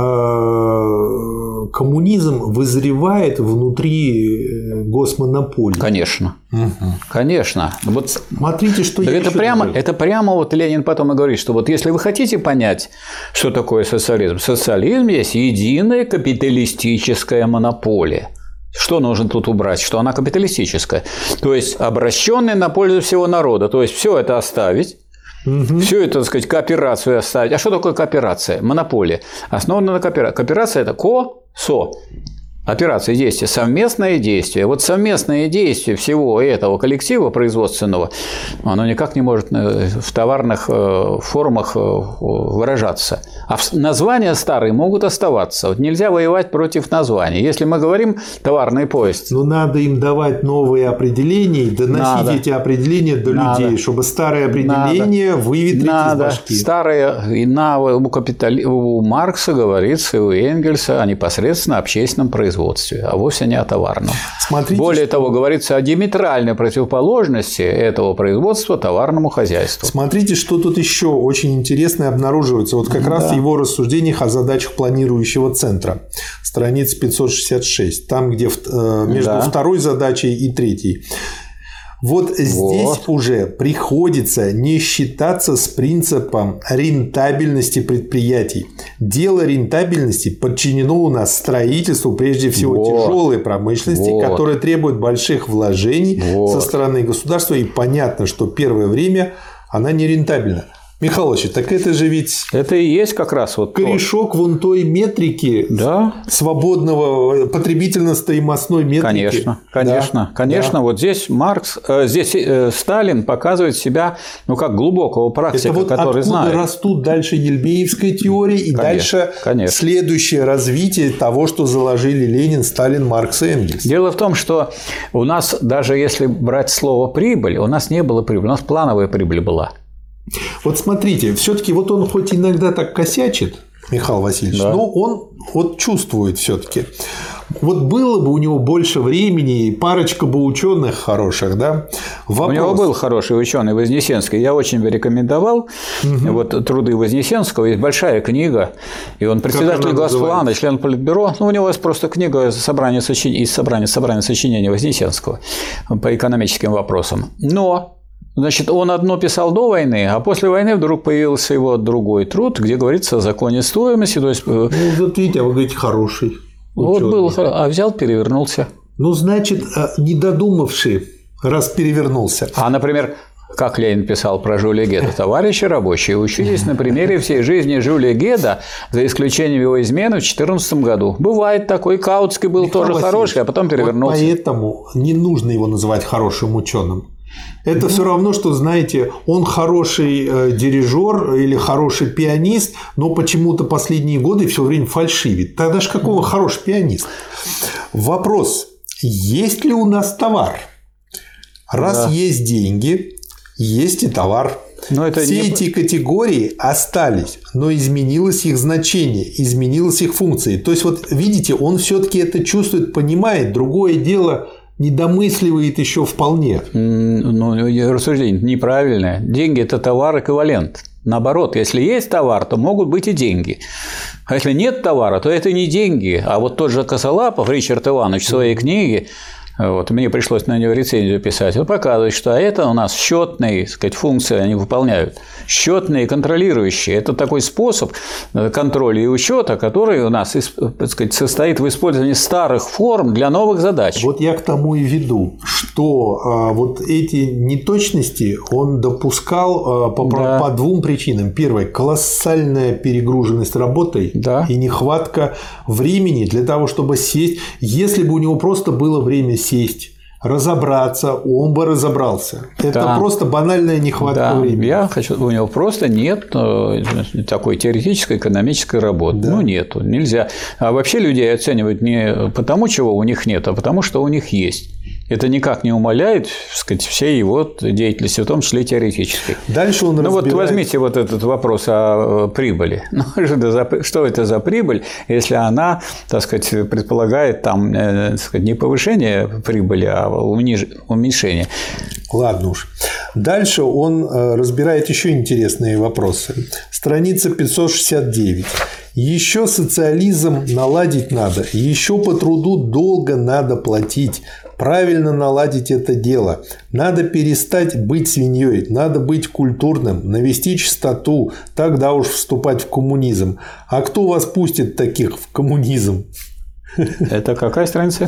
коммунизм вызревает внутри госмонополии? Конечно. Конечно. Вот смотрите, что я это прямо вот Ленин потом и говорит, что вот если вы хотите понять, что такое социализм, социализм есть единая капиталистическая монополия. Что нужно тут убрать? Что она капиталистическая. То есть, обращенная на пользу всего народа. То есть, все это оставить. Все это, так сказать, кооперацию оставить. А что такое кооперация? Монополия. Основана на кооперации. Кооперация – это ко-со. Операция, действие, совместное действие. Вот совместное действие всего этого коллектива производственного, оно никак не может в товарных формах выражаться. А названия старые могут оставаться. Вот нельзя воевать против названий. Если мы говорим «товарный поезд». Но надо им давать новые опредделения и доносить эти определения до людей, чтобы старые определения выветрить из башки. Старые, у Маркса говорится, и у Энгельса о непосредственно общественном производстве, а вовсе не о товарном. Смотрите, более того, говорится о диаметральной противоположности этого производства товарному хозяйству. Смотрите, что тут еще очень интересное обнаруживается. Вот как раз в его рассуждениях о задачах планирующего центра. Страница 566. Там, где между второй задачей и третьей. Вот здесь уже приходится не считаться с принципом рентабельности предприятий. Дело рентабельности подчинено у нас строительству, прежде всего, тяжелой промышленности, которая требует больших вложений со стороны государства. И понятно, что первое время она не рентабельна. Михаил Ильич, так это же ведь… Это и есть как раз вот корешок вон той метрики свободного потребительно-стоимостной метрики. Конечно. Вот здесь Сталин показывает себя, как глубокого практика, это вот который знает. Откуда растут дальше ельбеевская теория и дальше следующее развитие того, что заложили Ленин, Сталин, Маркс и Энгельс. Дело в том, что у нас, даже если брать слово «прибыль», у нас не было прибыли, у нас плановая прибыль была. Вот смотрите, все-таки вот он хоть иногда так косячит, Михаил Васильевич, но он вот чувствует все-таки. Вот было бы у него больше времени и парочка бы ученых хороших, да? Вопрос. У него был хороший ученый Вознесенский. Я очень бы рекомендовал вот труды Вознесенского. Есть большая книга, и он председатель Госплана, член Политбюро. У него есть просто книга собрание сочинений Вознесенского по экономическим вопросам. Но значит, он одно писал до войны, а после войны вдруг появился его другой труд, где говорится о законе стоимости. То есть… вот видите, а вы говорите хороший. Вот был, а взял, перевернулся. Значит, не додумавший, раз перевернулся. А, например, как Ленин писал про Жюля Геда, товарищи рабочие, учитесь на примере всей жизни Жюля Геда, за исключением его измены в 2014 году. Бывает такой, Каутский был Михаил тоже хороший, а потом перевернулся. Вот поэтому не нужно его называть хорошим ученым. Это все равно, что, знаете, он хороший дирижер или хороший пианист, но почему-то последние годы все время фальшивит. Тогда же какого хороший пианист? Вопрос, есть ли у нас товар? Раз есть деньги, есть и товар. Но это все эти категории остались, но изменилось их значение, изменилась их функция. То есть, вот видите, он все-таки это чувствует, понимает. Другое дело, не домысливает еще вполне. Ну, рассуждение неправильное. Деньги – это товар-эквивалент. Наоборот, если есть товар, то могут быть и деньги. А если нет товара, то это не деньги. А вот тот же Косолапов, Ричард Иванович, в своей книге, вот, мне пришлось на него рецензию писать. Он показывает, что это у нас счетные, так сказать, функции они выполняют. Счетные и контролирующие. Это такой способ контроля и учета, который у нас, так сказать, состоит в использовании старых форм для новых задач. Вот я к тому и веду, что вот эти неточности он допускал по двум причинам. Первое – колоссальная перегруженность работой и нехватка времени для того, чтобы сесть. Если бы у него просто было время сесть, разобраться, он бы разобрался. Это просто банальная нехватка времени. Я хочу, у него просто нет такой теоретической экономической работы. Ну, нету, нельзя. А вообще людей оценивают не потому, чего у них нет, а потому, что у них есть. Это никак не умаляет, так сказать, всей его деятельности, в том числе теоретической. Дальше он разбирает... вот возьмите вот этот вопрос о прибыли. Что это за прибыль, если она, так сказать, предполагает там, так сказать, не повышение прибыли, а уменьшение? Ладно уж. Дальше он разбирает еще интересные вопросы. Страница 569. Еще социализм наладить надо, еще по труду долго надо платить. Правильно наладить это дело. Надо перестать быть свиньей, надо быть культурным, навести чистоту, тогда уж вступать в коммунизм. А кто вас пустит таких в коммунизм? Это какая страница?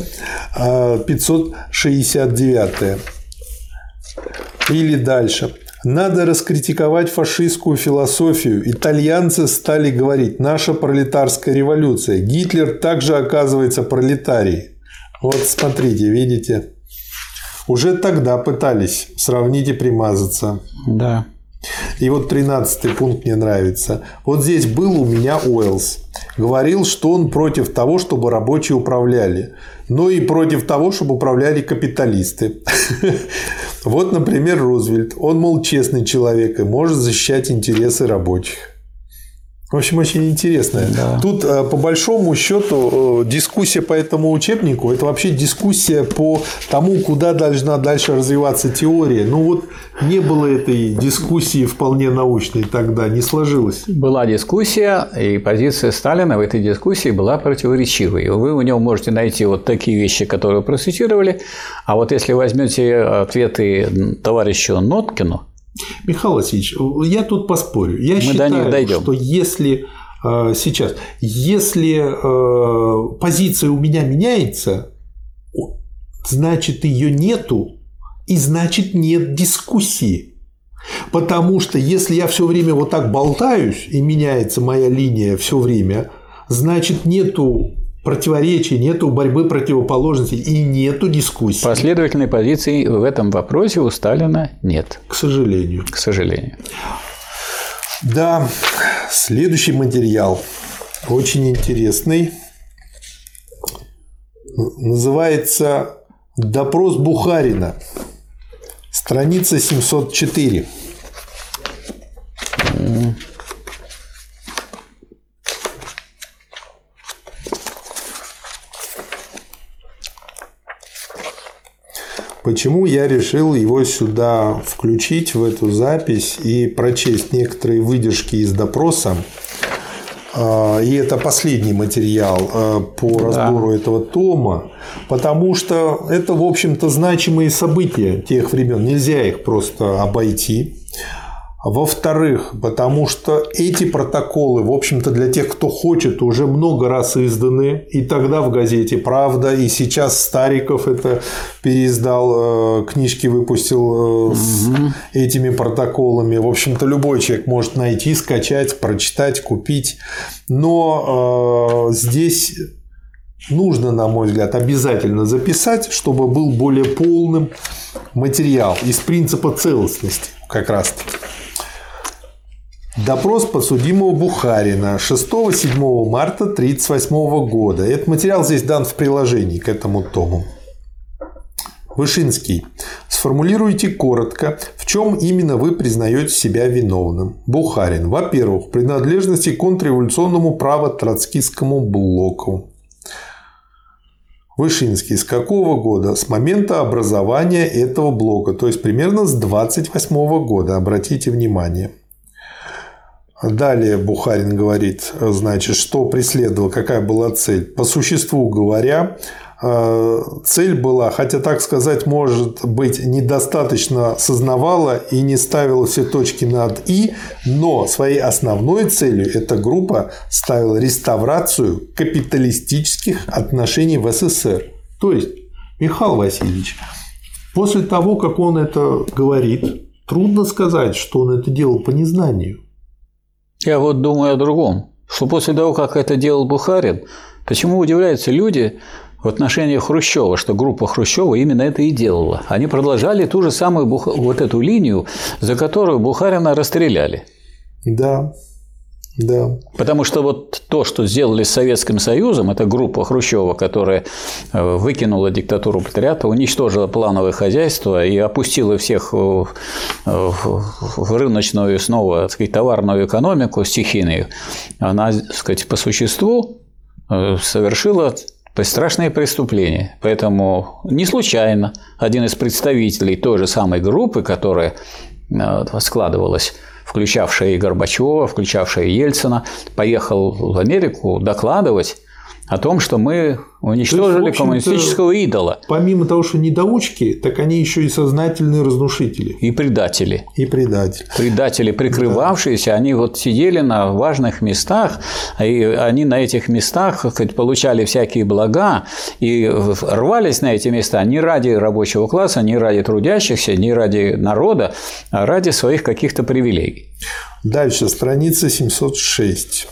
569. Или дальше. Надо раскритиковать фашистскую философию. Итальянцы стали говорить: наша пролетарская революция. Гитлер также оказывается пролетарий. Вот смотрите, видите? Уже тогда пытались сравнить и примазаться. Да. И вот 13-й пункт мне нравится. Вот здесь был у меня Уэллс. Говорил, что он против того, чтобы рабочие управляли. Но и против того, чтобы управляли капиталисты. Вот, например, Рузвельт. Он, мол, честный человек и может защищать интересы рабочих. В общем, очень интересно. Да. Тут, по большому счету, дискуссия по этому учебнику – это вообще дискуссия по тому, куда должна дальше развиваться теория. Ну, вот не было этой дискуссии вполне научной тогда, не сложилось. Была дискуссия, и позиция Сталина в этой дискуссии была противоречивой. Вы у него можете найти вот такие вещи, которые процитировали, а вот если возьмете ответы товарищу Ноткину, Михаил Васильевич, я тут поспорю. Я считаю, что если сейчас, если позиция у меня меняется, значит, ее нету, и значит, нет дискуссии. Потому что если я все время вот так болтаюсь, и меняется моя линия все время, значит, нету противоречий, нету борьбы противоположностей и нету дискуссии. Последовательной позиции в этом вопросе у Сталина нет. К сожалению. К сожалению. Да, следующий материал очень интересный. Называется «Допрос Бухарина». Страница 704. Почему я решил его сюда включить, в эту запись, и прочесть некоторые выдержки из допроса? И это последний материал по разбору этого тома, потому что это, в общем-то, значимые события тех времен. Нельзя их просто обойти. Во-вторых, потому что эти протоколы, в общем-то, для тех, кто хочет, уже много раз изданы. И тогда в газете «Правда», и сейчас Стариков это переиздал, книжки выпустил с этими протоколами. В общем-то, любой человек может найти, скачать, прочитать, купить. Но здесь нужно, на мой взгляд, обязательно записать, чтобы был более полным материал из принципа целостности как раз-таки. Допрос подсудимого Бухарина 6-7 марта 1938 года. Этот материал здесь дан в приложении к этому тому. Вышинский. Сформулируйте коротко, в чем именно вы признаете себя виновным. Бухарин. Во-первых, принадлежности к контрреволюционному право-троцкистскому блоку. Вышинский. С какого года? С момента образования этого блока, то есть примерно с 1928 года. Обратите внимание. Далее Бухарин говорит, значит, что преследовал, какая была цель. По существу говоря, цель была, хотя так сказать, может быть, недостаточно сознавала и не ставила все точки над «и», но своей основной целью эта группа ставила реставрацию капиталистических отношений в СССР. То есть, Михаил Васильевич, после того, как он это говорит, трудно сказать, что он это делал по незнанию. Я вот думаю о другом, что после того, как это делал Бухарин, почему удивляются люди в отношении Хрущева, что группа Хрущева именно это и делала. Они продолжали ту же самую вот эту линию, за которую Бухарина расстреляли. Да. Да. Потому что вот то, что сделали с Советским Союзом, это группа Хрущева, которая выкинула диктатуру пролетариата, уничтожила плановое хозяйство и опустила всех в рыночную снова, так сказать, товарную экономику стихийную, она, так сказать, по существу совершила страшные преступления. Поэтому не случайно один из представителей той же самой группы, которая складывалась, включавшая и Горбачева, включавшая и Ельцина, поехал в Америку докладывать о том, что мы уничтожили коммунистического идола. Помимо того, что недоучки, так они еще и сознательные разрушители. И предатели. И предатели. Предатели, прикрывавшиеся, да. Они вот сидели на важных местах, и они на этих местах получали всякие блага, и рвались на эти места не ради рабочего класса, не ради трудящихся, не ради народа, а ради своих каких-то привилегий. Дальше, страница 706.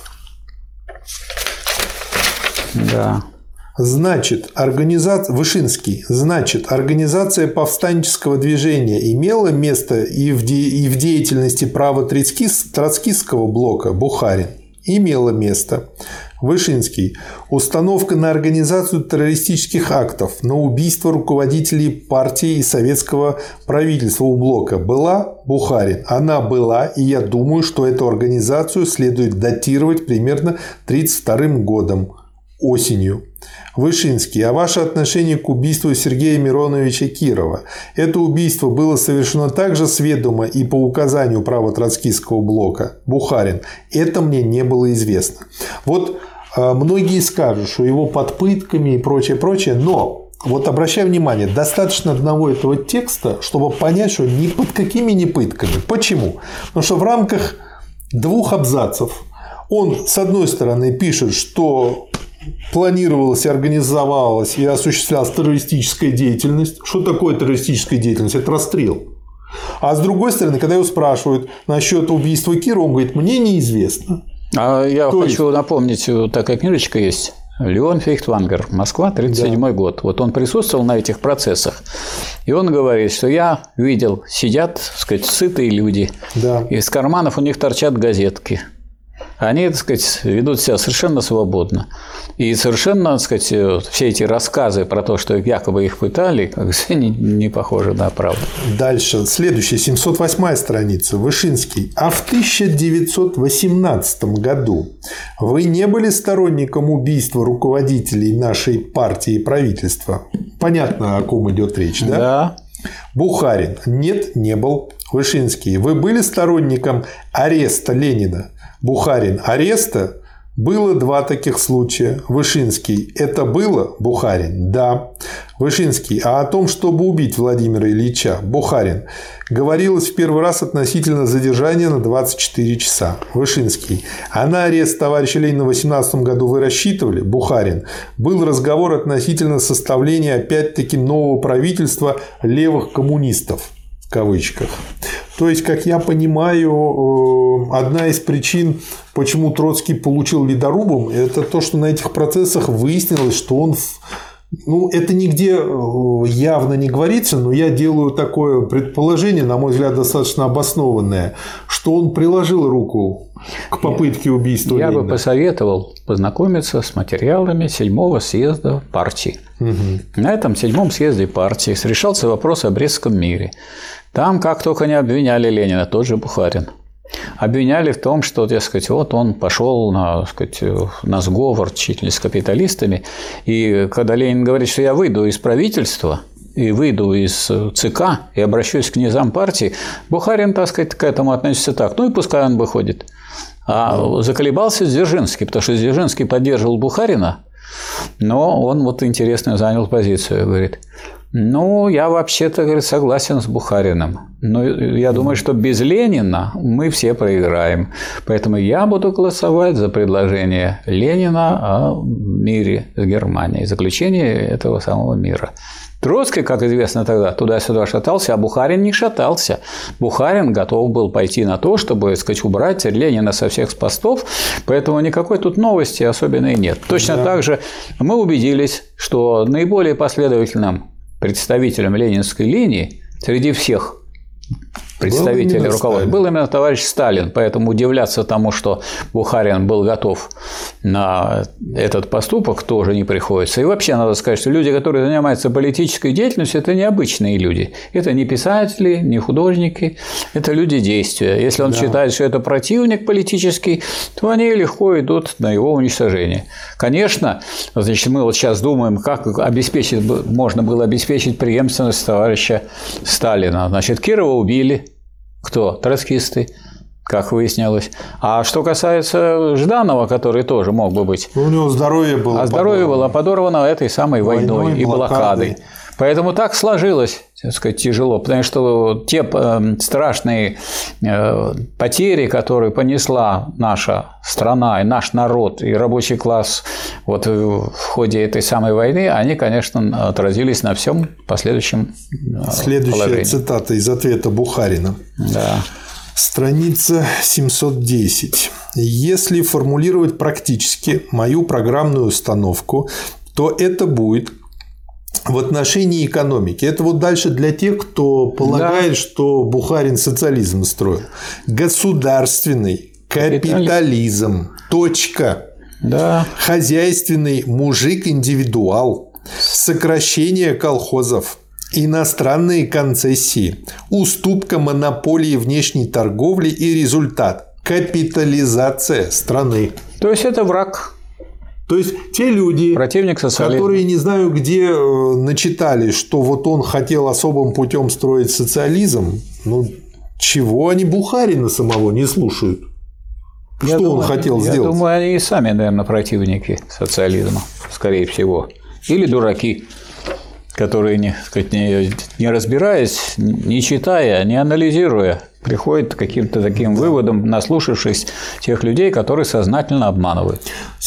Да. Значит, Вышинский. Значит, организация повстанческого движения имела место и в деятельности право-троцкистского блока Бухарин. Имела место. Вышинский. Установка на организацию террористических актов, на убийство руководителей партии и советского правительства у блока была Бухарин. Она была, и я думаю, что эту организацию следует датировать примерно 1932 годом. Осенью. Вышинский. А ваше отношение к убийству Сергея Мироновича Кирова? Это убийство было совершено также с ведома и по указанию право-троцкистского блока. Бухарин. Это мне не было известно. Вот многие скажут, что его под пытками и прочее, но вот обращаю внимание, достаточно одного этого текста, чтобы понять, что ни под какими не пытками. Почему? Потому что в рамках 2 абзацев он, с одной стороны, пишет, что планировалась, организовалась и осуществлялась террористическая деятельность. Что такое террористическая деятельность? Это расстрел. А с другой стороны, когда его спрашивают насчет убийства Кирова, он говорит, мне неизвестно. А я хочу напомнить, такая книжечка есть. Леон Фейхтвангер, Москва, 1937 год. Вот он присутствовал на этих процессах. И он говорит, что я видел, сидят, так сказать, сытые люди. Да. Из карманов у них торчат газетки. Они, так сказать, ведут себя совершенно свободно. И совершенно, так сказать, все эти рассказы про то, что якобы их пытали, не похожи на правду. Дальше. Следующая, 708 страница. Вышинский. А в 1918 году вы не были сторонником убийства руководителей нашей партии и правительства? Понятно, о ком идет речь, да? Да. Бухарин. Нет, не был. Вышинский. Вы были сторонником ареста Ленина? Бухарин. Ареста? Было 2 таких случая. Вышинский. Это было? Бухарин. Да. Вышинский. А о том, чтобы убить Владимира Ильича? Бухарин. Говорилось в первый раз относительно задержания на 24 часа. Вышинский. А на арест товарища Ленина в 18 году вы рассчитывали? Бухарин. Был разговор относительно составления опять-таки нового правительства левых коммунистов. В кавычках. То есть, как я понимаю, одна из причин, почему Троцкий получил ледорубом, это то, что на этих процессах выяснилось, что он... Ну, это нигде явно не говорится, но я делаю такое предположение, на мой взгляд, достаточно обоснованное, что он приложил руку к попытке убийства Ленина. Я бы посоветовал познакомиться с материалами 7-го съезда партии. Угу. На этом 7-м съезде партии решался вопрос о Брестском мире. Там как только не обвиняли Ленина, тот же Бухарин. Обвиняли в том, что, дескать, вот он пошел на сговор чуть ли с капиталистами. И когда Ленин говорит, что я выйду из правительства и выйду из ЦК и обращусь к низам партии, Бухарин, так сказать, к этому относится так. Ну и пускай он выходит. А заколебался Дзержинский, потому что Дзержинский поддерживал Бухарина, но он вот интересную занял позицию, говорит. Ну, я вообще-то, говорит, согласен с Бухариным. Но я думаю, что без Ленина мы все проиграем. Поэтому я буду голосовать за предложение Ленина о мире с Германией, заключение этого самого мира. Троцкий, как известно тогда, туда-сюда шатался, а Бухарин не шатался. Бухарин готов был пойти на то, чтобы, так сказать, убрать Ленина со всех постов, поэтому никакой тут новости особенной нет. Точно так же мы убедились, что наиболее последовательным представителем ленинской линии среди всех представителей руководства был именно товарищ Сталин. Поэтому удивляться тому, что Бухарин был готов на этот поступок, тоже не приходится. И вообще надо сказать, что люди, которые занимаются политической деятельностью, это не обычные люди. Это не писатели, не художники, это люди действия. Если он считает, что это противник политический, то они легко идут на его уничтожение. Конечно, значит, мы вот сейчас думаем, как можно было обеспечить преемственность товарища Сталина. Значит, Кирова убили. Кто? Троцкисты, как выяснилось. А что касается Жданова, который тоже мог бы быть. У него здоровье было. А здоровье было подорвано этой самой войной и блокадой. Поэтому так сложилось, так сказать, тяжело, потому что те страшные потери, которые понесла наша страна и наш народ и рабочий класс вот в ходе этой самой войны, они, конечно, отразились на всем последующем Следующая положении. Цитата из ответа Бухарина. Да. Страница 710. Если формулировать практически мою программную установку, то это будет в отношении экономики. Это вот дальше для тех, кто полагает, что Бухарин социализм строил. Государственный капитализм. Точка. Да. Хозяйственный мужик-индивидуал. Сокращение колхозов. Иностранные концессии. Уступка монополии внешней торговли и результат. Капитализация страны. То есть это враг. То есть те люди, противник социализма, которые не знаю где начитали, что вот он хотел особым путем строить социализм, ну чего они Бухарина самого не слушают? Что он хотел сделать? Я думаю, они и сами, наверное, противники социализма, скорее всего. Или дураки, которые, не разбираясь, не читая, не анализируя, приходят к каким-то таким выводам, наслушавшись тех людей, которые сознательно обманывают.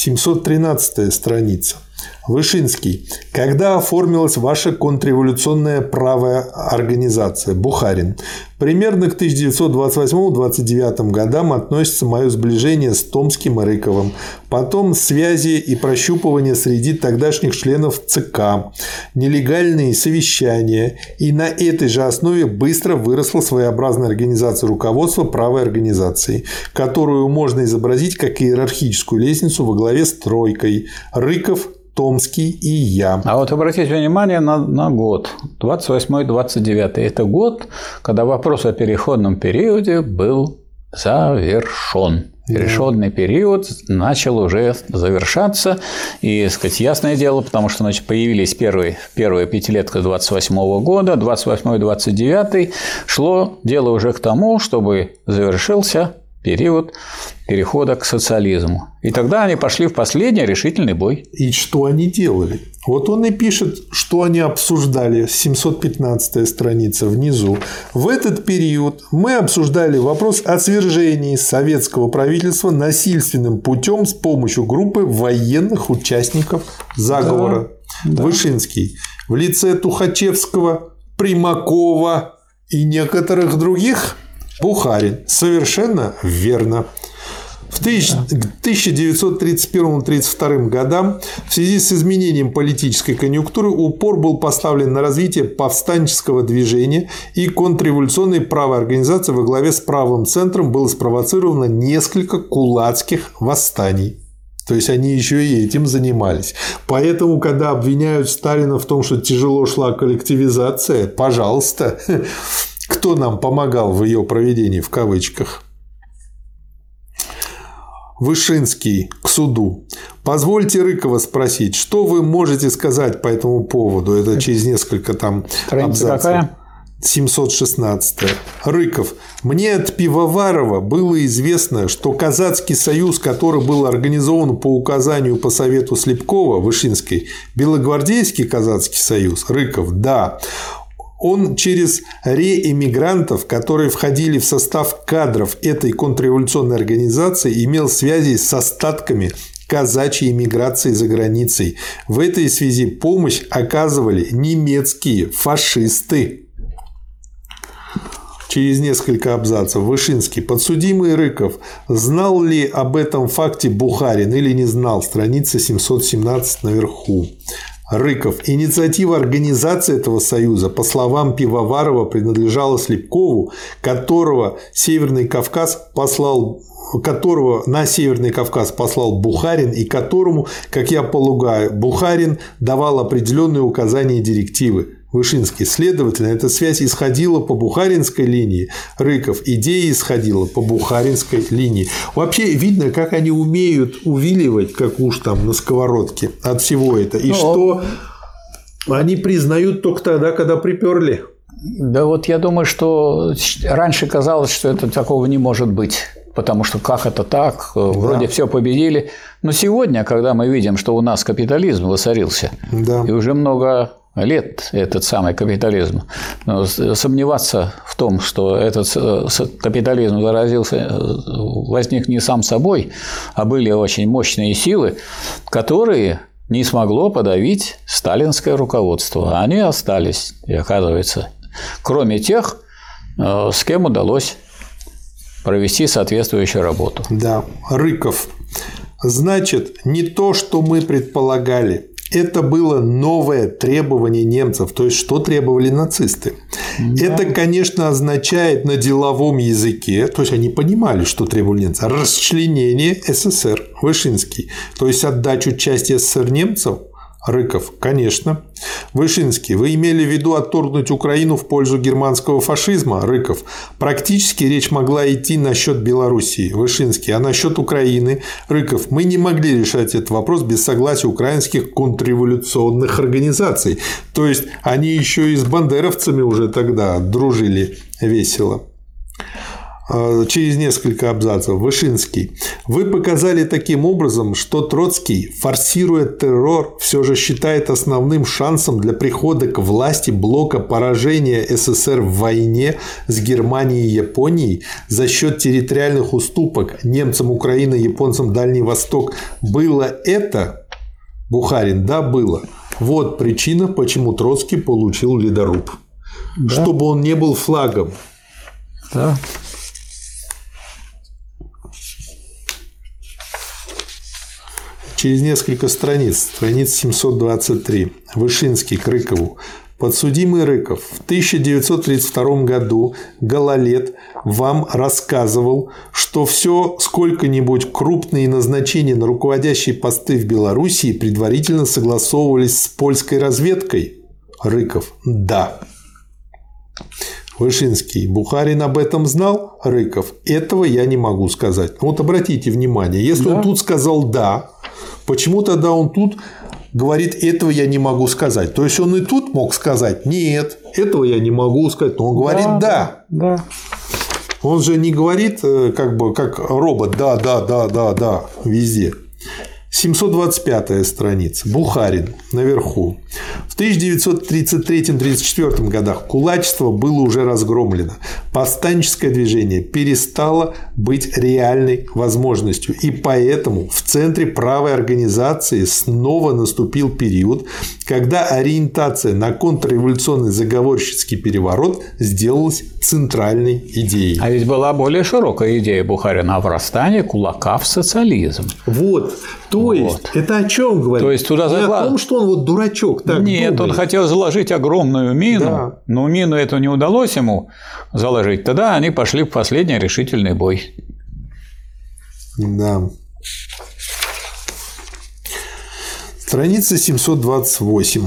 713 страница. Вышинский. Когда оформилась ваша контрреволюционная правая организация? Бухарин. Примерно к 1928-29 годам относится мое сближение с Томским и Рыковым. Потом связи и прощупывания среди тогдашних членов ЦК. Нелегальные совещания. И на этой же основе быстро выросла своеобразная организация руководства правой организации, которую можно изобразить как иерархическую лестницу во главе с тройкой. Рыков, Томский и я. А вот обратите внимание на год. 28-29. Это год, когда вопрос о переходном периоде был завершен. Переходный период начал уже завершаться. И, так сказать, ясное дело, потому что появились первая пятилетка 28 года, 28-29 шло дело уже к тому, чтобы завершился период перехода к социализму. И тогда они пошли в последний решительный бой. И что они делали? Вот он и пишет, что они обсуждали, 715-я страница внизу. В этот период мы обсуждали вопрос о свержении советского правительства насильственным путем с помощью группы военных участников заговора. Да. Вышинский в лице Тухачевского, Примакова и некоторых других. Бухарин. Совершенно верно. В 1931-1932 годам в связи с изменением политической конъюнктуры упор был поставлен на развитие повстанческого движения, и контрреволюционной правой организации во главе с правым центром было спровоцировано несколько кулацких восстаний. То есть они еще и этим занимались. Поэтому, когда обвиняют Сталина в том, что тяжело шла коллективизация, пожалуйста, кто нам помогал в ее проведении, в кавычках? Вышинский к суду. Позвольте Рыкова спросить, что вы можете сказать по этому поводу? Это через несколько там абзацев. Какая? 716. Рыков. Мне от Пивоварова было известно, что Казацкий союз, который был организован по указанию по совету Слепкова, Вышинской, Белогвардейский Казацкий союз, Рыков, да. Он через реэмигрантов, которые входили в состав кадров этой контрреволюционной организации, имел связи с остатками казачьей эмиграции за границей. В этой связи помощь оказывали немецкие фашисты. Через несколько абзацев. Вышинский. Подсудимый Рыков. Знал ли об этом факте Бухарин или не знал? Страница 717 наверху. Рыков. Инициатива организации этого союза, по словам Пивоварова, принадлежала Слепкову, которого на Северный Кавказ послал Бухарин, и которому, как я полагаю, Бухарин давал определенные указания и директивы. Вышинский. Следовательно, эта связь исходила по бухаринской линии. Рыков. Идея исходила по бухаринской линии. Вообще видно, как они умеют увиливать, как уж там на сковородке, от всего этого. И что они признают только тогда, когда приперли. Да вот я думаю, что раньше казалось, что это такого не может быть. Потому что как это так? Вроде все победили. Но сегодня, когда мы видим, что у нас капитализм воцарился, и уже много лет этот самый капитализм, сомневаться в том, что этот капитализм возник не сам собой, а были очень мощные силы, которые не смогло подавить сталинское руководство. Они остались, и оказывается, кроме тех, с кем удалось провести соответствующую работу. Да, Рыков. Значит, не то, что мы предполагали. Это было новое требование немцев, то есть что требовали нацисты. Да. Это, конечно, означает на деловом языке, то есть они понимали, что требовали немцы, расчленение СССР. Вышинский, то есть отдачу части СССР немцам. Рыков, конечно. Вышинский, вы имели в виду отторгнуть Украину в пользу германского фашизма? Рыков, практически речь могла идти насчет Белоруссии. Вышинский, а насчет Украины? Рыков, мы не могли решать этот вопрос без согласия украинских контрреволюционных организаций. То есть они еще и с бандеровцами уже тогда дружили весело. Через несколько абзацев. Вышинский. Вы показали таким образом, что Троцкий, форсируя террор, все же считает основным шансом для прихода к власти блока поражения СССР в войне с Германией и Японией за счет территориальных уступок немцам Украины, японцам Дальний Восток. Было это? Бухарин. Да, было. Вот причина, почему Троцкий получил ледоруб. Да. Чтобы он не был флагом. Да. Через несколько страниц, страница 723, Вышинский к Рыкову. Подсудимый Рыков, в 1932 году Гололед вам рассказывал, что все сколько-нибудь крупные назначения на руководящие посты в Белоруссии предварительно согласовывались с польской разведкой. Рыков. Да. Вышинский. Бухарин об этом знал? Рыков. Этого я не могу сказать. Вот обратите внимание, если он тут сказал «да», почему тогда он тут говорит «этого я не могу сказать»? То есть он и тут мог сказать «нет, этого я не могу сказать», но он говорит «да». Он же не говорит как бы как робот да везде. 725-я страница. Бухарин наверху. В 1933-34 годах кулачество было уже разгромлено. Повстанческое движение перестало быть реальной возможностью. И поэтому в центре правой организации снова наступил период, когда ориентация на контрреволюционный заговорщицкий переворот сделалась центральной идеей. А ведь была более широкая идея Бухарина о врастании кулака в социализм. Вот. То есть, это о чем говорит? То есть, туда не о том, что он вот дурачок так Нет, думает. он хотел заложить огромную мину, Да. но мину эту не удалось ему заложить. Тогда они пошли в последний решительный бой. Да. Страница 728.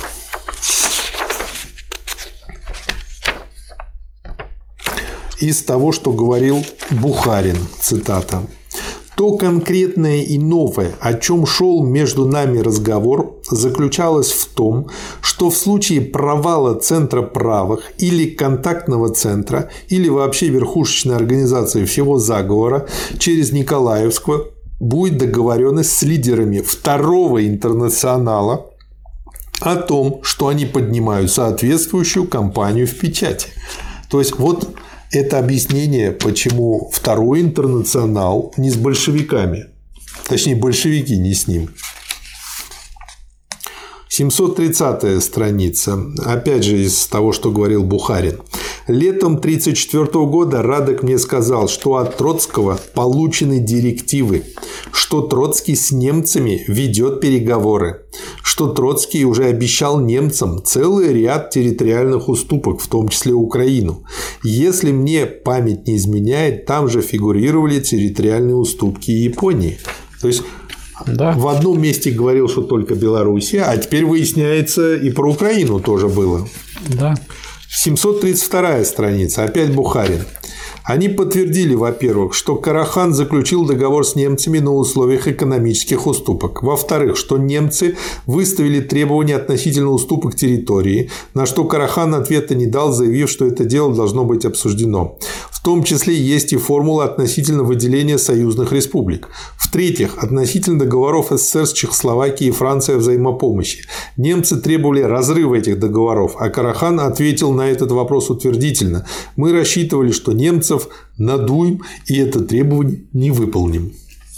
Из того, что говорил Бухарин, цитата. То конкретное и новое, о чем шел между нами разговор, заключалось в том, что в случае провала центра правых или контактного центра или вообще верхушечной организации всего заговора через Николаевскую будет договоренность с лидерами Второго интернационала о том, что они поднимают соответствующую кампанию в печати. То есть вот это объяснение, почему Второй интернационал не с большевиками, точнее большевики не с ним. 730-я страница, опять же из того, что говорил Бухарин. Летом 1934 года Радек мне сказал, что от Троцкого получены директивы, что Троцкий с немцами ведет переговоры, что Троцкий уже обещал немцам целый ряд территориальных уступок, в том числе Украину. Если мне память не изменяет, там же фигурировали территориальные уступки Японии. То есть Да. в одном месте говорил, что только Белоруссия, а теперь выясняется, и про Украину тоже было. Да. 732-я страница, опять Бухарин. Они подтвердили, во-первых, что Карахан заключил договор с немцами на условиях экономических уступок. Во-вторых, что немцы выставили требования относительно уступок территории, на что Карахан ответа не дал, заявив, что это дело должно быть обсуждено. В том числе есть и формула относительно выделения союзных республик. В-третьих, относительно договоров СССР с Чехословакией и Францией о взаимопомощи. Немцы требовали разрыва этих договоров, а Карахан ответил на этот вопрос утвердительно. Мы рассчитывали, что немцев надуем и это требование не выполним.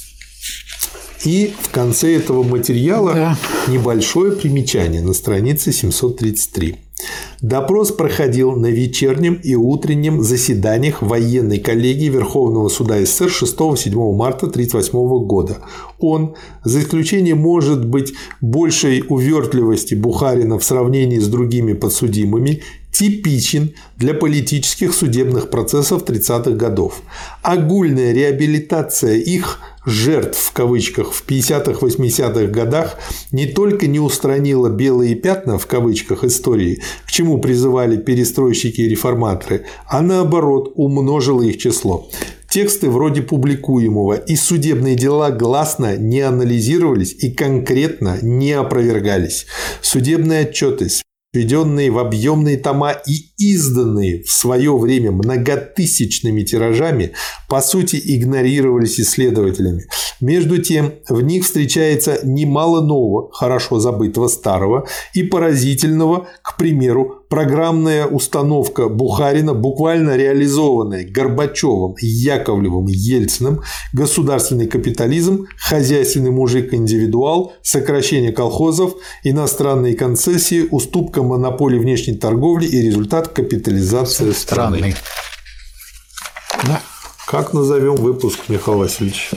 И в конце этого материала небольшое примечание на странице 733. Допрос проходил на вечернем и утреннем заседаниях военной коллегии Верховного суда СССр 6-7 марта 1938 года. Он, за исключением, может быть, большей увертливости Бухарина в сравнении с другими подсудимыми, типичен для политических судебных процессов 30-х годов. Огульная реабилитация их «жертв» в кавычках в 50-х-80-х годах не только не устранила белые пятна в кавычках истории, к чему призывали перестройщики и реформаторы, а наоборот умножила их число. Тексты вроде публикуемого и судебные дела гласно не анализировались и конкретно не опровергались. Судебные отчеты, сведенные в объемные тома и изданные в свое время многотысячными тиражами, по сути игнорировались исследователями. Между тем, в них встречается немало нового, хорошо забытого старого и поразительного, к примеру, программная установка Бухарина, буквально реализованная Горбачевым, Яковлевым, Ельциным, государственный капитализм, хозяйственный мужик-индивидуал, сокращение колхозов, иностранные концессии, уступка монополии внешней торговли и результат капитализации страны. Да. Как назовем выпуск, Михаил Васильевич?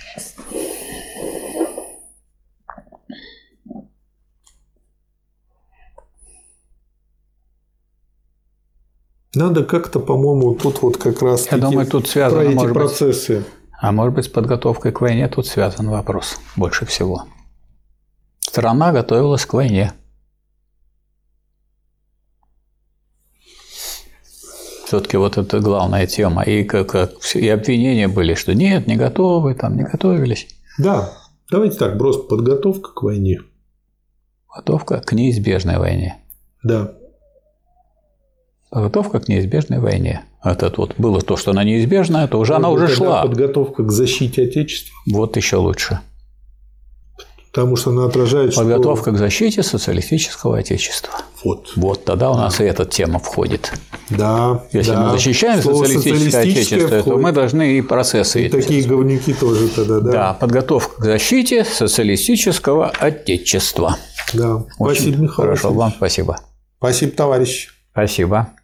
Надо как-то, по-моему, тут вот как раз Я думаю, тут связано, про эти может процессы. быть, а может быть, с подготовкой к войне тут связан вопрос больше всего. Страна готовилась к войне. Все-таки вот это главная тема. И и обвинения были, что нет, не готовы, там не готовились. Да, давайте так, просто подготовка к войне. Подготовка к неизбежной войне. Да. Подготовка к неизбежной войне. Это вот было то, что она неизбежна, это уже она уже шла. Подготовка к защите Отечества. Вот еще лучше. Потому что она отражает... Подготовка к защите социалистического Отечества. Вот тогда у нас и эта тема входит. Да. Если мы защищаем социалистическое Отечество, то мы должны и процессы. И такие говнюки тоже тогда, да. Да, подготовка к защите социалистического Отечества. Да. Спасибо, Михаил. Хорошо, вам спасибо. Спасибо, товарищ. Спасибо.